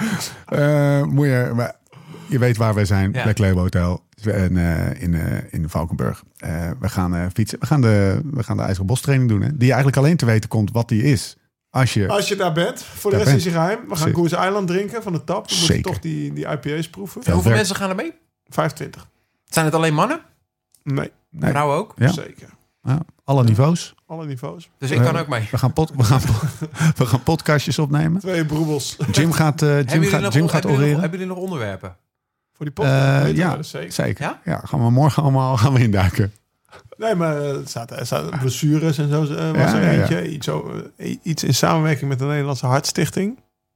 Eh, moet je, maar je weet waar wij zijn, Ja. bij Kleebo Hotel en, eh, in, uh, in Valkenburg. Uh, we gaan uh, fietsen. We gaan de, we gaan de IJzeren Bos training doen. Hè? Die je eigenlijk alleen te weten komt wat die is. Als je... Als je daar bent, voor de Daar rest is bent. hij geheim. We gaan Zeker. Goose Island drinken van de tap. Dan moet je Zeker. toch die, die I P A's proeven. Ja. Hoeveel werkt. mensen gaan er mee? vijfentwintig. Zijn het alleen mannen? Nee, Nee. Vrouwen ook? Ja. zeker. Ja, alle niveaus. Alle niveaus. Dus ik Eh, kan ook mee. We gaan, pod, we gaan, we gaan podcastjes opnemen. Twee broebels Jim gaat, uh, Jim Hebben jullie gaat, nog, Jim gaat hebben jullie nog, oreren. hebben jullie nog onderwerpen? voor die podcast. Uh, Weet je ja, wel, dat is zeker. zeker. Ja? Ja? gaan we morgen allemaal gaan we induiken. Nee, maar er zaten, er zaten blessures en zo uh, was Ja, er ja, ja. eentje. Iets, over, uh, iets in samenwerking met de Nederlandse Hartstichting.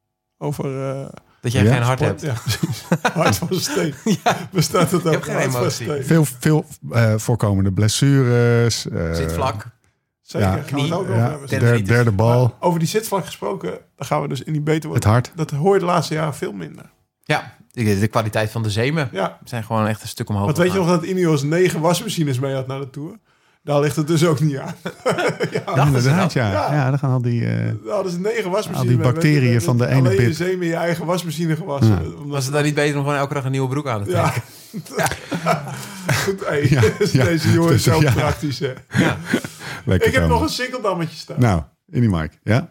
Over... Uh, Dat jij Ja, geen hart sport. hebt. Ja, precies. Hart van steen. Ja. Bestaat het Je ook? hebt geen Hart van emotie. steen. Veel, veel uh, voorkomende blessures. Uh, Zit vlak. Zeker, Ja. gaan we het Knie. ook over Ja, hebben. Ten- der, derde bal. Maar over die zitvlak gesproken, dan gaan we dus in die beter Het worden. hart. Dat hoor je de laatste jaren veel minder. Ja, de, de kwaliteit van de zeemen Ja, zijn gewoon echt een stuk omhoog want weet je gegaan. nog dat Ineos negen wasmachines mee had naar de Tour? Daar ligt het dus ook niet aan. ja, Dachten ze Inderdaad, dat? ja. Ja. Ja, dan gaan al die... Uh, daar hadden ze negen wasmachines Al die mee. bacteriën Weet je, van de ene alleen pip. je zeem in je eigen wasmachine gewassen. Ja. Omdat Was het dan niet beter om gewoon elke dag een nieuwe broek aan te Ja. trekken? Goed, hey, Ja, ja. deze jongen is Dus, zo ja. praktisch. Hè. Ja. lekker Ik heb komen. nog een sinkeldammetje staan. Nou, in die mic. Ja?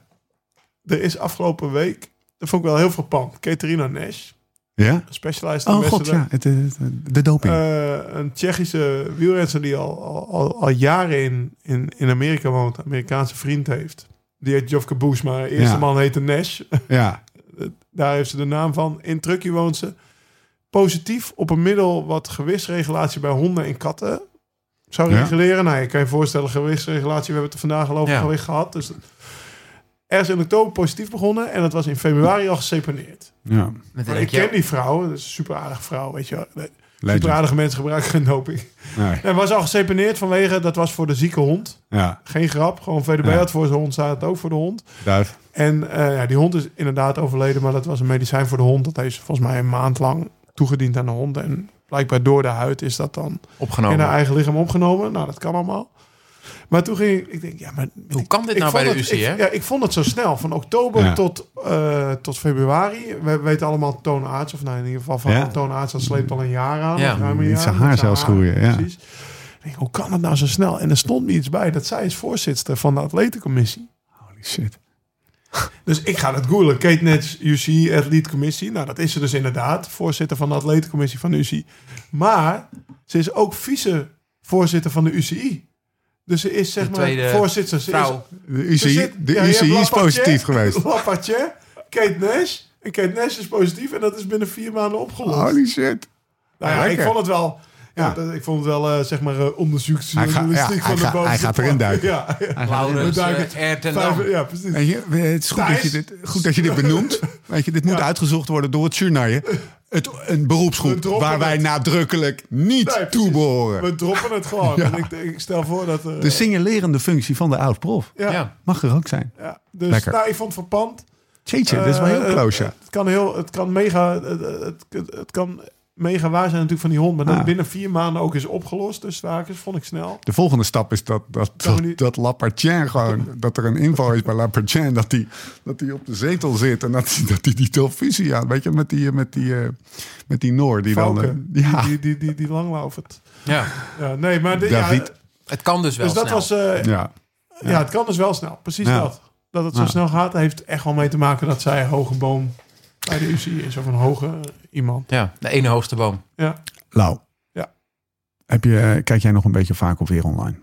Er is afgelopen week, dat vond ik wel heel frappant, Katerina Nash, Ja? Specialized Oh god, Ambassador. ja. Het, het- het- de doping. Uh, een Tsjechische wielrenster die al, al, al, al jaren in, in, in Amerika woont, een Amerikaanse vriend heeft. Die heet Jofke Bush, maar haar eerste Ja. man heette Nash. ja. Daar heeft ze de naam van. In Truckee woont ze. Positief op een middel wat gewichtsregulatie bij honden en katten zou Ja. reguleren. Nou, je kan je voorstellen, gewichtsregulatie, we hebben het er vandaag al over Ja. gewicht gehad. Dus er is in oktober positief begonnen en dat was in februari al geseponeerd. Ja. Met Maar een ik ken die vrouw, dat is een super aardige vrouw, weet je wel. Superaardige mensen gebruiken geen doping. Nee. Hij was al geseponeerd vanwege, dat was voor de zieke hond. Ja, Geen grap, gewoon V D B Ja. had voor zijn hond, staat het ook voor de hond. duif. En uh, ja, die hond is inderdaad overleden, maar dat was een medicijn voor de hond. Dat heeft ze volgens mij een maand lang toegediend aan de hond. En blijkbaar door de huid is dat dan Opgenomen. in haar eigen lichaam opgenomen. Nou, dat kan allemaal. Maar toen ging ik, ik denk, ja, maar... Hoe ik, kan dit ik nou vond bij de het- U C I, ik- hè? Ja, ik vond het zo snel. Van oktober Ja. tot, uh, tot februari. We weten allemaal toonaards, of nou in ieder geval van Ja. toonaards, dat sleept al een jaar aan. Ja. Of ruim een Niet jaar, zijn met haar zelfs groeien, ja. Precies. Ik denk, hoe kan het nou zo snel? En er stond me iets bij dat zij is voorzitter van de atletencommissie. Holy shit. Dus ik ga het googlen. Kate Nets, U C I, Athlete Commissie. Nou, dat is ze dus inderdaad. Voorzitter van de atletencommissie van de U C I. Maar ze is ook vice-voorzitter van de U C I. Dus ze is zeg De maar tweede voorzitter. Ze vrouw. De U C Er I, zit- de ja, U je C I hebt is Lapachet, positief geweest. Lapachet, Kate Nash. En Kate Nash is positief. En dat is binnen vier maanden opgelost. Holy shit. nou ja, ik lekker. vond het wel... Ja, Ja. dat- ik vond het wel, eh, zeg maar, uh, Hij, gaat- onderzoeksjournalistiek ja, van hij, de gaat- bovenste hij gaat erin plank. duiken. Ja, ja. Laurens, We duiken uh, Ertendam. Vijf- ja, precies. Weet je, het is goed dat, je Thijs? dit, goed dat je dit benoemt. Weet je, dit moet Ja. uitgezocht worden door het journaal. Het, een We beroepsgroep droppen waar wij het. nadrukkelijk niet Nee, precies. toe behoren. We droppen het gewoon. Ja. En ik, ik stel voor dat... uh, De signalerende functie van de oud-prof ja, ja. Ja. mag er ook zijn. Dus Lekker. nou, ik vond het verpand. Jeetje, dat is wel heel Eh, close, ja. Het, het kan heel... Het kan mega... Het, het, het, het kan mega waar zijn natuurlijk van die hond. Maar dat Ah. het binnen vier maanden ook is opgelost. Dus vaak is, vond ik snel. De volgende stap is dat, dat, Kan we dat, niet- dat Lappartien gewoon... dat er een info is bij Lappartien... dat hij dat die op de zetel zit... en dat hij dat die, die televisie aan... weet je, met die, met die, uh, met die Noor... die dan... Valken. Uh, ja, Die, die, die, die langlaufert. Ja. Ja, nee, maar... De, ja, David. Het kan dus wel dus dat snel. was... uh, ja. ja. het kan dus wel snel. Precies Ja. dat. Dat het zo Ja. snel gaat, heeft echt wel mee te maken... dat zij een hoge boom bij de U C I is. Of een hoge iemand. Ja, de ene hoogste boom. Ja. Lau. Ja. Heb je, kijk jij nog een beetje vaak op Weer Online?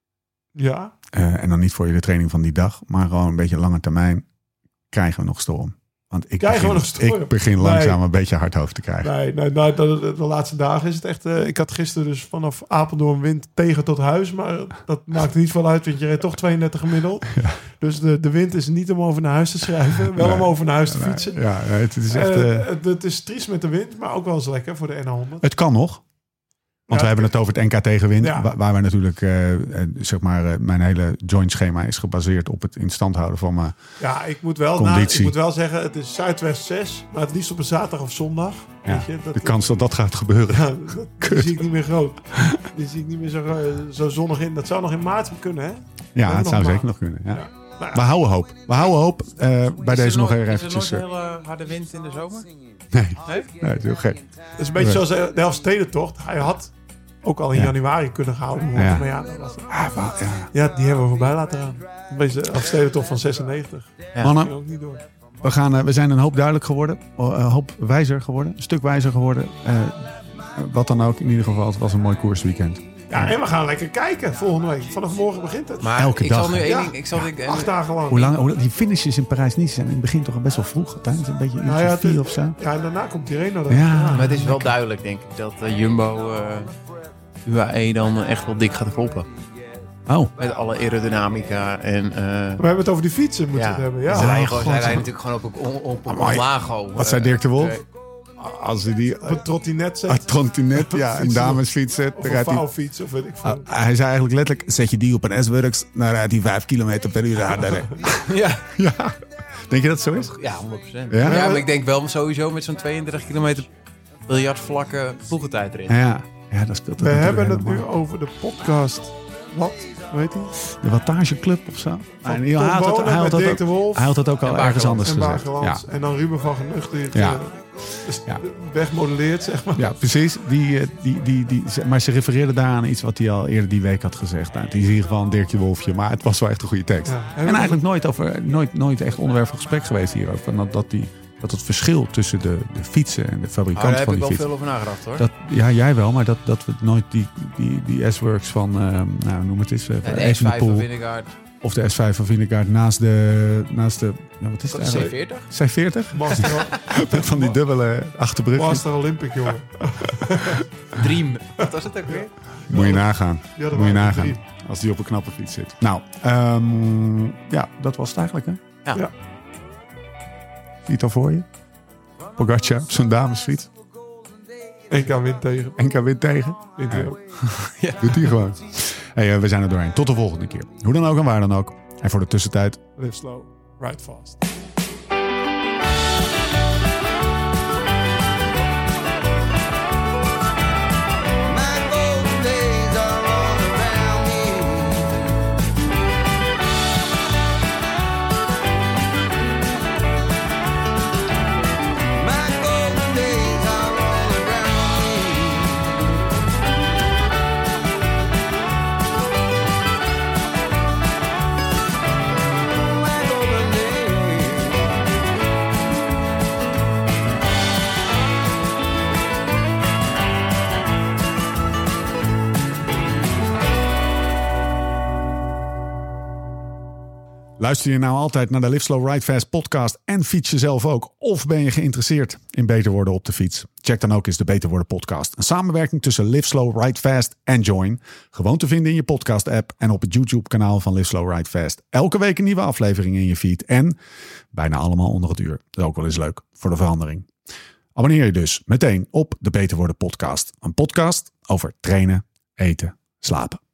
Ja. Uh, en dan niet voor je de training van die dag... maar gewoon een beetje lange termijn... krijgen we nog storm. Want ik Krijgen begin, we nog storm? ik begin langzaam Nee. een beetje hardhoofd te krijgen. Nee, nee, nou, de, de, de laatste dagen is het echt... Uh, ik had gisteren dus vanaf Apeldoorn wind tegen tot huis. Maar dat maakt niet veel uit, want je reed toch tweeëndertig gemiddeld. Ja. Dus de, de wind is niet om over naar huis te schrijven. Wel Nee. om over naar huis te Nee, fietsen. Ja, het is echt... Eh, Uh, het, het is triest met de wind, maar ook wel eens lekker voor de N honderd. het kan nog. Want Ja, we hebben het over het N K tegenwind. Ja. Waar, waar we natuurlijk, uh, uh, zeg maar, uh, mijn hele joint schema is gebaseerd op het in stand houden van mijn... Ja, ik moet, wel, Conditie. na, ik moet wel zeggen, het is Zuidwest zes. Maar het liefst op een zaterdag of zondag. Ja, Weet je, dat, de kans dat dat gaat gebeuren. Ja, dat, die zie ik niet meer groot. Die zie ik niet meer zo, uh, zo zonnig in. Dat zou nog in maart kunnen, hè? Ja, hebben het nog zou maar. zeker nog kunnen. Ja. Ja. Nou, We houden hoop. We houden hoop. Uh, bij Is deze er nog nooit- even Is er eventjes... nooit uh, een hele harde wind in de zomer? nee, Nee? nee, dat is heel gek. Het is een beetje Nee. zoals de Elfstedentocht. Hij had ook al in Ja. januari kunnen gehouden worden. Ja. Maar ja, dat was het. Ah, wa- ja. Ja, die hebben we voorbij laten gaan. Een beetje de Elfstedentocht van zesennegentig. Ja. Mannen, Ging ook niet door. we, gaan, uh, we zijn een hoop duidelijk geworden. Uh, een hoop wijzer geworden. Een stuk wijzer geworden. Uh, wat dan ook. In ieder geval, het was een mooi koersweekend. Ja, en we gaan lekker kijken volgende week. Vanaf morgen begint het. Maar Elke ik dag, zal nu hè? één Ja. ding... Ik zal, ik, Acht dagen lang. Hoe lang, hoe, die finishes in Parijs-Nice zijn in het begin toch best wel vroeg. Tijdens een beetje uurtje Nou ja, het- vier of zo. Ja, en daarna komt die Reno. Ja. Maar het is wel duidelijk, denk ik, dat uh, Jumbo uh, U A E dan echt wel dik gaat kloppen. Oh, Met alle aerodynamica en... Uh, We hebben het over die fietsen moeten ja, we het hebben. Ze Ja. rijden, Oh, gewoon, God. zij rijden natuurlijk gewoon op, op, op, op Amai. een lago. wat zei Dirk de Wolf? Eh, Als hij die Op een trottinet uh, zet. trottinet, ja, een Fietsen. damesfiets zet, Of dan een rijdt hij... vouwfiets, of weet ik veel. Ah, hij zei eigenlijk letterlijk, zet je die op een S-Works, dan rijdt hij vijf kilometer per uur harder. hè. ja. Ja, denk je dat het zo is? ja, honderd procent. Ja? Ja? maar ik denk wel sowieso met zo'n tweeëndertig kilometer biljartvlakke ploegentijd erin. Ja, ja dat speelt We natuurlijk hebben het nu helemaal. over de podcast. Wat? Weet hij? De Wattageclub of zo. Van En hij had Tom het- Bonen hij had met het Dirk ook- de Wolf. Hij had het ook al En ergens Bakelands. anders En gezegd. Bakelands. Ja. En dan Ruben van Genucht die het Ja. eh, dus Ja. wegmodelleert, zeg maar. Ja, precies. Die, eh, die, die, die, maar ze refereerde daar aan iets wat hij al eerder die week had gezegd. Nou, het is in ieder geval een Dirkje Wolfje, maar het was wel echt een goede tekst. Ja. En eigenlijk nooit, over, nooit, nooit echt onderwerp van gesprek geweest hierover. Van Dat, dat, die, dat het verschil tussen de, de fietsen en de Oh, fabrikant daar heb van ik die wel fiets. veel over nagedacht hoor. Dat, ja, jij wel, maar dat, dat we nooit die, die, die S-Works van, uh, nou noem het eens, uh, En de S vijf van Evenepoel Vingegaard. of de S vijf van Vingegaard naast de, naast de, ja, wat is het Wat is C eigenlijk? veertig? C veertig? Master, Met van die dubbele achterbrugjes. Master Olympic, jongen. Dream. Wat was het ook weer? Moet je nagaan. Ja, dat Moet je waren nagaan. drie. Als die op een knappe fiets zit. Nou, um, ja, dat was het eigenlijk, hè? Ja. Ja. Zie je het al voor je? Pogacar op zo'n damesfiets. N K wint tegen. N K wint tegen. Wint hij ook. Ja. Doet hij gewoon. Hey, uh, we zijn er doorheen. Tot de volgende keer. Hoe dan ook en waar dan ook. En voor de tussentijd... Live slow, ride fast. Luister je nou altijd naar de Live Slow Ride Fast podcast en fiets je zelf ook? Of ben je geïnteresseerd in beter worden op de fiets? Check dan ook eens de Beter Worden podcast. Een samenwerking tussen Live Slow Ride Fast en Join. Gewoon te vinden in je podcast app en op het YouTube kanaal van Live Slow Ride Fast. Elke week een nieuwe aflevering in je feed. En bijna allemaal onder het uur. Dat is ook wel eens leuk voor de verandering. Abonneer je dus meteen op de Beter Worden podcast. Een podcast over trainen, eten, slapen.